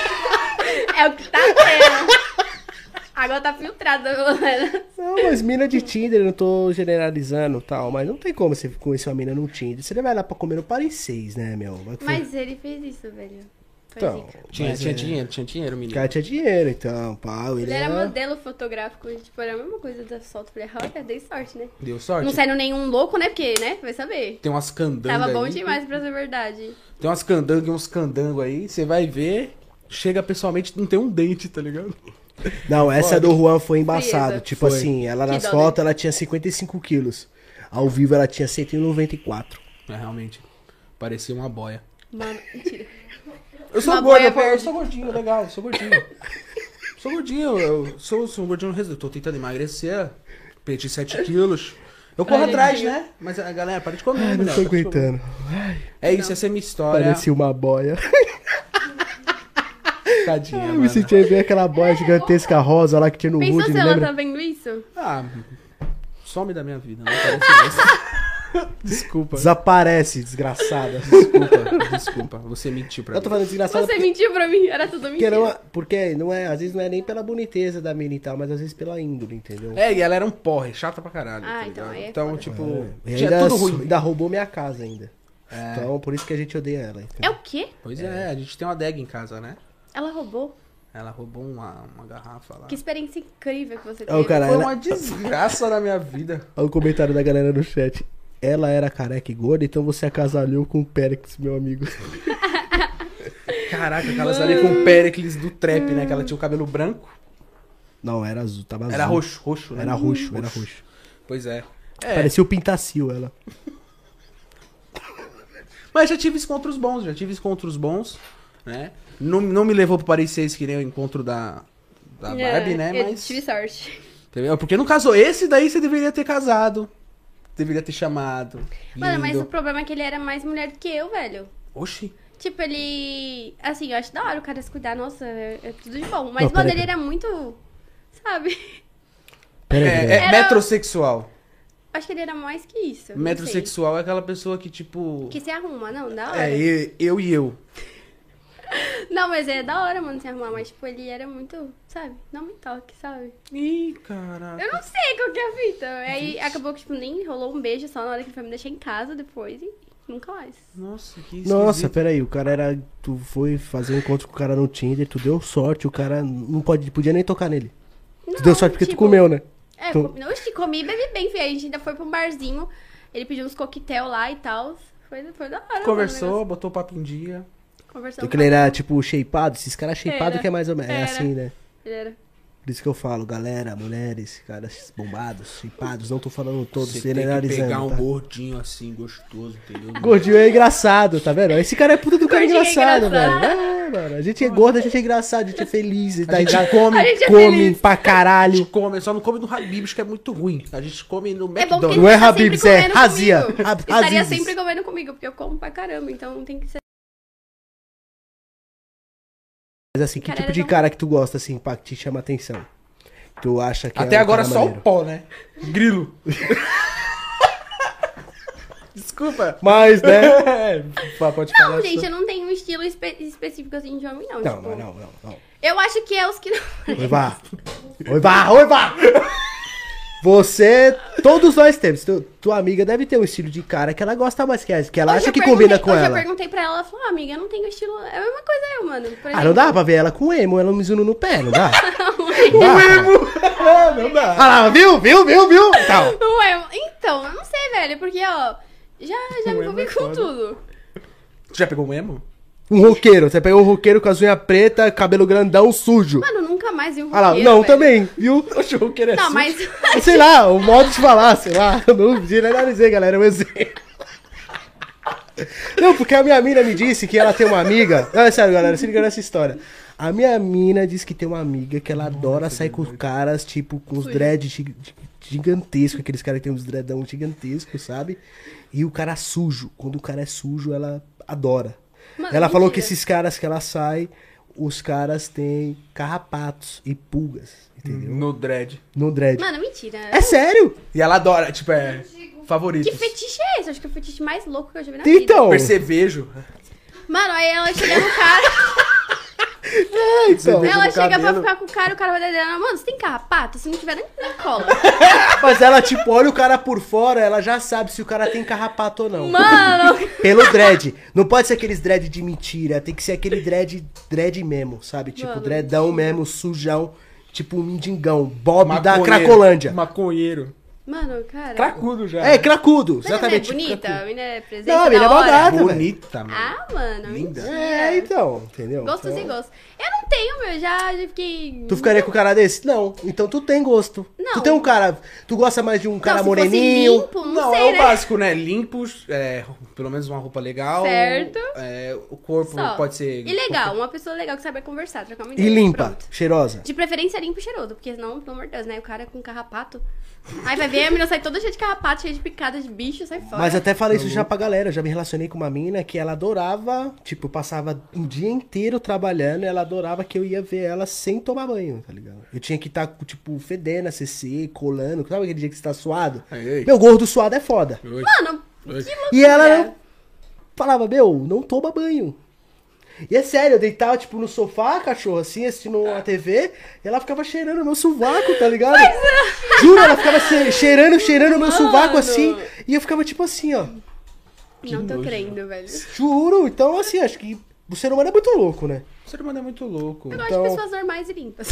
É o que tá tendo. Agora tá filtrada, galera. Não, mas mina de Tinder, eu não tô generalizando e tal, mas não tem como você conhecer uma mina no Tinder. Você vai lá pra comer no Paris seis, né, meu? Vai que foi- Mas ele fez isso, velho. Foi Então, zica. Tinha, mas tinha é- dinheiro, tinha dinheiro, O menino. cara tinha dinheiro, então, pau, ele, Ele era era... modelo fotográfico, tipo, era a mesma coisa da foto. Falei, olha, dei sorte, né? Deu sorte? Não saindo nenhum louco, né? Porque, né? Vai saber. Tem umas candangas Tava bom aí. demais pra ser verdade. Tem umas candangas e uns candangos aí. Você vai ver, chega pessoalmente, não tem um dente, tá ligado? Não, essa do Juan foi embaçado. Frieza. Tipo Foi. assim, ela Que nas dó, fotos ela tinha cinquenta e cinco quilos. Ao vivo ela tinha cento e noventa e quatro. É, realmente. Parecia uma boia. Mano, mentira. Eu sou Uma gordo, boia eu, eu verde. sou gordinho, legal, eu sou gordinho. Sou gordinho, eu sou, sou um gordinho no resultado. Tô tentando emagrecer, perdi sete quilos. Eu corro Ai, atrás, gente. né? Mas a galera, para de comer, Ai, não mulher, tô para de comer. aguentando. Ai, É isso, essa é a minha história. parecia uma boia. Tadinha, Eu mano. me senti ver aquela boia gigantesca rosa lá que tinha no Pensou Wood, se não ela lembra? tá vendo isso? Ah, some da minha vida, não parece isso. Desculpa, Desaparece, desgraçada. desculpa, desculpa. Você mentiu pra Eu tô mim. falando desgraçada Você porque, mentiu pra mim, era tudo porque, não, mentira. é- porque não é, às vezes não é nem pela boniteza da mina e tal, mas às vezes pela índole, entendeu? É, e ela era um porre, chata pra caralho. Ah, tá então ligado? aí é Então, foda. tipo, E tinha ainda, tudo ruim. ainda roubou minha casa ainda. É. Então, por isso que a gente odeia ela. É entendeu? o quê? Pois é, a gente tem uma adega em casa, né? Ela roubou. Ela roubou uma, uma garrafa lá. Que experiência incrível que você Ô, teve. cara, Foi ela- uma desgraça na minha vida. Olha o comentário da galera no chat. Ela era careca e gorda, então você acasalhou com o Périx, meu amigo. Caraca, aquelas ali com o Pericles do trap, né? Que ela tinha o cabelo branco. Não, era azul, tava azul. Era roxo, roxo, né? Era roxo, era roxo. Pois é. É, Parecia o Pintacil, ela. mas já tive encontros bons, já tive encontros bons, né? Não, não me levou pro Paris seis que nem o encontro da, da Barbie, né? É, eu Mas. tive sorte. Entendeu? Porque não casou. Esse daí você deveria ter casado. Deveria ter chamado. Mano, mas o Lindo. problema é que ele era mais mulher do que eu, velho. Oxi. Tipo, ele... Assim, eu acho da hora o cara se cuidar. Nossa, é, é tudo de bom. Mas, Não, pera mano, aí. ele era muito... Sabe? Pera aí, É, pera aí. é Era- metrosexual. Acho que ele era mais que isso. não sei. Metrosexual é aquela pessoa que, tipo. Que se arruma, não, da hora. É, eu, eu e eu. Não, mas é da hora, mano, se arrumar. Mas, tipo, ele era muito, sabe? Não me toque, sabe? Ih, caraca. Eu não sei qual que é a fita. Aí acabou que, tipo, nem rolou um beijo só na hora que ele foi me deixar em casa depois e nunca mais. Nossa, que Nossa, esquisito. pera aí, o cara era... Tu foi fazer um encontro com o cara no Tinder, tu deu sorte, o cara não pode, podia nem tocar nele. Tu Não, deu sorte porque tu tipo, comeu, né? É, Tu- comi, oxe, comi e bebi bem, filho. Aí a gente ainda foi pra um barzinho. Ele pediu uns coquetel lá e tal. Foi, foi da hora. mano, o Conversou, negócio. botou o papo em dia. Conversamos. Porque ele era, tipo, shapeado, esses caras shapeados Era. que é mais ou menos, é Era. assim, né? Ele era. Por isso que eu falo, galera, mulheres, caras bombados, chipados, não tô falando todos, Você tem que generalizando, pegar um tá? gordinho assim, gostoso, entendeu? Gordinho é engraçado, tá vendo? Esse cara é puta do cara Gordinho é engraçado, engraçado. velho. É, mano, a gente é gordo, a gente é engraçado, a gente é feliz, a gente come, A gente é come feliz. pra A gente caralho. come, só não come no Habib's, que é muito ruim. A gente come no É bom McDonald's. porque Não é ele tá Habib's, sempre é comendo Razia. comigo. Hab- Estaria Hazizes. sempre comendo comigo, porque eu como pra caramba, então tem que ser. Mas assim, que Cara, tipo era de tão- cara que tu gosta, assim, pá, que te chama atenção? Tu acha que Até é um agora cara só maneiro? o pó, né? Grilo. Desculpa. Mas, né? É, pá, pode falar. Não, gente, eu não tenho um estilo espe- específico assim de homem, não. Não, tipo, não, não, não, não. Eu acho que é os que não. Oi, vá. Oi, vá, oi, vá. Você, todos nós temos. Tu, tua amiga deve ter um estilo de cara que ela gosta mais que essa, que ela Hoje acha eu que perguntei- combina com hoje ela. eu perguntei pra ela, ela falou, ah, amiga, eu não tenho estilo. É a mesma coisa eu, mano. Por Ah, não exemplo. dá pra ver ela com emo, ela um Mizuno no pé, não dá? Não dá, cara. Não dá. Ah lá, viu, viu, viu, viu? Tal. Não é- Então, eu não sei, velho, porque, ó, já, já O me emo envolvi é com foda. tudo. Tu já pegou um emo? Um roqueiro, você pegou um roqueiro com as unhas pretas, cabelo grandão, sujo. Mano, nunca mais vi um Ah lá, roqueiro, não, velho. também, viu? Oxe, o roqueiro é Não, sujo. mas. Sei lá, o modo de falar, sei lá. Eu não generalizei, galera, é um exemplo. Não, porque a minha mina me disse que ela tem uma amiga. Não, é sério, galera, se liga nessa história. A minha mina disse que tem uma amiga que ela adora sair com os caras, tipo, com os Ui. dreads gi- gi- gigantescos, aqueles caras que tem uns dreadão gigantescos, sabe? E o cara sujo. Quando o cara é sujo, ela adora. Mano, Ela falou que mentira. esses caras que ela sai, os caras têm carrapatos e pulgas, entendeu? No dread. No dread. Mano, mentira. É sério? E ela adora, tipo, é... Favoritos. Que fetiche é esse? Acho que é o fetiche mais louco que eu já vi na vida. Então. Percevejo. Mano, aí ela chega no cara. É, então. Beijo ela no chega pra cabelo. ficar com o cara, o cara vai dar dela. Mano, você tem carrapato? Se não tiver, nem, nem cola. Mas ela, tipo, olha o cara por fora, ela já sabe se o cara tem carrapato ou não. Mano! Pelo dread. Não pode ser aqueles dread de mentira, tem que ser aquele dread, dread mesmo, sabe? Tipo, Mano. dreadão mesmo, sujão, tipo um mendigão. Bob da Maconheiro. Cracolândia. Maconheiro. Mano, cara. Cracudo já. É, cracudo, Mas ela é exatamente. bonita, cracudo. a menina é presente. Não, a menina é da hora. bagata, velho. Bonita, mano. Ah, mano, Linda. mentira. É, então, entendeu? Gostos Então, e gostos. Eu não tenho, meu, já, já fiquei. Tu ficaria com o cara desse? Não. Então tu tem gosto. Não. Tu tem um cara. Tu gosta mais de um cara Não, se fosse moreninho. limpo, não, Não, sei, é o né? básico, né? Limpos, é, pelo menos uma roupa legal. Certo. É, o corpo Só. pode ser... E legal, uma pessoa legal que sabe conversar, trocar uma E ideia. limpa, Pronto. cheirosa. De preferência limpo e cheiroso, porque senão, pelo amor de Deus, né? O cara com carrapato. Aí vai ver, a menina sai toda cheia de carrapato, cheia de picada de bicho, sai fora. Mas até falei isso já pra galera. Eu já me relacionei com uma mina que ela adorava, tipo, passava um dia inteiro trabalhando e ela adorava que eu ia ver ela sem tomar banho, tá ligado? Eu tinha que estar, tipo, fedendo a C C, colando. Sabe aquele dia que você tá suado? Ei, ei. Meu, gordo suado é foda. Oi. Mano, Oi. que loucura. E ela falava, meu, não toma banho. E é sério, eu deitava, tipo, no sofá, cachorro, assim, assistindo a T V, e ela ficava cheirando o meu sovaco, tá ligado? Juro, ela ficava che- cheirando, cheirando o meu sovaco, Mano. assim, e eu ficava, tipo, assim, ó. Não tô nojo. crendo, velho. Juro, então, assim, acho que o ser humano é muito louco, né? O ser humano é muito louco. Eu gosto Então- de pessoas normais e limpas.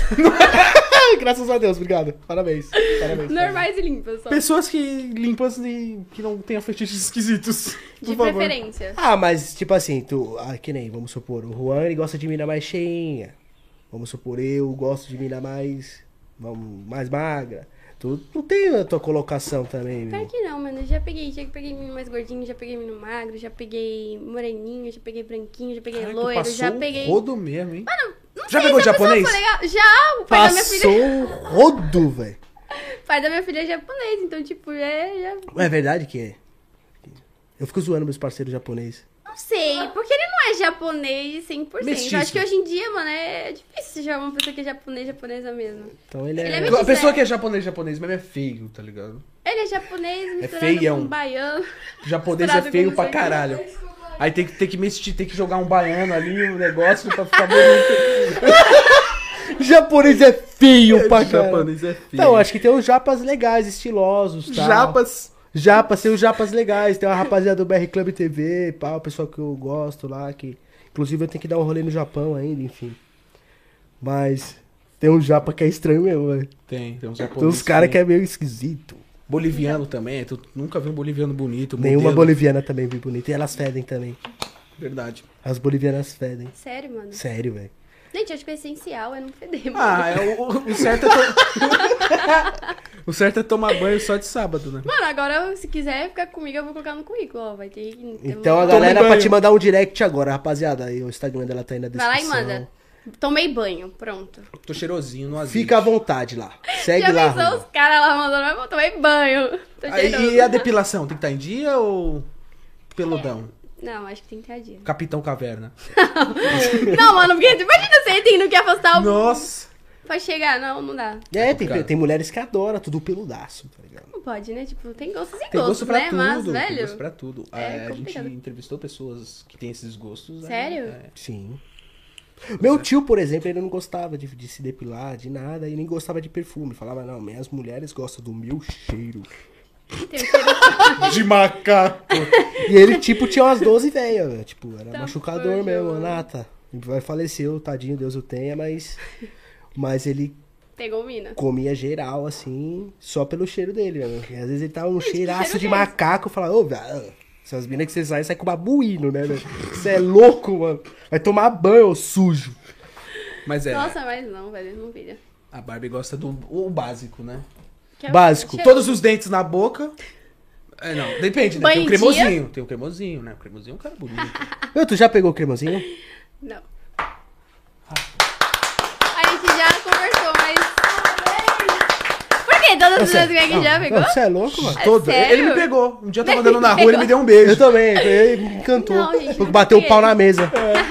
Graças a Deus, obrigado. Parabéns. Parabéns. Normais e limpas, só. Pessoas que limpas e que não tenham fetiches esquisitos. De por favor. preferência. Ah, mas, tipo assim, tu, ah, que nem, vamos supor, o Juan, ele gosta de mina mais cheinha. Vamos supor, eu gosto de mina mais, vamos, mais magra. Tu, tu tem a tua colocação também, Pior meu. que não, mano. Já peguei, já peguei menino mais gordinho, já peguei menino magro, já peguei moreninho, já peguei branquinho, já peguei Caraca, loiro, passou já o peguei. rodo mesmo, hein? Não Já sei pegou se a pessoa japonês? for legal. Já, o pai da minha Passou filha. um rodo, velho. O pai da minha filha é japonês, então, tipo, é. Já... É verdade que é. Eu fico zoando meus parceiros japoneses. Não sei, porque ele não é japonês cem por cento. Mestiço. Eu acho que hoje em dia, mano, é difícil você chamar uma pessoa que é japonês, japonesa mesmo. Então ele é. Ele é A mestiço, pessoa é. que é japonês, japonês mesmo é feio, tá ligado? Ele é japonês misturado feião. com baiano. Japonês é Misturado feio com pra não sei o quê. caralho. Aí tem que, tem que mexer, tem que jogar um baiano ali, um negócio pra ficar bonito. Japonês é feio pra caralho. Japonês é feio. Então, acho que tem uns japas legais, estilosos, tal. Japas. Japas, tem os japas legais, tem uma rapaziada do B R Club T V, pá, o pessoal que eu gosto lá, que inclusive eu tenho que dar um rolê no Japão ainda, enfim. Mas tem um japa que é estranho mesmo, velho. Tem, tem uns japoneses. Tem uns caras que é meio esquisito. Boliviano também, tu nunca viu um boliviano bonito, Nenhuma modelo. boliviana também bem bonita, e elas fedem também. Verdade. As bolivianas fedem. Sério, mano. Sério, velho. Gente, acho que o essencial é não feder, mano. Ah, é o, o certo é to... O certo é tomar banho só de sábado, né? Mano, agora, se quiser ficar comigo, eu vou colocar no currículo, ó. Vai ter... Então a Toma- galera banho. pra te mandar um direct agora, rapaziada. Aí o Instagram dela tá aí na Vai lá descrição. e manda. Tomei banho, pronto. Tô cheirosinho no azeite. Fica à vontade lá. Segue Já lá. pensou Ruiva. os caras lá mandando, mas eu tomei banho. Tô Aí, cheiroso. e a depilação, tem que estar em dia ou peludão? Não, acho que tem que ter a dia. Capitão Caverna. Não, mano, porque imagina você tendo que afastar o... Nossa! Pra chegar, não, não dá. É, tem, Cara. tem mulheres que adoram tudo peludaço, tá ligado? Não pode, né? Tipo, tem gostos e Tem gostos, gosto pra né? tudo. Mas, Tem velho... gosto pra tudo. é É, a gente complicado. entrevistou pessoas que têm esses gostos. Sério? É, Sim. Meu tio, por exemplo, ele não gostava de, de se depilar, de nada, e nem gostava de perfume. Falava, não, minhas mulheres gostam do meu cheiro. Tem um cheiro... é. De macaco. E ele, tipo, tinha umas doze velhas, velho. Tipo, era Tá machucador bom, mesmo, mano. Nata. Vai faleceu, tadinho, Deus o tenha, mas. Mas ele Pegou mina. comia geral, assim, só pelo cheiro dele, velho. E às vezes ele tava um que cheiraço cheiro de é macaco, falava, ô, velho, essas minas que você sai, sai com babuíno, né, velho? Você é louco, mano. Vai tomar banho, ô sujo. Mas é, Nossa, mas não, velho, não vira. a Barbie gosta do o básico, né? Que é o Básico. cheiro- Todos os dentes na boca. É, não, depende, né? Tem Banho o em cremosinho. Tem o cremosinho, né? O cremosinho é um cara bonito. Meu, tu já pegou o cremosinho? Não. A gente já conversou, mas... Por que todas as vezes que a gente já pegou? Você é louco, mano? É Todo. sério? Ele me pegou. Um dia eu tava andando na Ele rua, ele me deu um beijo. Eu também, ele me encantou. Não, gente, Porque não bateu o peguei. pau na mesa.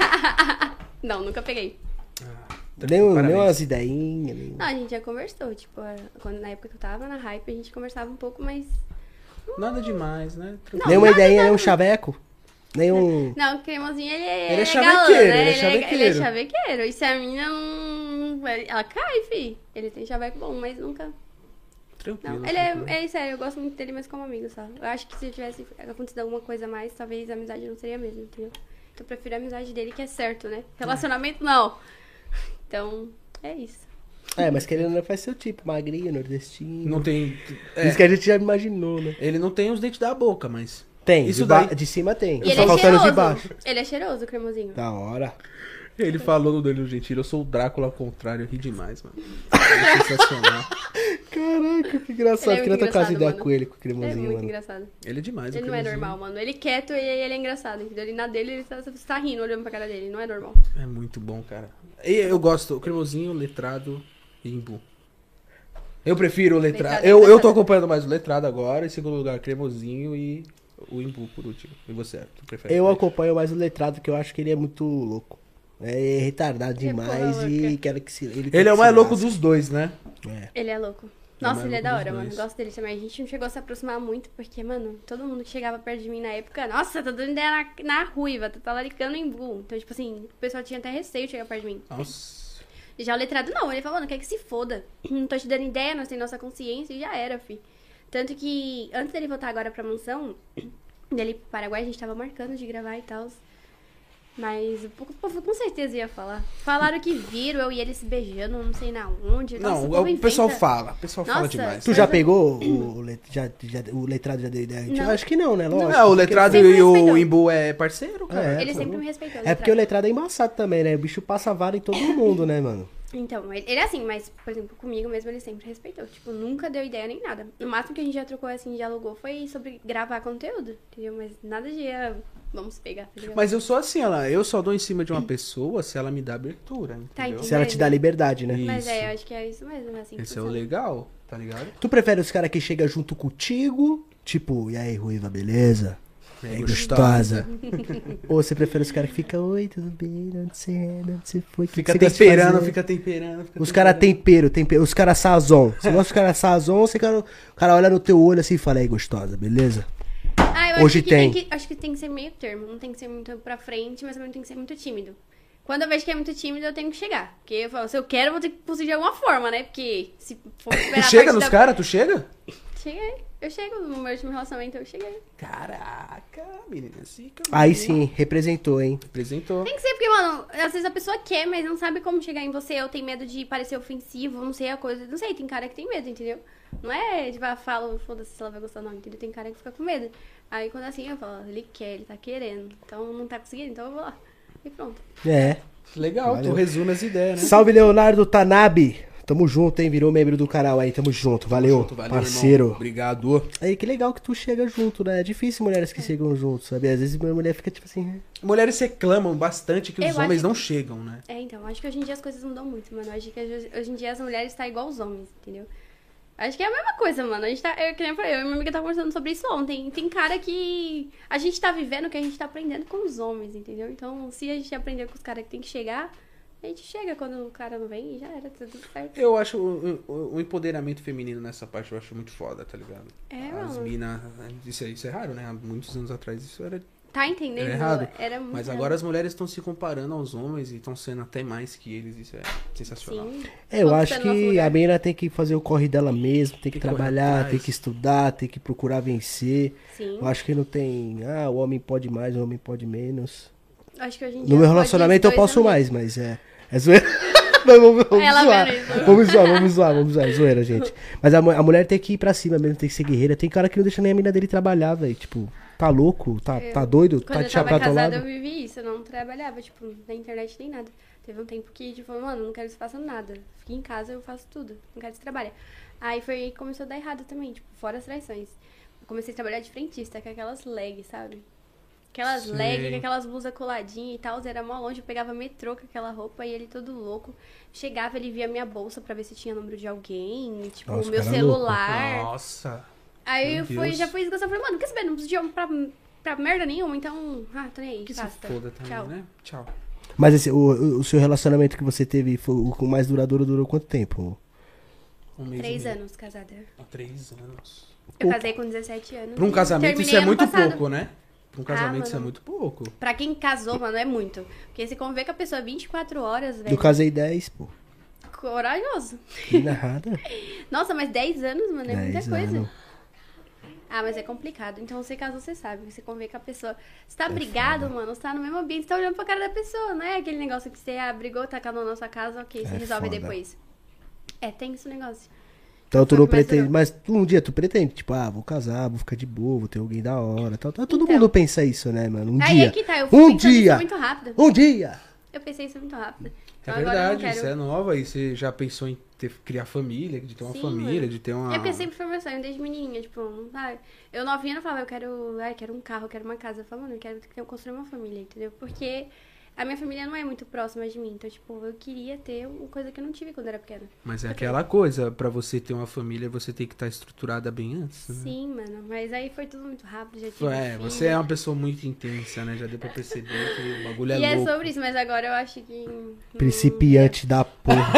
Não, nunca peguei. Nem, nem Parabéns. umas ideinhas. Nem... Não, a gente já conversou, tipo, quando, na época que eu tava na hype, a gente conversava um pouco, mas... Nada demais, né? Não, nem uma nada, ideinha, nada. nem um chaveco. Nem um... Não, o cremosinho, ele é Ele é galã, chavequeiro, né? ele é Ele, chavequeiro. ele é chavequeiro. E se a mina não... Ela cai, fi. Ele tem chaveco bom, mas nunca... Tranquilo. Não, ele é, tranquilo. é sério, eu gosto muito dele, mas como amigo, só. Eu acho que se tivesse acontecido alguma coisa a mais, talvez a amizade não seria a mesma, entendeu? Então eu prefiro a amizade dele, que é certo, né? Relacionamento, não. Então, é isso. É, mas querendo ou não faz seu tipo, magrinho, nordestino. Não tem. é, Isso que a gente já imaginou, né? Ele não tem os dentes da boca, mas. Tem, Isso de, ba- daí- de cima tem. E ele Só é faltando cheiroso. de baixo. Ele é cheiroso, o cremosinho. Da hora. Ele falou no Danilo Gentili, eu sou o Drácula ao contrário, eu ri demais, mano. É sensacional. Caraca, que engraçado. Ele é Queria muito trocar essa engraçado, ideia mano. com ele, com o Ele é cremosinho, muito mano. engraçado. Ele é demais, Ele o não é cremosinho. normal, mano. Ele quieto e ele é engraçado, entendeu? Ele na dele, ele tá, você tá rindo, olhando pra cara dele. Não é normal. É muito bom, cara. E eu gosto, o cremosinho, letrado e imbu. Eu prefiro o letrado. Letrado, Eu, eu tô letrado. acompanhando mais o letrado agora, em segundo lugar, cremosinho e o imbu por último. E você, tu prefere? Eu qual? acompanho mais o letrado, que eu acho que ele é muito louco. É retardado É porra demais e louca. quero que se. Ele, quer Ele é que o mais se louco lasque. dos dois, né? É. Ele é louco. Ele Nossa, é ele é louco da dos hora, mano. dois. Gosto dele também. A gente não chegou a se aproximar muito, porque, mano, todo mundo que chegava perto de mim na época, nossa, tá dando ideia na, na ruiva, tá talaricando em bull. Então, tipo assim, o pessoal tinha até receio de chegar perto de mim. Nossa. Já o letrado não, ele falou, mano, quer que se foda. Não tô te dando ideia, nós temos nossa consciência e já era, fi. Tanto que, antes dele voltar agora pra mansão, dele pro Paraguai, a gente tava marcando de gravar e tal. Mas o povo com certeza ia falar. Falaram que viram eu e ele se beijando, não sei na onde. Nossa, Não, o povo o pessoal inventa. fala. O pessoal fala Nossa, demais. Tu já Mas- pegou o, o, let- já, já- o letrado já deu ideia? Não. Acho que não, né? Lógico. É, o letrado Sempre e o respeitou. imbu é parceiro, cara. É, Ele pô. sempre me respeitou. É porque o letrado é embaçado também, né? O bicho passa vara em todo mundo, né, mano? Então, ele, ele é assim, mas, por exemplo, comigo mesmo ele sempre respeitou. Tipo, nunca deu ideia nem nada. O máximo que a gente já trocou, assim, dialogou foi sobre gravar conteúdo, entendeu? Mas nada de, ah, vamos pegar, tá ligado? Mas eu sou assim, ela, eu só dou em cima de uma pessoa se ela me dá abertura, Tá entendeu? Se ela te dá liberdade, né? Mas é, Isso. eu acho que é isso mesmo, é assim que Esse é o funciona. legal, tá ligado? Tu prefere os caras que chegam junto contigo, tipo, e aí, Ruiva, beleza? É É gostosa. gostosa. Ou você prefere os caras que ficam, oi, tudo bem? De onde você é? De onde você foi? O que Fica que você gosta de temperando, fazer?" fica temperando. Fica Os caras temperando. tempero, tempero, os caras sazon. Você gosta dos caras sazon, você quer, o cara olha no teu olho assim e fala, aí, gostosa, beleza? Ah, eu Hoje acho que tem. que, acho que tem que ser meio termo. Não tem que ser muito pra frente, mas também não tem que ser muito tímido. Quando eu vejo que é muito tímido, eu tenho que chegar. Porque eu falo, se eu quero, eu vou ter que conseguir de alguma forma, né? Porque se for esperar Tu a chega parte nos da- caras? Tu chega? Cheguei. Eu chego no meu último relacionamento, eu cheguei. Caraca, menina, assim que eu Aí sim, representou, hein? Apresentou. Tem que ser, porque, mano, às vezes a pessoa quer, mas não sabe como chegar em você. Eu tenho medo de parecer ofensivo, não sei a coisa. Não sei, tem cara que tem medo, entendeu? Não é, tipo, ah, falo, foda-se se ela vai gostar, não, entendeu? Tem cara que fica com medo. Aí quando é assim, eu falo, ele quer, ele tá querendo. Então não tá conseguindo, então eu vou lá. e pronto. É. Legal, Valeu. tu resume as ideias, né? Salve, Leonardo Tanabe. Tamo junto, hein? Virou membro do canal aí. Tamo junto. Valeu, Junto, valeu, parceiro. irmão. Obrigado. Aí, que legal que tu chega junto, né? É difícil mulheres que chegam juntos, sabe? Às vezes a mulher fica tipo assim... Mulheres reclamam bastante que os Eu homens acho não que- chegam, né? É, então, acho que hoje em dia as coisas mudam muito, mano. Acho que hoje hoje em dia as mulheres estão igual os homens, entendeu? Acho que é a mesma coisa, mano. A gente tá. Eu, que nem eu falei, eu e minha amiga tava conversando sobre isso ontem. Tem cara que a gente tá vivendo o que a gente tá aprendendo com os homens, entendeu? Então, se a gente aprender com os caras que tem que chegar, a gente chega quando o cara não vem e já era, tudo certo. Eu acho o, o- o empoderamento feminino nessa parte, eu acho muito foda, tá ligado? É, As mano. minas. Isso, é- isso é raro, né? Há muitos anos atrás isso era, Tá entendendo? era errado. Era muito Mas errado. agora as mulheres estão se comparando aos homens e estão sendo até mais que eles. Isso é sensacional. Sim. É, eu Todos acho tendo nosso que lugar. a menina tem que fazer o corre dela mesmo, tem que Tem que correr trabalhar, atrás. tem que estudar, tem que procurar vencer. Sim. Eu acho que não tem, ah, o homem pode mais, o homem pode menos. Acho que hoje em dia No meu pode relacionamento eu os dois posso também. mais, mas é. É zoeira. Não, vamos, vamos Ela zoar. vendo isso. Vamos zoar, vamos zoar, vamos zoar. É zoeira, gente. Mas a, mu- a mulher tem que ir pra cima mesmo, tem que ser guerreira. Tem cara que não deixa nem a mina dele trabalhar, velho. Tipo, tá louco? Tá, Eu- tá doido? Quando Tá eu de tava chapéu casada, eu atolado? vivi isso. Eu não trabalhava, tipo, na internet nem nada. Teve um tempo que, tipo, mano, não quero que você faça nada. Fique em casa, eu faço tudo. Não quero que você trabalhe. Aí foi aí que começou a dar errado também, tipo, fora as traições. Eu comecei a trabalhar de frentista, com aquelas legs, sabe? Aquelas Sei. legs, com aquelas blusas coladinhas e tal. Era mó longe, eu pegava metrô com aquela roupa e ele todo louco. Chegava, ele via minha bolsa pra ver se tinha número de alguém, tipo, Nossa, o meu cara louco. celular. Nossa. Aí Meu eu fui, Deus. já fui desgostando. Falei, mano, quer saber? Não preciso de homem pra, pra merda nenhuma, então. Ah, tô nem aí. Que se basta. foda também, Tchau. né? Tchau. Mas esse, o, o- o seu relacionamento que você teve, foi, o o mais duradouro, durou quanto tempo? Um mês Três e meio. anos casada. Ah, Três anos. Eu casei com dezessete anos. Pra um e casamento isso terminei é ano muito passado. pouco, né? Pra um casamento Ah, isso é mano. muito pouco. Pra quem casou, mano, é muito. Porque se conviver com a pessoa vinte e quatro horas, velho. Eu casei dez, pô. Corajoso. Que nada. Nossa, mas dez anos, mano, é muita dez coisa. anos. Ah, mas é complicado. Então você casou, você sabe. Você conviver com a pessoa. Você tá É brigado, foda. mano. Você tá no mesmo ambiente, você tá olhando pra cara da pessoa. Não é aquele negócio que você ah, brigou, tá cada um na sua casa, ok, você É resolve foda. depois. É, tem esse negócio. Então tu Foi não o que mais pretende, durou. mas um dia tu pretende, tipo, ah, vou casar, vou ficar de boa, vou ter alguém da hora, tal, tal. Todo Então. mundo pensa isso, né, mano? Um Aí dia. é que tá, eu fui um pensando dia. isso muito rápido. Um dia. Eu pensei isso muito rápido. É Então agora eu não verdade, quero. isso é nova. E você já pensou em ter, criar família, de ter uma Sim, família, mano. de ter uma. É porque sempre foi meu sonho, desde menininha, tipo, ai, eu novinha não falava, eu quero, ai, quero um carro, eu quero uma casa. Eu falava, mano, eu quero ter- construir uma família, entendeu? Porque a minha família não é muito próxima de mim, então, tipo, eu queria ter uma coisa que eu não tive quando era pequena. Mas é aquela coisa, pra você ter uma família, você tem que estar estruturada bem antes. Né? Sim, mano, mas aí foi tudo muito rápido, já tive É, filho. você é uma pessoa muito intensa, né? Já deu pra perceber que o bagulho é E é louco. sobre isso, mas agora eu acho que... hum, Principiante da porra.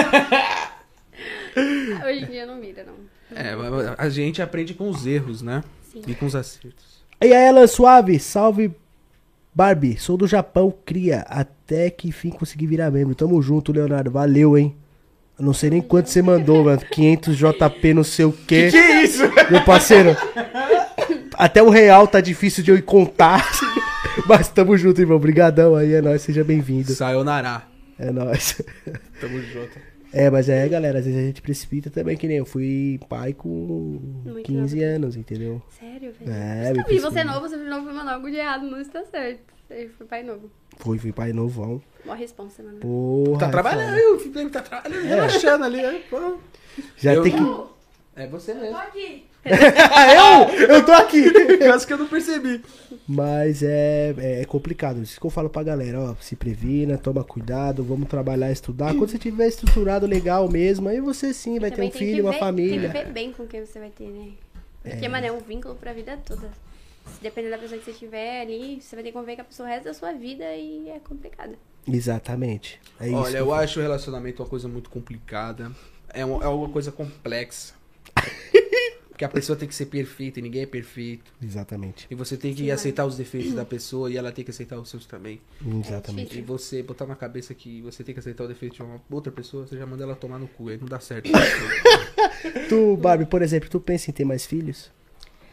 Hoje em dia não vira, não. É, a gente aprende com os erros, né? Sim. E com os acertos. E aí, Ela Suave, salve Barbie, sou do Japão, cria, até que enfim consegui virar membro. Tamo junto, Leonardo, valeu, hein? Eu não sei nem quanto você mandou, mano. quinhentos J P, não sei o quê. Que isso? Meu parceiro, até o real tá difícil de eu contar. Mas tamo junto, irmão. Obrigadão aí, é nóis, seja bem-vindo. Sayonara. É nóis. Tamo junto. É, mas é, galera, às vezes a gente precipita também, que nem eu fui pai com Muito quinze nova. anos, entendeu? Sério, velho? É, eu me vi você precisa. novo, você novo, mano, algo de errado, não está certo. Ele foi pai novo. Fui, fui pai novão. Mó responsa, mano. Porra. Tá é trabalhando, foda. aí, o Felipe tá trabalhando, relaxando ali. Aí, pô. Já Eu- tem que... É você mesmo. aqui. eu? Eu tô aqui. Quase que eu não percebi. Mas é, é complicado. Isso que eu falo pra galera, ó. Se previna, toma cuidado, vamos trabalhar, estudar. Quando você tiver estruturado legal mesmo, aí você sim vai ter Também um tem que filho, uma ver- família. Tem que ver bem com quem você vai ter, né? Porque, mano, é um vínculo pra vida toda. Se depender da pessoa que você tiver ali, você vai ter que conviver com a pessoa o resto da sua vida e é complicado. Exatamente. É isso. Olha, que eu falo. acho o relacionamento uma coisa muito complicada. É, um- é uma coisa complexa. Porque a pessoa tem que ser perfeita e ninguém é perfeito. Exatamente. E você tem que Sim, aceitar os defeitos da pessoa e ela tem que aceitar os seus também. Exatamente. E você botar na cabeça que você tem que aceitar o defeito de uma outra pessoa, você já manda ela tomar no cu. Aí não dá certo. Tu, Barbie, por exemplo, tu pensa em ter mais filhos?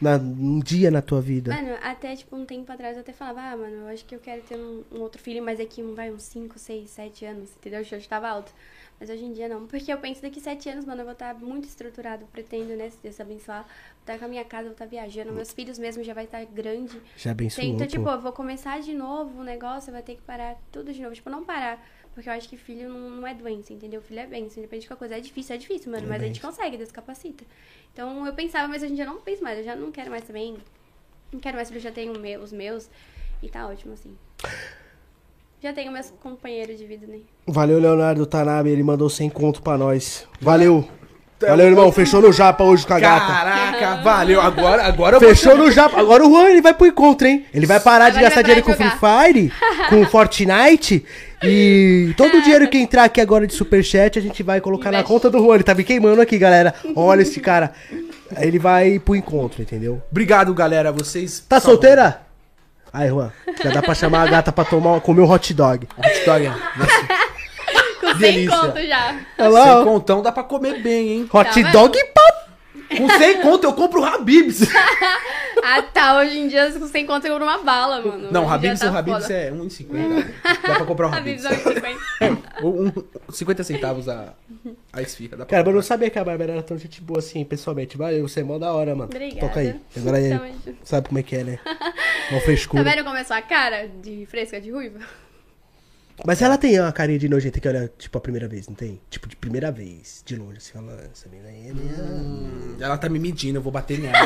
Na, um dia na tua vida? Mano, até, tipo, um tempo atrás eu até falava, ah, mano, eu acho que eu quero ter um, um outro filho, mas daqui, um, vai, uns cinco, seis, sete anos, entendeu? O chute tava alto. Mas hoje em dia não, porque eu penso daqui sete anos, mano, eu vou estar muito estruturado, pretendo, né, se Deus abençoar, vou estar com a minha casa, vou estar viajando, meus filhos mesmo já vai estar grande. Já abençoou, Então, pô. tipo, eu vou começar de novo o negócio, eu vou ter que parar tudo de novo, tipo, não parar, porque eu acho que filho não, não é doença, entendeu? Filho é bênção, independente de qualquer coisa, é difícil, é difícil, mano, É mas a gente bênção. consegue, Deus capacita. Então, eu pensava, mas hoje em dia eu não penso mais, eu já não quero mais também, não quero mais, eu já tenho meu- os meus, e tá ótimo, assim. Já tenho meus companheiros de vida, né? Valeu, Leonardo Tanabe, ele mandou cem conto pra nós. Valeu. Valeu, irmão. Fechou no japa hoje com a gata. Caraca, valeu. Agora, agora eu vou... Fechou no japa. Agora o Juan, ele vai pro encontro, hein? Ele vai parar de Agora gastar ele vai dinheiro com Free parar Fire, com Fortnite. E todo o dinheiro que entrar aqui agora de superchat, a gente vai colocar na Investe. conta do Juan. Ele tá me queimando aqui, galera. Olha esse cara. Ele vai pro encontro, entendeu? Obrigado, galera. Vocês... Tá por favor. solteira? Aí, Juan, já dá pra chamar a gata pra tomar, comer um hot dog. Hot dog, né? Com cem Delícia. conto já. Olha lá, Sem ó. contão dá pra comer bem, hein? Hot Tá vendo? dog e pá. Com cem conto eu compro o Habib's. Ah, tá. Hoje em dia você encontra uma bala, mano. Não, Hoje em Habib's, dia o tá Habib's foda. é um real e cinquenta. Dá pra comprar um Habib's Habib's. é um e cinquenta. Um, um, cinquenta centavos a, a esfirra. Dá pra Cara, mas eu comprar. não sabia que a Bárbara era tão gente boa assim, pessoalmente. Valeu, você é mó da hora, mano. Obrigada. Toca aí. Agora aí. Tamo junto. Sabe como é que é, né? Uma Tá frescura. vendo como é sua cara de fresca de ruiva? Mas ela tem uma carinha de nojenta que olha, tipo, a primeira vez, não tem? Tipo, de primeira vez, de longe, assim, falando, essa mina aí é minha... Hum, ela tá me medindo, eu vou bater nela.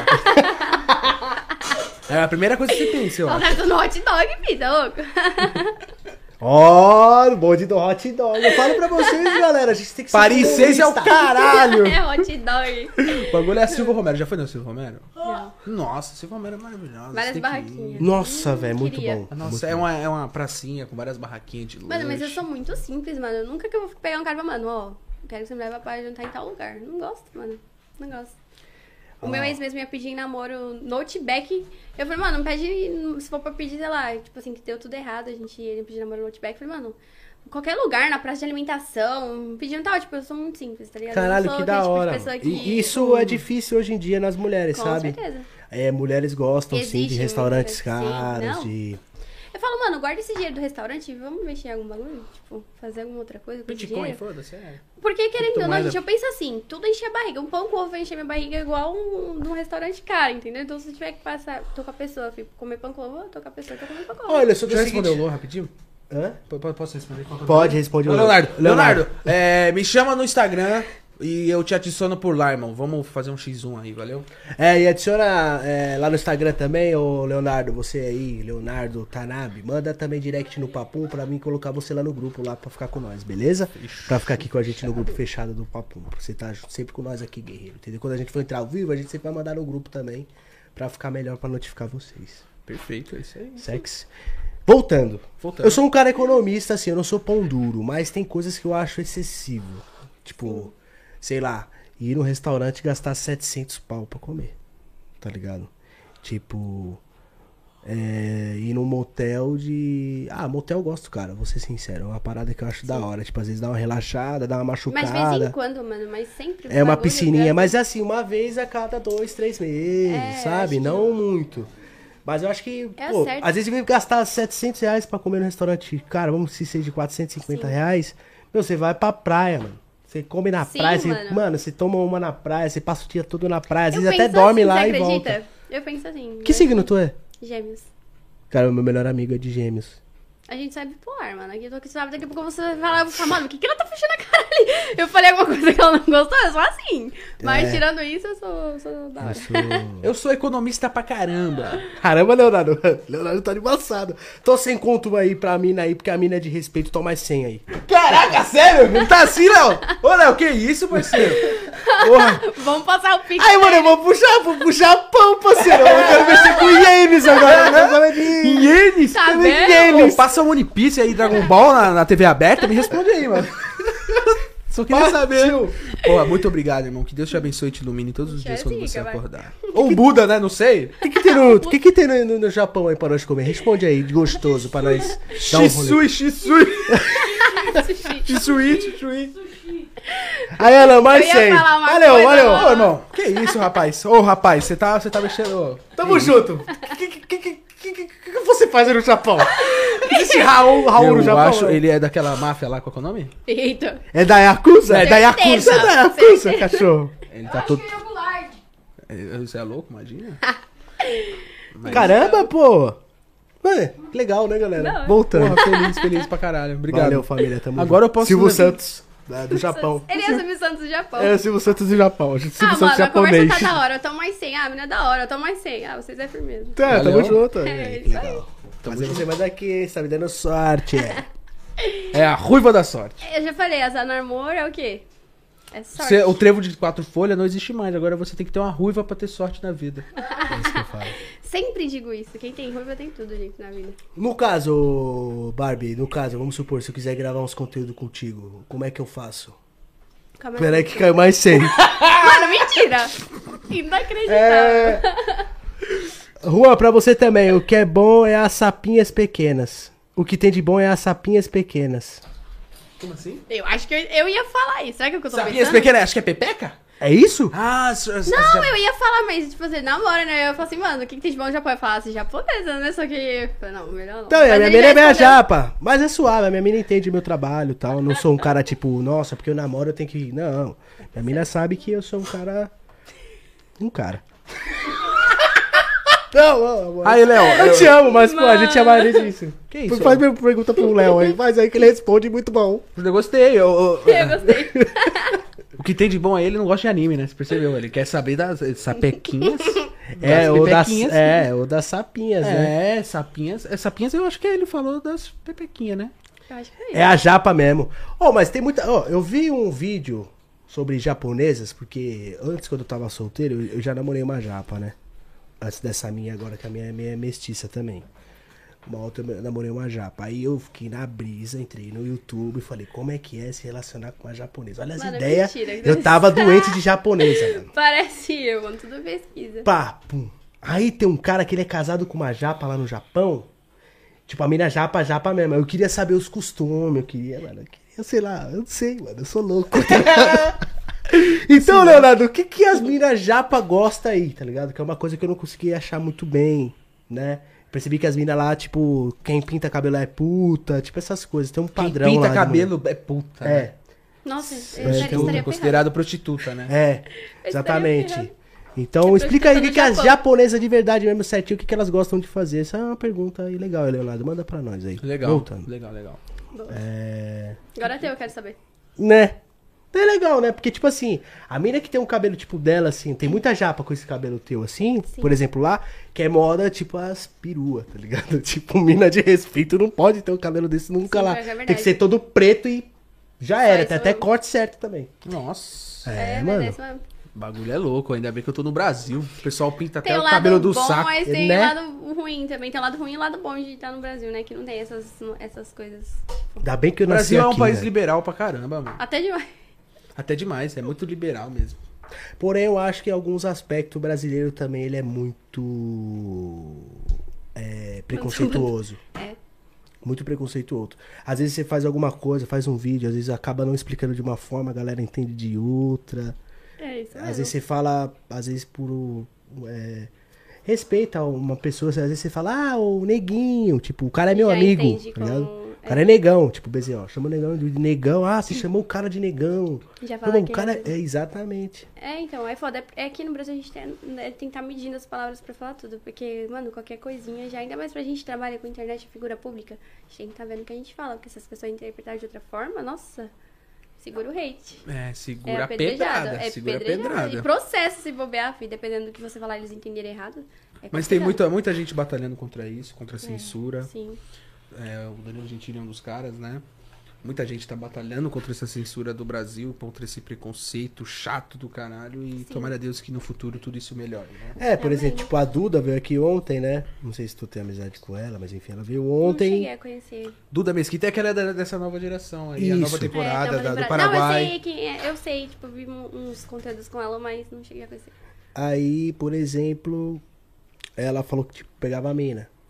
É a primeira coisa que você pensa, eu Ela acho. tá no hot dog, filho, tá louco? Ó, o bonde do hot dog. Eu falo pra vocês, galera, a gente tem que ser Paris seis é o comunista. caralho! É hot dog. O bagulho é a Silva Romero. Já foi no Silva Romero? Não. Nossa, Silva Romero é maravilhosa. Várias você tem que ir. barraquinhas. Nossa, Hum, velho, muito queria. bom. Nossa, muito é bom. uma, é uma pracinha com várias barraquinhas de lanche. Mano, mas eu sou muito simples, mano. Nunca que eu vou pegar um cara e falar, mano, ó, quero que você me leve pra jantar em tal lugar. Não gosto, mano. Não gosto. O Ah. meu ex mesmo ia pedir em namoro no Outback. Eu falei, mano, não pede, se for pra pedir, sei lá, tipo assim, que deu tudo errado, a gente ia pedir namoro no Outback. Eu falei, mano, qualquer lugar, na praça de alimentação, pedindo tal, tipo, eu sou muito simples, tá ligado? Eu não Caralho, sou que aquele da tipo de hora. pessoa que- E isso é difícil hoje em dia nas mulheres, Com sabe? certeza. É, mulheres gostam, sim, Existe de restaurantes muita, sim. caros, Não. de... Eu falo, mano, guarda esse dinheiro do restaurante e vamos investir em algum bagulho, tipo, fazer alguma outra coisa com esse Bitcoin, dinheiro. foda-se, é. Porque, querendo ou não, Criptomoeda. gente, eu penso assim, tudo enche a barriga. Um pão com ovo vai encher minha barriga igual um, num restaurante caro, entendeu? Então, se eu tiver que passar, tô com a pessoa, fico, comer pão com ovo, eu tô com a pessoa, tô comendo pão com ovo. Olha, só que Já é o respondeu o seguinte... Lô rapidinho? Hã? P- p- Posso responder? Qual que é o Pode, nome? responde Ô, o Leonardo. Leonardo. Leonardo, é, me chama no Instagram e eu te adiciono por lá, irmão. Vamos fazer um xis um aí, valeu? É, e adiciona é, lá no Instagram também, ô Leonardo, você aí, Leonardo Tanabe, manda também direct no Papum pra mim colocar você lá no grupo lá pra ficar com nós, beleza? Pra ficar aqui com a gente no grupo fechado do Papum, pra você tá sempre com nós aqui, guerreiro, entendeu? Quando a gente for entrar ao vivo, a gente sempre vai mandar no grupo também, pra ficar melhor pra notificar vocês. Perfeito, é isso aí. Sex. Voltando. Voltando. Eu sou um cara economista, assim, eu não sou pão duro, mas tem coisas que eu acho excessivo. Tipo, sei lá, ir no restaurante e gastar setecentos pau pra comer. Tá ligado? Tipo, é, ir num motel de... Ah, motel eu gosto, cara, vou ser sincero. É uma parada que eu acho da hora. Tipo, às vezes dá uma relaxada, dá uma Mas de machucada. vez em quando, mano, mas sempre. É uma bagulho piscininha, grande. mas é assim, uma vez a cada dois, três meses, É, sabe? acho que- Não muito. Mas eu acho que, É pô, certo. às vezes vem gastar setecentos reais pra comer no restaurante. Cara, vamos se ser de quatrocentos e cinquenta Sim. reais. Meu, você vai pra praia, mano. Você come na Sim, praia, você, mano. mano, você toma uma na praia, você passa o dia todo na praia, às Eu vezes até penso dorme assim, lá você e acredita? volta. Eu penso assim. Que eu- signo tu é? Gêmeos. Cara, o meu melhor amigo é de gêmeos. A gente sai bipolar, mano. Aqui eu tô aqui suave, daqui a pouco você vai falar, eu vou falar, mano, o que que ela tá fechando a cara ali? Eu falei alguma coisa que ela não gostou, eu sou assim. Mas É. tirando isso, eu sou, sou da Eu hora. sou... Eu sou economista pra caramba. Caramba, Leonardo. Leonardo tá de embaçado. Tô sem conto aí pra mina aí, porque a mina é de respeito. Toma mais cem aí. Caraca, sério? Não tá assim, Léo? Ô, Léo, que isso, parceiro? Porra. Vamos passar o pique. Aí, mano, eu vou puxar, vou puxar pão, parceiro. Eu quero mexer com ienes agora. Eu quero saber de... Ienes? Tá de vendo? ienes. Pô, passa One Piece aí, Dragon Ball na, na T V aberta, me responde aí, mano. Só queria saber. Pô, muito obrigado, irmão. Que Deus te abençoe e te ilumine todos os Já dias quando diga, você vai. acordar. Ou Buda, né? Não sei. O que, que tem, no, que que tem no, no- no Japão aí pra nós comer? Responde aí, de gostoso, pra nós dar um rolê. Shisui, Shisui. Shisui, Shisui. Aí, Alan, mais Eu ia cem. falar uma Valeu, coisa, valeu. Ô, irmão, que isso, rapaz? Ô, rapaz, você tá, você tá mexendo... ô. Tamo junto. O que, que, que, que, que, que, que você faz aí no Japão? Existe Raul, Raul Eu no Japão? acho, não? ele é daquela máfia lá, qual que é o nome? Eita. É da Yakuza? É da certeza, Yakuza. É da Yakuza, cachorro. Ele tá todo... é o Goulart. É, Você é louco, imagina? Mas- Caramba, pô. Mano, que legal, né, galera? Não, é. Voltando. Porra, feliz, feliz pra caralho. Obrigado. Valeu, família. Tamo Agora junto. eu posso- Silvio Santos, da- do Japão. Ele é o Silvio Santos do Japão. É o Silvio Santos do Japão. Silvio Ah, Santos mano, a conversa japonês. tá da hora. Eu tomo mais cem. Ah, a mina é da hora. Eu tomo mais cem. Ah, vocês é firmeza. Tá, tamo Valeu. junto. É, É, isso aí. legal. Mas você manda aqui, você tá me dando sorte. É. É a ruiva da sorte. Eu já falei, asa no amor é o quê? É sorte. Você- o trevo de quatro folhas não existe mais. Agora você tem que ter uma ruiva pra ter sorte na vida. É isso que eu falo. Sempre digo isso. Quem tem ruiva tem tudo, gente, na vida. No caso, Barbie, no caso, vamos supor, se eu quiser gravar uns conteúdos contigo, como é que eu faço? Calma Peraí que caiu mais cem. Mano, mentira! Inacreditável. É... Juan, pra você também, o que é bom é as sapinhas pequenas. O que tem de bom é as sapinhas pequenas. Como assim? Eu acho que eu, eu ia falar isso. Será que é o que eu tô Sapinhas pensando? pequenas, acho que é pepeca? É isso? Ah, as- as- Não, as- eu ia falar, mas tipo assim, namora, né? Eu falo assim, mano, o que, que tem de bom no Japão? Eu falo assim, japonesa, né? Só que. eu falei, não, melhor não. Então, a Mas minha ele mina já é minha respondeu. japa. Mas é suave, a minha mina entende meu trabalho e tal. Eu não sou um cara tipo, nossa, porque eu namoro eu tenho que. Não. Minha mina sabe que eu sou um cara. Um cara. Não, não, amor. Aí, Léo, Eu te amo, mas pô, a gente chama ele disso. Que isso? Faz minha pergunta pro Léo aí. Faz aí que ele responde muito bom. Eu gostei. Eu, eu- Eu gostei. O que tem de bom aí, ele não gosta de anime, né? Você percebeu? Ele quer saber das sapequinhas. É, das ou das, pepequinhas. é, ou das sapinhas, né? É, sapinhas. É, sapinhas eu acho que ele falou das pepequinhas, né? Eu acho que é isso. É a japa mesmo. Oh, mas tem muita. Ó, eu vi um vídeo sobre japonesas, porque antes, quando eu tava solteiro, eu, eu já namorei uma japa, né? Antes dessa minha agora, que a minha, minha é mestiça também. Uma outra eu namorei uma japa. Aí eu fiquei na brisa, entrei no YouTube e falei, como é que é se relacionar com uma japonesa? Olha as Mano, ideias. mentira, que Eu tava doente de japonesa, mano. Parece eu, mano. Tudo pesquisa. Pá, pum. Aí tem um cara que ele é casado com uma japa lá no Japão. Tipo, a mina japa, japa mesmo. Eu queria saber os costumes, eu queria, mano. Eu queria, sei lá, eu não sei, mano. Eu sou louco. Então, Leonardo, o que que as minas japa gostam aí, tá ligado? Que é uma coisa que eu não consegui achar muito bem, né? Percebi que as minas lá, tipo, quem pinta cabelo é puta, tipo essas coisas. Tem um Quem padrão pinta lá de cabelo é puta. mulher. né? Nossa, eu É, já tem um- estaria ferrado. Considerado prostituta, né? É, é, Eu exatamente. estaria Então, Eu explica aí o tô que, no que as Japão. japonesas de verdade mesmo certinho, o que, que elas gostam de fazer. Essa é uma pergunta aí legal, Leonardo. Manda pra nós aí. Legal. Voltando. Legal, legal. Boa. É... Agora até eu quero saber. Né? É legal, né? Porque, tipo assim, a mina que tem um cabelo tipo dela, assim, tem muita japa com esse cabelo teu, assim, Sim. por exemplo, lá, que é moda, tipo, as peruas, tá ligado? Tipo, mina de respeito não pode ter um cabelo desse nunca Sim, lá. pior que é Tem que verdade. ser todo preto e já Só era. isso Tem até mesmo. corte certo também. Nossa. É, mas mano. é isso mesmo. O bagulho é louco. Ainda bem que eu tô no Brasil. O pessoal pinta Tem até o o lado cabelo do bom, saco. mas tem né? o lado ruim também. Tem o lado ruim e o lado bom de estar no Brasil, né? Que não tem essas, essas coisas. Ainda bem que eu O nasci Brasil é um aqui, país né? liberal pra caramba, mano. Até demais. Até demais. É muito liberal mesmo. Porém, eu acho que em alguns aspectos o brasileiro também ele é muito é, preconceituoso. É. Muito preconceituoso. Às vezes você faz alguma coisa, faz um vídeo, às vezes acaba não explicando de uma forma, a galera entende de outra. É isso Às mesmo. vezes você fala, às vezes por é, respeito a uma pessoa, às vezes você fala, ah, o neguinho, tipo, o cara é meu Já amigo. entende Tá ligado? como- O cara é negão, tipo, B Z, ó, chama o negão de negão, ah, você chamou o cara de negão. Já fala Não, o que cara é- é exatamente. É, então, é foda. É aqui no Brasil a gente tem, né, tem que estar medindo as palavras pra falar tudo. Porque, mano, qualquer coisinha já, ainda mais pra gente que trabalha com internet e figura pública, a gente tem que estar vendo o que a gente fala. Porque se as pessoas interpretarem de outra forma, nossa, segura o hate. É, É segura a apedrejado. pedrada. É segura a pedrejado. pedrada. E processo se bobear, filho, dependendo do que você falar, eles entenderem errado. É Mas tem complicado. muita, muita gente batalhando contra isso, contra a É, censura. Sim. É, o Danilo Gentili é um dos caras, né? Muita gente tá batalhando contra essa censura do Brasil, contra esse preconceito chato do caralho. E Sim. tomara a Deus que no futuro tudo isso melhore, né? É, por Amém. exemplo, tipo, a Duda veio aqui ontem, né? Não sei se tu tem amizade com ela, mas enfim, ela veio Não ontem. cheguei a conhecer. Duda Mesquita é aquela da- dessa nova geração aí, a Isso. nova temporada É, da- tamo do lembrando. Não, eu Paraguai. sei quem é. Eu sei, tipo, eu vi um- uns conteúdos com ela, mas não cheguei a conhecer. Aí, por exemplo, ela falou que tipo, pegava a mina.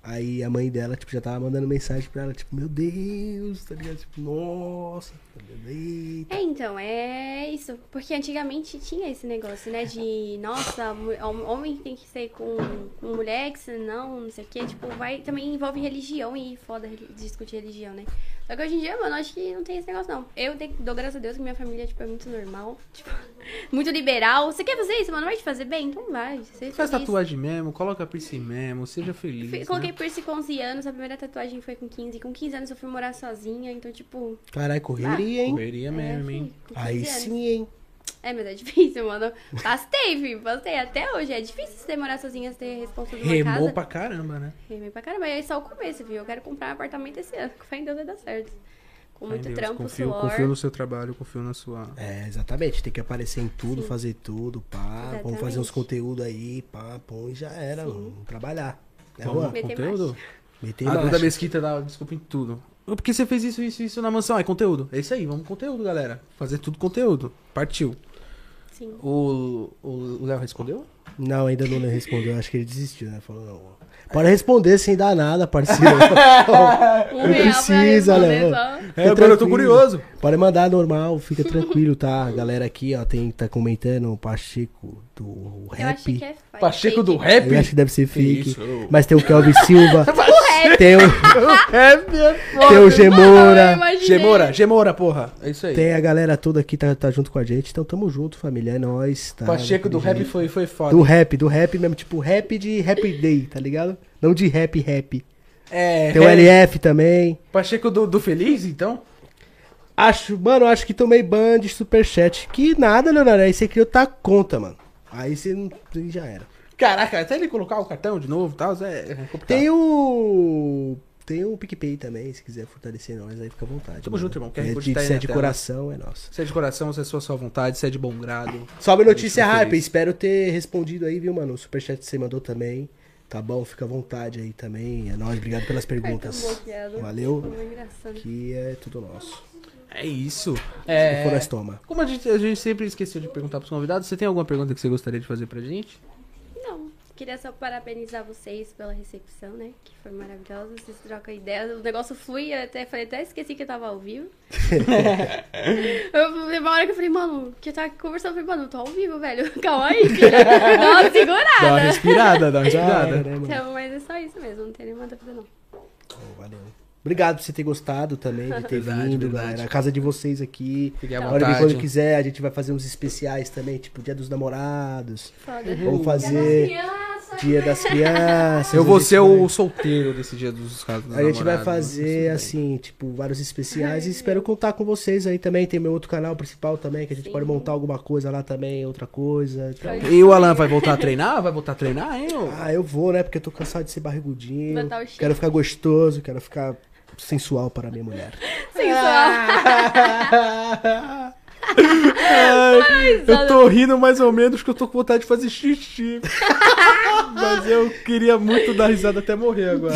Aí a mãe dela, tipo, já tava mandando mensagem pra ela, tipo, meu Deus, tá ligado? Tipo, nossa, eita. É, então, é isso. Porque antigamente tinha esse negócio, né? De, nossa, mu- homem tem que ser com, com mulher, que senão, não sei o quê. Tipo, vai, também envolve religião e foda reli- discutir religião, né? Só que hoje em dia, mano, acho que não tem esse negócio, não. Eu dei- dou graças a Deus que minha família, tipo, é muito normal. Tipo, muito liberal. Você quer fazer isso, mano? Vai te fazer bem? Então vai. Você Faz feliz. tatuagem mesmo, coloca piercing mesmo, seja feliz. Fui- né? Coloquei piercing com onze anos, a primeira tatuagem foi com quinze. Com quinze anos eu fui morar sozinha, então, tipo... Caralho, correria, hein? Correria mesmo, é, hein? fui com Aí quinze anos. sim, hein? É, mas é difícil, mano. Passei, filho. Passei até hoje. É difícil você morar sozinha, você ter responsa de uma Remou casa. pra caramba, né? Remei pra caramba. E aí só o começo, viu? Eu quero comprar um apartamento esse ano. Com fé em Deus vai dar certo. Com Ai, muito Deus, trampo, confio, suor. confio no seu trabalho, confio na sua... É, exatamente. Tem que aparecer em tudo, Sim. fazer tudo, pá. Vamos Exatamente. fazer uns conteúdos aí, pá, pô, e já era, Sim. mano. Vamos trabalhar. Né, Vamos, Juan? Meter conteúdo? marcha. Meter A Duda marcha. Mesquita dá desculpa em tudo. Porque você fez isso, isso, isso na mansão. É conteúdo. É isso aí, vamos conteúdo, galera. Fazer tudo conteúdo. Partiu. Sim. O o Léo respondeu? Não, ainda não respondeu. Acho que ele desistiu, né? Falou, não. Pode responder sem dar nada, parceiro. Um Não real pra precisa, responder né? só. Fica É, agora eu tô tranquilo. curioso. Pode mandar normal, fica tranquilo, tá? A galera aqui, ó, tem, tá comentando o Pacheco do Eu acho rap. que é fake. Pacheco do rap? Eu acho que deve ser fake. Isso. Mas tem o Kelvin Silva. tem o, Rap é foda. tem o Eu Gemora. imaginei. Gemora, Gemora, porra. É isso aí. Tem a galera toda aqui, tá, tá junto com a gente. Então tamo junto, família. É nóis. Tá? Pacheco do Daquele rap jeito. foi, foi foda. Do rap, do rap mesmo. Tipo, rap de Happy Day, tá ligado? Não de rap, rap. É, Tem o é, L F também. Pacheco do, do Feliz, então? Acho, mano, acho que tomei ban de superchat. Que nada, Leonardo. Aí você criou tá conta, mano. Aí você não. aí já era. Caraca, até ele colocar o cartão de novo e tal, é, é complicado. Tem o. Tem o PicPay também, se quiser fortalecer nós, aí fica à vontade. Tamo mano. junto, irmão. Q R É Code de, tá aí se é na de tela. coração, é nosso. Se é de coração, se é sua, sua vontade, se é de bom grado. Sobe notícia Fico hype, feliz. espero ter respondido aí, viu, mano? O superchat que você mandou também. Tá bom? Fica à vontade aí também. É nóis, obrigado pelas perguntas. Cartão bloqueado. Valeu. Foi engraçado. Que é tudo nosso. É isso. Se É... for, nós toma. Como a gente, a gente sempre esqueceu de perguntar pros convidados, você tem alguma pergunta que você gostaria de fazer pra gente? Não, queria só parabenizar vocês pela recepção, né? Que foi maravilhosa. Vocês trocam ideias. O negócio flui, eu até, falei, até esqueci que eu tava ao vivo. eu, uma hora que eu falei, mano, que eu tava conversando, eu falei, mano, eu tô ao vivo, velho. Calma aí, filha. Dá uma segurada. Dá uma respirada, dá uma Já respirada. era, né, mano? Então, mas é só isso mesmo, não tem nenhuma dúvida, não. Oh, valeu. Obrigado por você ter gostado também, de ter Verdade, vindo, verdade. galera. A casa de vocês aqui. Fique à A hora de vontade. quando quiser, a gente vai fazer uns especiais também, tipo Dia dos Namorados. Foda. Vamos fazer Dia das Crianças. Eu a vou gente ser vai- o solteiro desse dia dos casos dos A gente vai namorados, fazer, isso assim, tipo, vários especiais e espero contar com vocês aí também. Tem meu outro canal principal também, que a gente Sim. pode montar alguma coisa lá também, outra coisa. Então, Pode. daí. E o Alan vai voltar a treinar? Vai voltar a treinar, hein? ô? ah, eu vou, né? Porque eu tô cansado de ser barrigudinho. Botar o shape. Quero ficar gostoso, quero ficar sensual para a minha mulher. Sensual. Eu tô rindo mais ou menos porque eu tô com vontade de fazer xixi. Mas eu queria muito dar risada até morrer agora.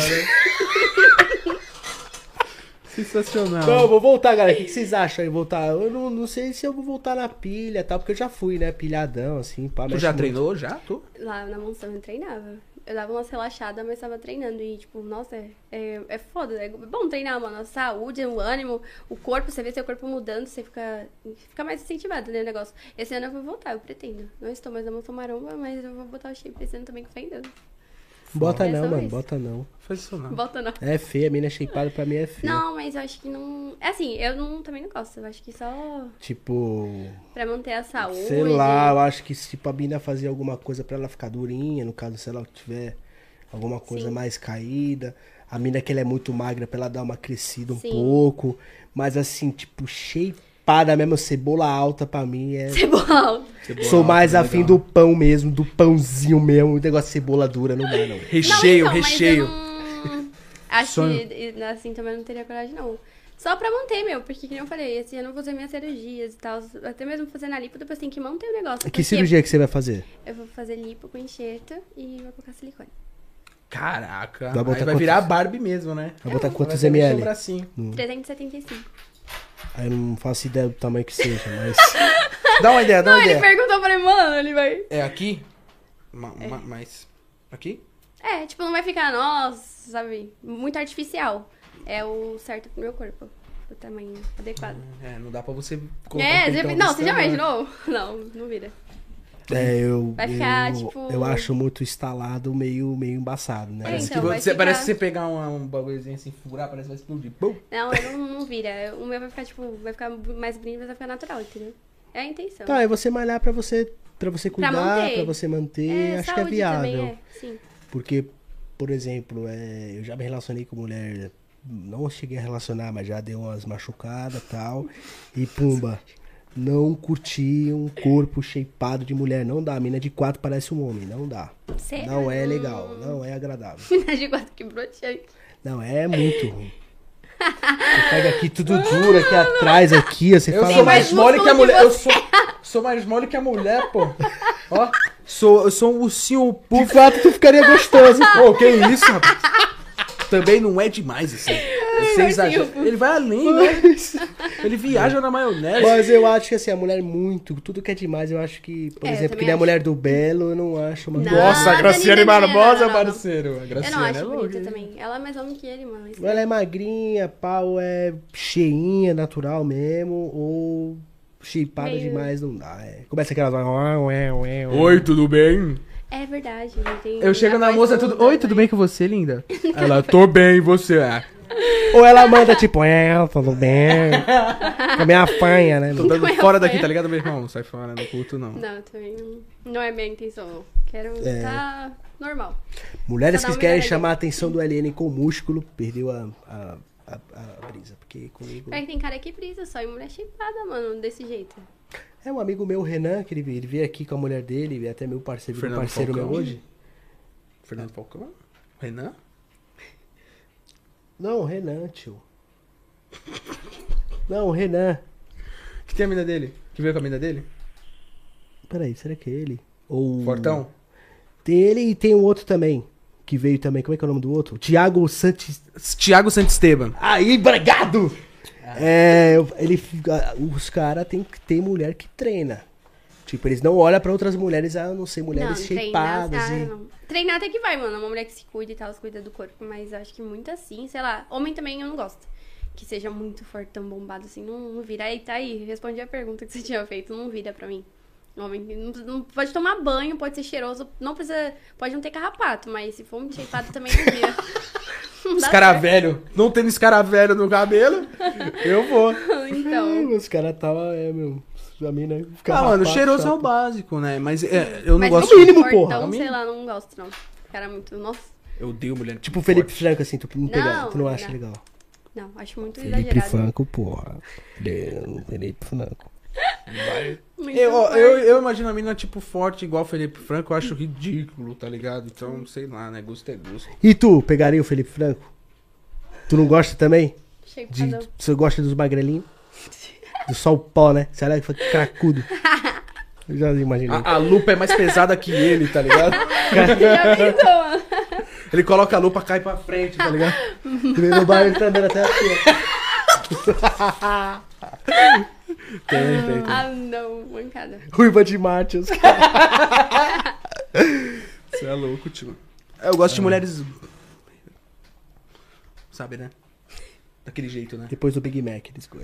Sensacional. Não, eu vou voltar, galera. O que que vocês acham aí? Voltar? Eu não, não sei se eu vou voltar na pilha e tal, porque eu já fui, né? Pilhadão, assim. Pá, Tu mexe já muito. treinou? Já? Tu? Lá na mansão eu treinava. Eu dava umas relaxadas, mas tava treinando. E, tipo, nossa, é, é, é foda. É bom treinar, mano. A saúde, o ânimo, o corpo. Você vê seu corpo mudando, você fica, fica mais incentivado, né, o negócio. Esse ano eu vou voltar, eu pretendo. Não estou mais na mansão maromba, mas eu vou botar o shape esse ano também com fé em Deus. Bota É não, só mano. isso. Bota não. Faz isso não. Volta não. É feia, a mina shapeada pra mim é feia. Não, mas eu acho que não... É assim, eu não, também não gosto. Eu acho que só Tipo, pra manter a saúde. sei lá, eu acho que se tipo, a mina fazer alguma coisa pra ela ficar durinha, no caso, se ela tiver alguma coisa Sim. mais caída. A mina que ela é muito magra pra ela dar uma crescida um Sim. pouco. Mas assim, tipo, shapeada mesmo, cebola alta pra mim é... Cebola. Sou mais legal. afim do pão mesmo, do pãozinho mesmo. O negócio de cebola dura não dá, não. Recheio, não, então, recheio. Mas eu não... Acho Sonho. que assim também não teria coragem, não. Só pra manter, meu, porque, como eu falei, esse ano eu vou fazer minhas cirurgias e tal. Até mesmo fazendo a lipo, depois tem que manter o negócio. Que porque cirurgia que você vai fazer? Eu vou fazer lipo com enxerto e vou colocar silicone. Caraca. Vai Aí botar vai quantos- virar a Barbie mesmo, né? Vai botar quantos Vai ter mexer o ml? bracinho. trezentos e setenta e cinco. Aí eu não faço ideia do tamanho que seja, mas... Dá uma ideia, dá uma Não, ele ideia. perguntou pra mim, mano, ele vai... É aqui? Ma, ma, mais. Aqui? É, tipo, não vai ficar, nossa, sabe? Muito artificial. É o certo pro meu corpo. O tamanho adequado. É, não dá pra você colocar É, um você- peitão não, desse você já tamanho. imaginou? Não, não vira. É, eu, Vai ficar, eu, tipo- eu acho muito instalado, meio, meio embaçado, né? É, Parece, então, que vai você, ficar- parece que você pegar um, um bagulhozinho assim, furar, parece que vai explodir. Bum! Não, eu não, não vira. O meu vai ficar, tipo, vai ficar mais bonito, mas vai ficar natural, entendeu? É a intenção. Tá, é você malhar pra você, pra você cuidar, pra, manter. você manter, é, acho que é saúde viável. também, é. Sim. Porque, por exemplo, é, eu já me relacionei com mulher, não cheguei a relacionar, mas já deu umas machucadas e tal. E pumba, não curti um corpo shapeado de mulher, não dá. A mina de quatro parece um homem, não dá. Sério? Não é legal, não é agradável. Mina de quatro que broxante. Não, é muito ruim. Você pega aqui tudo duro, aqui atrás, aqui, ó, você Eu fala... sou mais mais mole que a músculo que mulher. Eu sou, sou mais mole que a mulher, pô. Ó, sou, eu sou um ursinho De puff. fato, tu ficaria gostoso. Pô, que isso, rapaz? Também não é demais, assim. Você ursinho exagera. puff. Ele vai além, né? Ele viaja na maionese. Mas eu acho que assim, a mulher muito, tudo que é demais, eu acho que, por É, eu exemplo, também que nem a acho. mulher do Belo, eu não acho uma Não. coisa. Nossa, a Nada, Graciane Nina, Barbosa, não, não, não. parceiro. A Eu não Graciane acho é bonita louca. também. Ela é mais homem que ele, mano. Isso Ou ela é magrinha, pau é cheinha, natural mesmo, ou shapeada Meio- demais, não dá. É. Começa aquelas... ué, ué, ué. Oi, tudo bem? É verdade. ele tem Eu chego a na voz moça, toda, tudo. Oi, né? tudo bem com você, linda? Ela, tô bem, e você? Ah, Ou ela manda tipo, é, tudo bem. Também apanha, né? tô dando Não é fora daqui, apanha. tá ligado, meu irmão? Sai fora, não curto, não. Não, também não, não é minha intenção. Não. Quero É. estar normal. Mulheres Só dá que uma querem olhadinha. chamar a atenção do L N com músculo, perdeu a, a, a, a brisa. Porque comigo... Pior que tem cara que brisa só em mulher shapeada, mano, desse jeito. É um amigo meu, o Renan, que ele, ele veio aqui com a mulher dele, ele é até meu parceiro, virou Fernando parceiro meu Falcão. hoje. Fernando Falcão? Renan? Não, o Renan, tio. Não, o Renan. Que tem a mina dele? Que veio com a mina dele? Peraí, será que é ele? Ou... Fortão? Tem ele e tem um outro também, que veio também. Como é que é o nome do outro? Tiago Santos. Thiago Santisteban. Aí, brigado! É, ele, os caras tem que ter mulher que treina. Tipo, eles não olham pra outras mulheres, a não ser mulheres não, treinar, shapeadas. ah, e... não. Treinar até que vai, mano. Uma mulher que se cuida e tal, se cuida do corpo. Mas eu acho que muito assim, sei lá. Homem também eu não gosto. Que seja muito fortão, bombado, assim, não, não vira. Aí tá aí, respondi a pergunta que você tinha feito, não vira pra mim. Homem que não, não pode tomar banho, pode ser cheiroso, não precisa. Pode não ter carrapato, mas se for muito shapeado também não vira. Não dá Escaravelho. Não tendo escaravelho no cabelo, eu vou. certo. Então. Ai, os caras tava, é, meu. A mina fica Ah, mano, rapado, cheiroso é o chato. básico, né? Mas é, eu não Mas gosto. É o mínimo, fortão, porra, é o sei mínimo. lá, não gosto, não. Cara, muito. Nossa. Eu odeio mulher. Tipo o Felipe Franco, assim, tu não, pega, Não, tu não não acha dá. legal. Não, acho muito Felipe exagerado. Franco, porra. Ele- Felipe Franco. Muito Eu, forte. eu, eu imagino a mina, tipo, forte igual o Felipe Franco, eu acho ridículo, tá ligado? Então, sei lá, né? Gosto é gosto. E tu, pegaria o Felipe Franco? Tu não gosta também? De, Shapeadão. você gosta dos magrelinhos? Do sol pó, né? Você olha que foi cracudo. Eu já imaginei. A, a lupa é mais pesada que ele, tá ligado? Já pensou, mano? Ele coloca a lupa, cai pra frente, tá ligado? Tu vê no bar, ele tá andando até aqui, Tem, tem, tem. Ah, não, mancada. ó. Ruiva de Marte. os caras. Você é louco, tio. Eu gosto de mulheres. Sabe, né? Daquele jeito, né? Depois do Big Mac, ele escolhe.